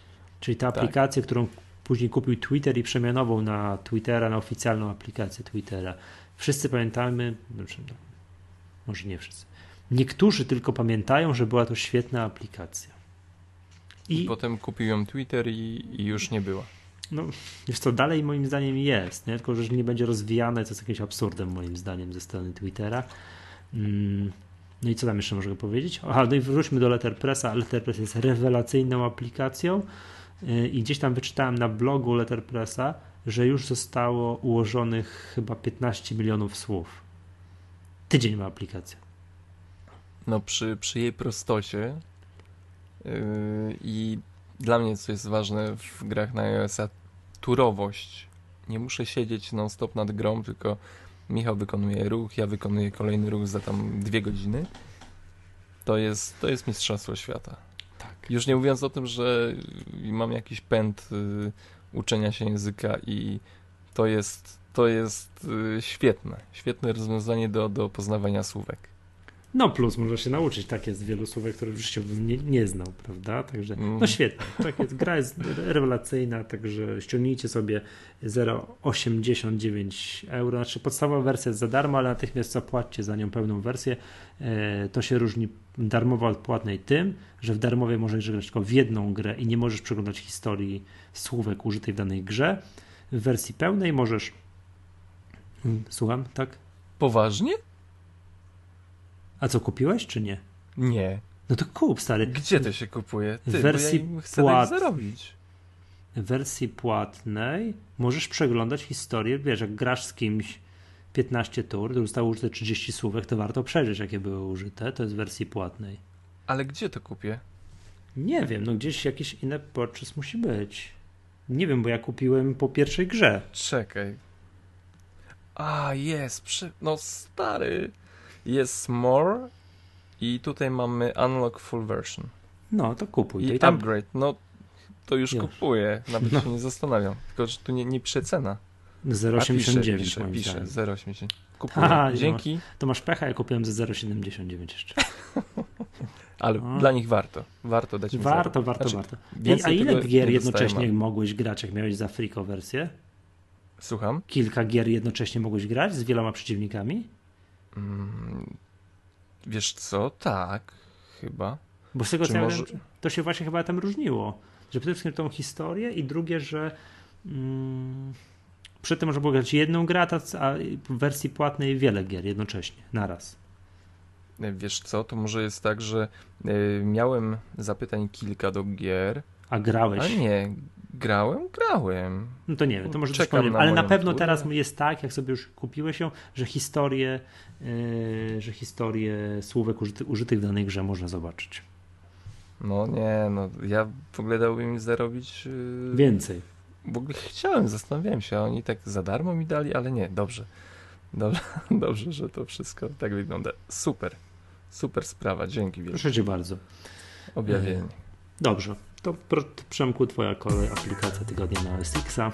Czyli ta Tak. aplikacja, którą później kupił Twitter i przemianował na Twittera, na oficjalną aplikację Twittera. Wszyscy pamiętamy, znaczy, no, może nie wszyscy, niektórzy tylko pamiętają, że była to świetna aplikacja. I I potem kupił ją Twitter i, i już nie była. no, wiesz co, dalej moim zdaniem jest, nie? Tylko że nie będzie rozwijane, co jest jakimś absurdem moim zdaniem ze strony Twittera. Mm, no i co tam jeszcze mogę powiedzieć? Aha, no i wróćmy do Letterpressa. Letterpress jest rewelacyjną aplikacją yy, i gdzieś tam wyczytałem na blogu Letterpressa, że już zostało ułożonych chyba piętnaście milionów słów. Tydzień ma aplikacja. No przy, przy jej prostocie yy, i dla mnie, co jest ważne w grach na iOS-a, turowość. Nie muszę siedzieć non-stop nad grą, tylko Michał wykonuje ruch, ja wykonuję kolejny ruch za tam dwie godziny. To jest, to jest mistrzostwo świata. Tak. Już nie mówiąc o tym, że mam jakiś pęd y, uczenia się języka i to jest, to jest y, świetne. Świetne rozwiązanie do, do poznawania słówek. No plus można się nauczyć, tak jest wielu słówek, które w życiu bym nie, nie znał, prawda? Także Mm. no świetnie. Tak jest, gra jest rewelacyjna, także ściągnijcie sobie zero przecinek osiemdziesiąt dziewięć euro. Znaczy podstawowa wersja jest za darmo, ale natychmiast zapłaćcie za nią pełną wersję. E, to się różni darmowo od płatnej tym, że w darmowej możesz grać tylko w jedną grę i nie możesz przeglądać historii słówek użytej w danej grze. W wersji pełnej możesz... Hmm, Słucham, tak? Poważnie? A co, kupiłeś czy nie? Nie. No to kup, stary. Gdzie to się kupuje? Ty, W wersji bo ja im chcę płat- dać zarobić. W wersji płatnej możesz przeglądać historię, wiesz, jak grasz z kimś piętnaście tur, to zostało użyte trzydzieści słówek, to warto przejrzeć, jakie były użyte, to jest w wersji płatnej. Ale gdzie to kupię? Nie wiem, no gdzieś jakiś inny purchase musi być. Nie wiem, bo ja kupiłem po pierwszej grze. Czekaj. A, jest. Przy... No stary. Jest more i tutaj mamy unlock full version. No, to kupuj. To I, i tam upgrade. No to już, Już. kupuję. Nawet No. się nie zastanawiam. Tylko, że tu nie, nie pisze cena. zero przecinek A, osiemdziesiąt dziewięć pisze, moim pisze, zdaniem. pisze zero przecinek osiemdziesiąt dziewięć. Kupuję. Aha, nie Dzięki. To masz pecha, ja kupiłem za zero przecinek siedemdziesiąt dziewięć jeszcze. Ale A. dla nich warto. Warto dać mi Warto, zarobić. warto, Znaczy, warto. Ej, więcej a ile tego gier nie jednocześnie dostałem. mogłeś grać, jak miałeś za friko wersję? Słucham? Kilka gier jednocześnie mogłeś grać z wieloma przeciwnikami? Mm, wiesz co? Tak. Chyba. Bo z tego Czy co ja może- wiem, to się właśnie chyba tam różniło. Że przede wszystkim tą historię i drugie, że mm, przy tym można było grać jedną grę, a ta- a w wersji płatnej wiele gier jednocześnie, naraz. Wiesz co? To może jest tak, że y, miałem zapytań kilka do gier, A grałeś. a nie. Grałem? Grałem. No to nie wiem, to może Czekam coś pomyliłem. na Ale na moją pewno turę. teraz jest tak, jak sobie już kupiłeś ją, że historię, yy, że historię słówek użyty, użytych w danej grze można zobaczyć. No nie, no ja w ogóle dałbym im zarobić. Yy, Więcej. W ogóle chciałem, zastanawiałem się, a oni tak za darmo mi dali, ale nie, dobrze. Dobrze, dobrze, że to wszystko tak wygląda. Super. Super sprawa, dzięki wielkie. Proszę cię bardzo. Objawienie. Dobrze. To pro- Przemku, twoja kolej, aplikacja tygodnia na O S X-a.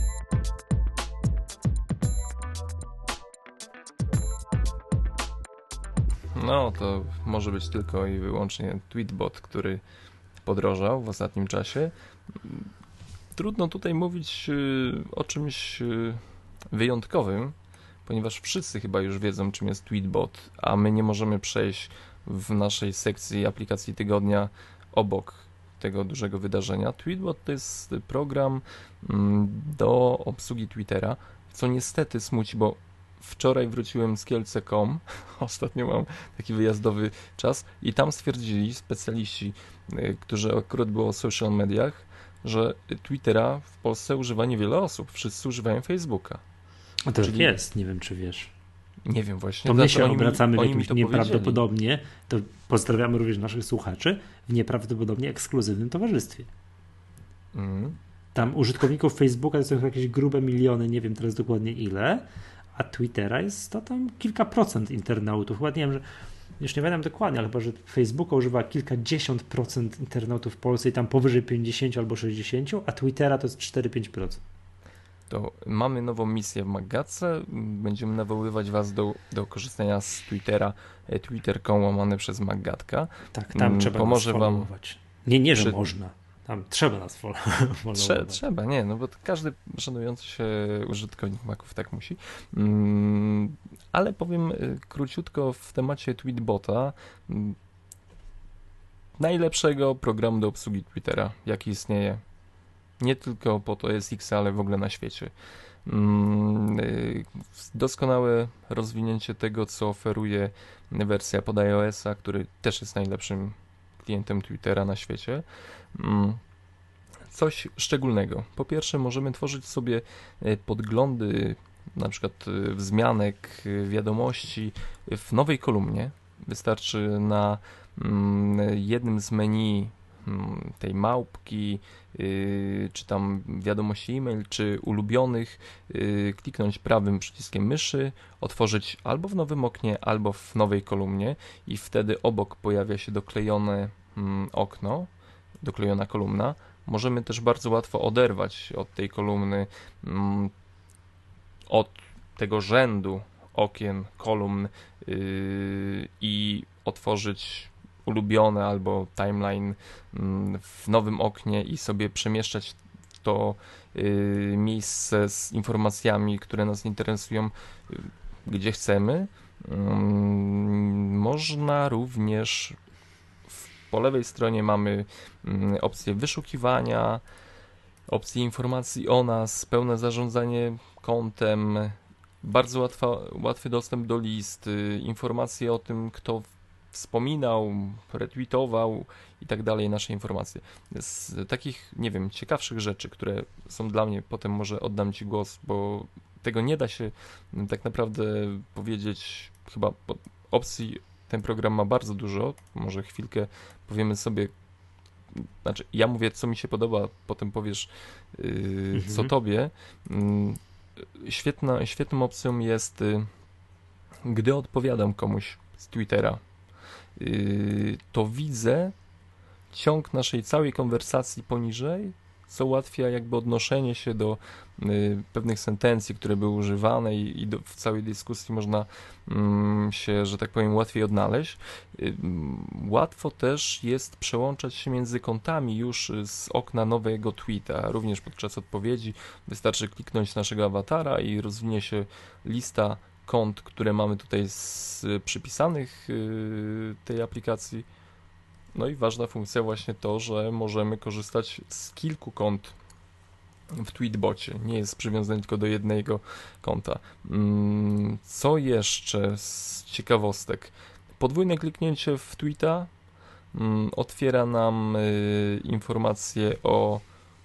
No to może być tylko i wyłącznie Tweetbot, który podrożał w ostatnim czasie. Trudno tutaj mówić y, o czymś y, wyjątkowym, ponieważ wszyscy chyba już wiedzą, czym jest Tweetbot, a my nie możemy przejść w naszej sekcji aplikacji tygodnia obok tego dużego wydarzenia. Tweetbot to jest program mm, do obsługi Twittera, co niestety smuci, bo wczoraj wróciłem z Kielce kropka com, ostatnio mam taki wyjazdowy czas i tam stwierdzili specjaliści, y, którzy akurat było o social mediach, że Twittera w Polsce używa niewiele osób, wszyscy używają Facebooka. A to Czyli- jest, nie wiem czy wiesz. Nie wiem właśnie. To my znaczy się oni mi- obracamy w oni mi jakimś to powiedzieli. nieprawdopodobnie, to pozdrawiamy również naszych słuchaczy, w nieprawdopodobnie ekskluzywnym towarzystwie. Mm. Tam użytkowników Facebooka to są jakieś grube miliony, nie wiem teraz dokładnie ile, a Twittera jest to tam kilka procent internautów. Chyba nie wiem, że już nie pamiętam dokładnie, ale chyba, że Facebooka używa kilkadziesiąt procent internautów w Polsce i tam powyżej pięćdziesiąt albo sześćdziesiąt, a Twittera to jest cztery do pięciu procent. To mamy nową misję w Maggatce. Będziemy nawoływać Was do, do korzystania z Twittera, e, twitter kropka com łamane przez Maggatka. Tak, tam Mm, trzeba pomoże nas wam followować. Nie, nie, że przy- można. Tam trzeba nas followować. Trze- trzeba, nie, no bo każdy szanujący się użytkownik Maców tak musi. Mm, ale powiem króciutko w temacie Tweetbota. Najlepszego programu do obsługi Twittera, jaki istnieje. Nie tylko po to jest X, ale w ogóle na świecie. Doskonałe rozwinięcie tego, co oferuje wersja pod iOS-a, który też jest najlepszym klientem Twittera na świecie. Coś szczególnego. Po pierwsze, możemy tworzyć sobie podglądy, na przykład wzmianek, wiadomości w nowej kolumnie. Wystarczy na jednym z menu tej małpki, yy, czy tam wiadomości e-mail, czy ulubionych, yy, kliknąć prawym przyciskiem myszy, otworzyć albo w nowym oknie, albo w nowej kolumnie i wtedy obok pojawia się doklejone mm, okno, doklejona kolumna. Możemy też bardzo łatwo oderwać od tej kolumny, mm, od tego rzędu okien, kolumn yy, i otworzyć ulubione albo timeline w nowym oknie i sobie przemieszczać to y, miejsce z informacjami, które nas interesują, y, gdzie chcemy. Y, można również w, po lewej stronie mamy y, opcję wyszukiwania, opcję informacji o nas, pełne zarządzanie kontem, bardzo łatwa, łatwy dostęp do list, y, informacje o tym, kto wspominał, retweetował i tak dalej nasze informacje. Z takich, nie wiem, ciekawszych rzeczy, które są dla mnie, potem może oddam Ci głos, bo tego nie da się tak naprawdę powiedzieć, chyba opcji ten program ma bardzo dużo, może chwilkę powiemy sobie, znaczy ja mówię, co mi się podoba, potem powiesz, yy, mhm. co Tobie. Yy, świetna, świetną opcją jest, yy, gdy odpowiadam komuś z Twittera, to widzę ciąg naszej całej konwersacji poniżej, co ułatwia jakby odnoszenie się do y, pewnych sentencji, które były używane i, i do, w całej dyskusji można y, się, że tak powiem, łatwiej odnaleźć. Y, łatwo też jest przełączać się między kontami już z okna nowego tweeta, również podczas odpowiedzi. Wystarczy kliknąć naszego awatara i rozwinie się lista kont, które mamy tutaj z przypisanych yy, tej aplikacji. No i ważna funkcja właśnie to, że możemy korzystać z kilku kont w Tweetbocie. Nie jest przywiązany tylko do jednego konta. Yy, co jeszcze z ciekawostek? Podwójne kliknięcie w tweeta yy, otwiera nam yy, informacje o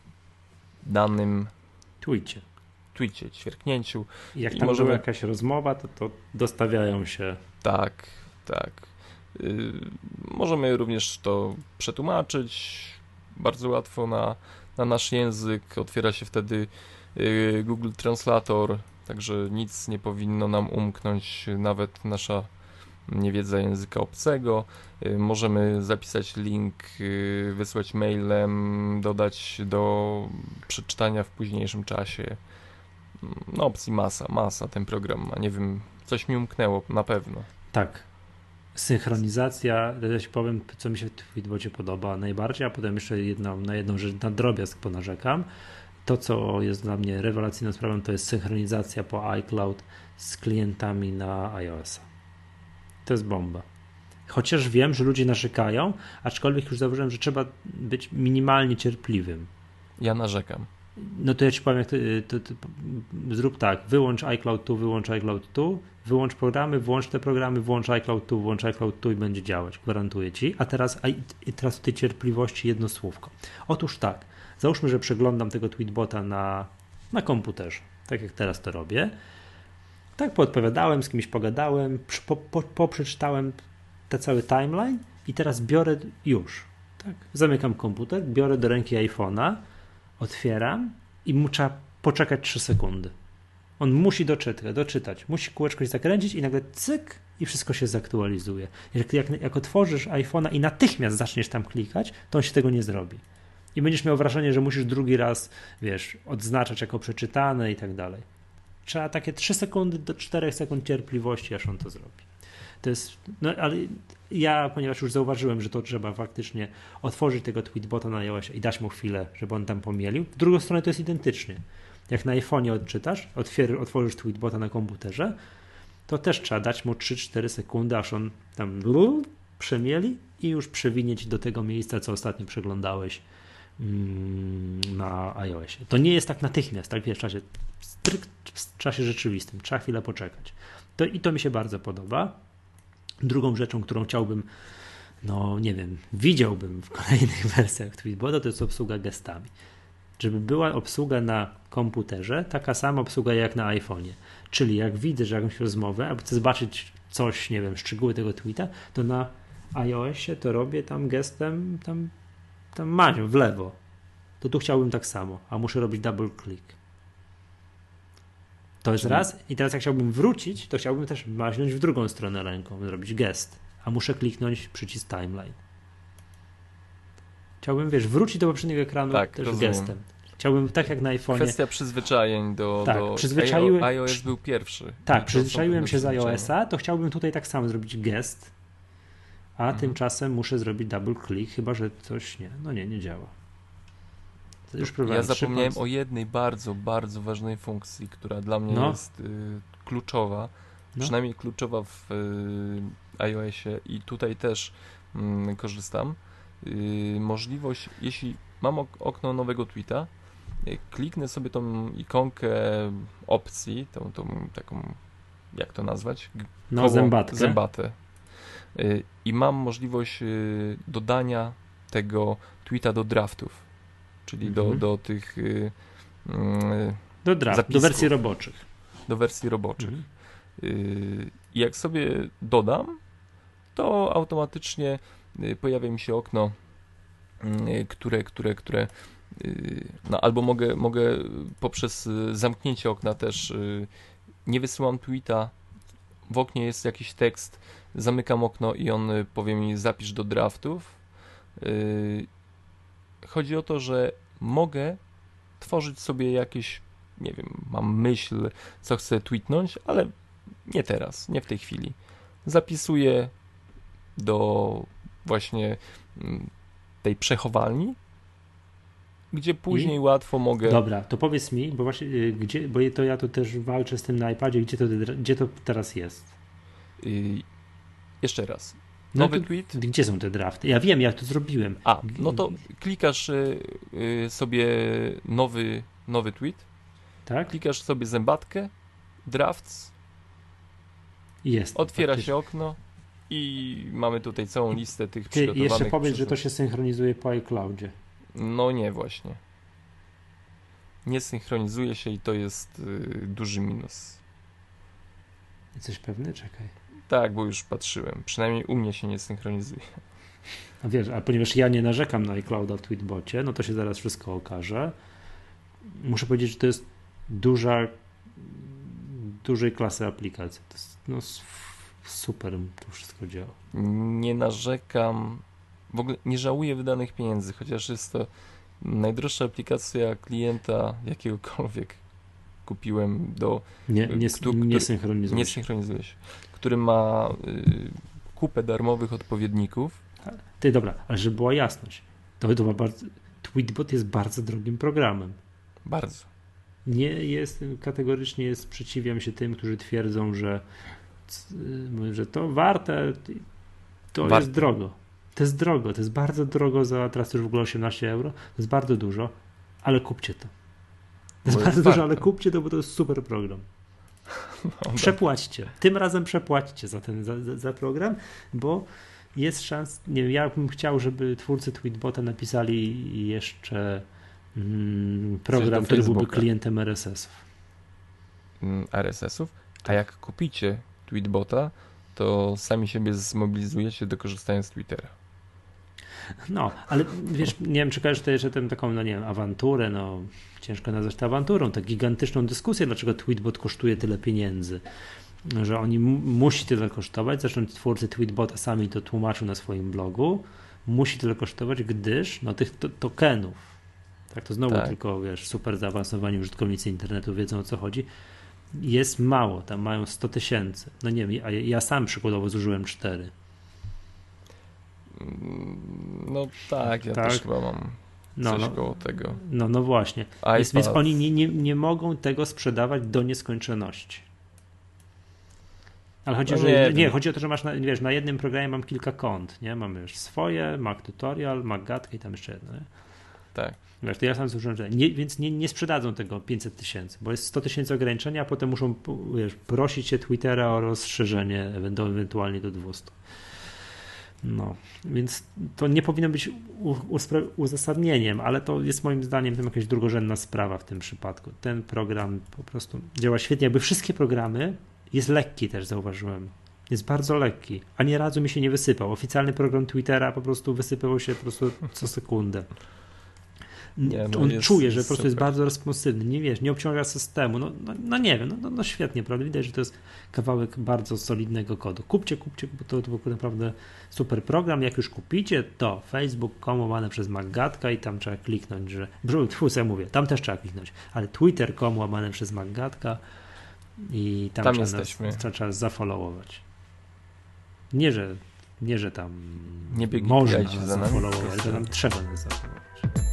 danym tweetie. tweetie, ćwierknięciu. I jak I tam możemy... była jakaś rozmowa, to, to dostawiają się. Tak, tak. Yy, możemy również to przetłumaczyć bardzo łatwo na, na nasz język. Otwiera się wtedy yy, Google Translator, także nic nie powinno nam umknąć, nawet nasza niewiedza języka obcego. Yy, możemy zapisać link, yy, wysłać mailem, dodać do przeczytania w późniejszym czasie. No opcji masa, masa ten program ma, nie wiem, coś mi umknęło, na pewno. Tak, synchronizacja, ja ci powiem, co mi się w Tweetbocie podoba najbardziej, a potem jeszcze jedną, na jedną rzecz, na drobiazg ponarzekam. To, co jest dla mnie rewelacyjną sprawą, to jest synchronizacja po iCloud z klientami na iOS-a. To jest bomba. Chociaż wiem, że ludzie narzekają, aczkolwiek już zauważyłem, że trzeba być minimalnie cierpliwym. Ja narzekam. No to ja ci powiem, jak ty, ty, ty, zrób tak, wyłącz iCloud tu, wyłącz iCloud tu, wyłącz programy, włącz te programy, włącz iCloud tu, włącz iCloud tu i będzie działać, gwarantuję ci. A teraz, a i teraz w tej cierpliwości jedno słówko. Otóż tak, załóżmy, że przeglądam tego Tweetbota na, na komputerze, tak jak teraz to robię. Tak poodpowiadałem, z kimś pogadałem, po, po, poprzeczytałem te cały timeline i teraz biorę już, tak, zamykam komputer, biorę do ręki iPhone'a, otwieram i mu trzeba poczekać trzy sekundy. On musi doczytać, doczytać, musi kółeczko się zakręcić i nagle cyk i wszystko się zaktualizuje. Jak, jak, jak otworzysz iPhone'a i natychmiast zaczniesz tam klikać, to on się tego nie zrobi. I będziesz miał wrażenie, że musisz drugi raz, wiesz, odznaczać jako przeczytane i tak dalej. trzeba takie trzy sekundy do czterech sekund cierpliwości, aż on to zrobi. To jest, no ale ja, ponieważ już zauważyłem, że to trzeba faktycznie otworzyć tego tweetbota na iOSie i dać mu chwilę, żeby on tam pomielił. W drugą stronę to jest identycznie. Jak na iPhone'ie odczytasz, otwier- otworzysz tweetbota na komputerze, to też trzeba dać mu trzy cztery sekundy, aż on tam przemieli i już przewinieć do tego miejsca, co ostatnio przeglądałeś na iOSie. To nie jest tak natychmiast, tak wiesz, w czasie, w czasie rzeczywistym. Trzeba chwilę poczekać. To, I to mi się bardzo podoba. Drugą rzeczą, którą chciałbym, no nie wiem, widziałbym w kolejnych wersjach Tweetbota, to jest obsługa gestami. Żeby była obsługa na komputerze, taka sama obsługa jak na iPhone'ie. Czyli jak widzę, że jakąś rozmowę, albo chcę zobaczyć coś, nie wiem, szczegóły tego tweeta, to na iOSie to robię tam gestem, tam, tam mazią w lewo. To tu chciałbym tak samo, a muszę robić double click. To jest raz. I teraz jak chciałbym wrócić, to chciałbym też maźnąć w drugą stronę ręką, zrobić gest, a muszę kliknąć przycisk timeline. Chciałbym, wiesz, wrócić do poprzedniego ekranu tak, też rozumiem. gestem. Chciałbym tak jak na iPhone'ie. Kwestia przyzwyczajeń do, tak, do przyzwyczaiłem, iOS był pierwszy. Tak, przyzwyczaiłem się z iOS-a, to chciałbym tutaj tak samo zrobić gest, a mhm. tymczasem muszę zrobić double click, chyba że coś nie, no nie, nie działa. Już ja zapomniałem o jednej bardzo, bardzo ważnej funkcji, która dla mnie no. jest y, kluczowa, no. przynajmniej kluczowa w y, iOSie i tutaj też y, korzystam. Y, możliwość, jeśli mam ok- okno nowego tweeta, y, kliknę sobie tą ikonkę opcji, tą, tą taką, jak to nazwać? G- no, zębatkę. Zębatę. Y, I mam możliwość y, dodania tego tweeta do draftów. Czyli do, do tych yy, do, draft, do wersji roboczych. Do wersji roboczych. Mhm. Yy, I jak sobie dodam, to automatycznie yy, pojawia mi się okno, yy, które, które, które yy, no albo mogę, mogę poprzez zamknięcie okna też yy, nie wysyłam tweeta, w oknie jest jakiś tekst, zamykam okno i on powie mi zapisz do draftów. Yy, Chodzi o to, że mogę tworzyć sobie jakieś, nie wiem, mam myśl, co chcę tweetnąć, ale nie teraz, nie w tej chwili. Zapisuję do właśnie tej przechowalni, gdzie później I? łatwo mogę... Dobra, to powiedz mi, bo właśnie, gdzie, bo to ja to też walczę z tym na iPadzie, gdzie to, gdzie to teraz jest? Yy, jeszcze raz. Nowy no to, tweet? Gdzie są te drafty? Ja wiem, ja to zrobiłem. A, no to klikasz y, y, sobie nowy, nowy tweet. Tak? Klikasz sobie zębatkę, drafts. Jest. Otwiera faktycznie się okno i mamy tutaj całą listę tych Ty przygotowanych. jeszcze powiedz, przez... że to się synchronizuje po iCloudzie. No nie, właśnie. Nie synchronizuje się i to jest y, duży minus. Jesteś pewny? Czekaj. Tak, bo już patrzyłem. Przynajmniej u mnie się nie synchronizuje. A wiesz, a ponieważ ja nie narzekam na iClouda w Tweetbocie, no to się zaraz wszystko okaże. Muszę powiedzieć, że to jest duża, dużej klasy aplikacja. To jest, no, super to wszystko działa. Nie narzekam, w ogóle nie żałuję wydanych pieniędzy, chociaż jest to najdroższa aplikacja klienta jakiegokolwiek kupiłem do... Nie, nie, który, nie synchronizuje nie się. synchronizuje się. Który ma y, kupę darmowych odpowiedników. Ty, dobra, ale żeby była jasność, to, to ma bardzo, Tweetbot jest bardzo drogim programem. Bardzo. Nie jest, kategorycznie sprzeciwiam się tym, którzy twierdzą, że, że to warte, to warte. jest drogo. To jest drogo, to jest bardzo drogo za, teraz już w ogóle osiemnaście euro, to jest bardzo dużo, ale kupcie to. To jest bo bardzo jest dużo, warto. ale kupcie to, bo to jest super program. No, przepłaćcie. Tym razem przepłaćcie za ten za, za, za program, bo jest szans, nie wiem, ja bym chciał, żeby twórcy Tweetbota napisali jeszcze mm, program, który byłby klientem R S S-ów. R S S-ów? A jak kupicie Tweetbota, to sami siebie zmobilizujecie do korzystania z Twittera. No, ale wiesz, nie wiem, czy kojarzysz to jeszcze tę taką, no nie wiem, awanturę, no ciężko nazwać to awanturą, tę gigantyczną dyskusję, dlaczego Tweetbot kosztuje tyle pieniędzy, że oni m- musi tyle kosztować, zresztą twórcy Tweetbota sami to tłumaczył na swoim blogu, musi tyle kosztować, gdyż no tych to- tokenów, tak to znowu tak. tylko, wiesz, super zaawansowani użytkownicy internetu wiedzą, o co chodzi, jest mało, tam mają sto tysięcy. No nie wiem, a ja sam przykładowo zużyłem cztery. No tak, ja tak. też chyba mam no, coś no, koło tego. No, no właśnie. Więc, więc oni nie, nie, nie mogą tego sprzedawać do nieskończoności. Ale chodzi, no że, nie, nie, chodzi o to, że masz, na, wiesz, na jednym programie mam kilka kont, nie? Mam już swoje, Mac Tutorial, Mac Gadkę i tam jeszcze jedno, nie? Tak. Wiesz, to ja sam zużyłem, nie, więc nie, nie sprzedadzą tego pięćset tysięcy, bo jest sto tysięcy ograniczenia, a potem muszą, wiesz, prosić się Twittera o rozszerzenie ewentualnie do dwieście. No, więc to nie powinno być u, uspra- uzasadnieniem, ale to jest moim zdaniem tam jakaś drugorzędna sprawa w tym przypadku. Ten program po prostu działa świetnie. Jakby wszystkie programy, jest lekki też, zauważyłem. Jest bardzo lekki. Ani razu mi się nie wysypał. Oficjalny program Twittera po prostu wysypał się po prostu co sekundę. Nie, no on czuje, że po prostu jest bardzo responsywny, nie wiesz, nie obciąża systemu, no, no, no nie wiem, no, no, no świetnie, prawda, widać, że to jest kawałek bardzo solidnego kodu. Kupcie, kupcie, bo to, to był naprawdę super program, jak już kupicie, to facebook kropka com łamane przez Maggatka i tam trzeba kliknąć, że, tfu, co ja mówię, tam też trzeba kliknąć, ale twitter kropka com łamane przez Maggatka i tam, tam trzeba, nas, trzeba, trzeba zafollowować. Nie, że nie, że tam nie można zafollowować, że tam trzeba nas zafollowować.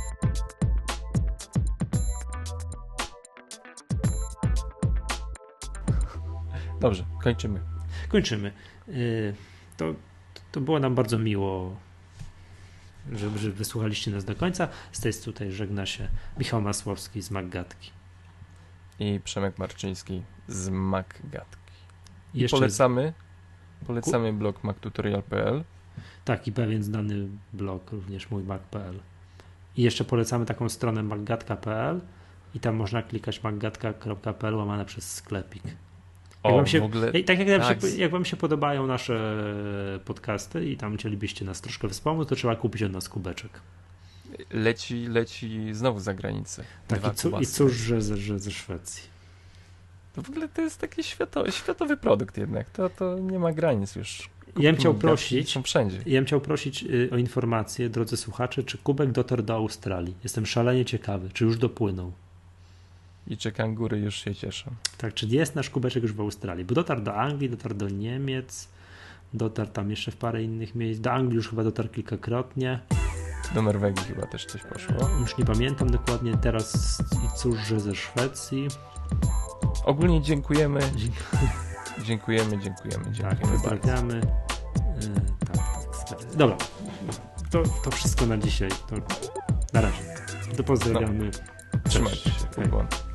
Dobrze, kończymy. Kończymy. To, to było nam bardzo miło, że, że wysłuchaliście nas do końca. Z tej tutaj żegna się Michał Masłowski z Maggatki. I Przemek Marczyński z Maggatki. I Jeszcze polecamy, polecamy blog mac tutorial kropka p l. Tak, i pewien znany blog, również mój mac kropka p l. I jeszcze polecamy taką stronę maggatka kropka p l i tam można klikać maggatka kropka p l łamane przez sklepik. Jak o, wam się, w ogóle... tak jak, tak. Się, jak wam się podobają nasze podcasty i tam chcielibyście nas troszkę wspomóc, to trzeba kupić od nas kubeczek. Leci, leci znowu za granicę. Tak, i, cu, i cóż, że, że, że ze Szwecji. To w ogóle to jest taki światowy, światowy produkt jednak. To, to nie ma granic już. Ja bym chciał prosić, są wszędzie. Ja bym chciał prosić y, o informację, drodzy słuchacze, czy kubek dotarł do Australii. Jestem szalenie ciekawy, czy już dopłynął. I czy kangury już się cieszą. Tak, czy jest nasz kubeczek już w Australii? Bo dotarł do Anglii, dotarł do Niemiec, dotarł tam jeszcze w parę innych miejsc. Do Anglii już chyba dotarł kilkakrotnie. Do Norwegii chyba też coś poszło. Już nie pamiętam dokładnie. Teraz i cóż, że ze Szwecji. Ogólnie dziękujemy. Dziękujemy, dziękujemy, dziękujemy. Tak, pozdrawiamy. Yy, tak, tak. Dobra, to, to wszystko na dzisiaj. To na razie. To pozdrawiamy. Trzymajcie się.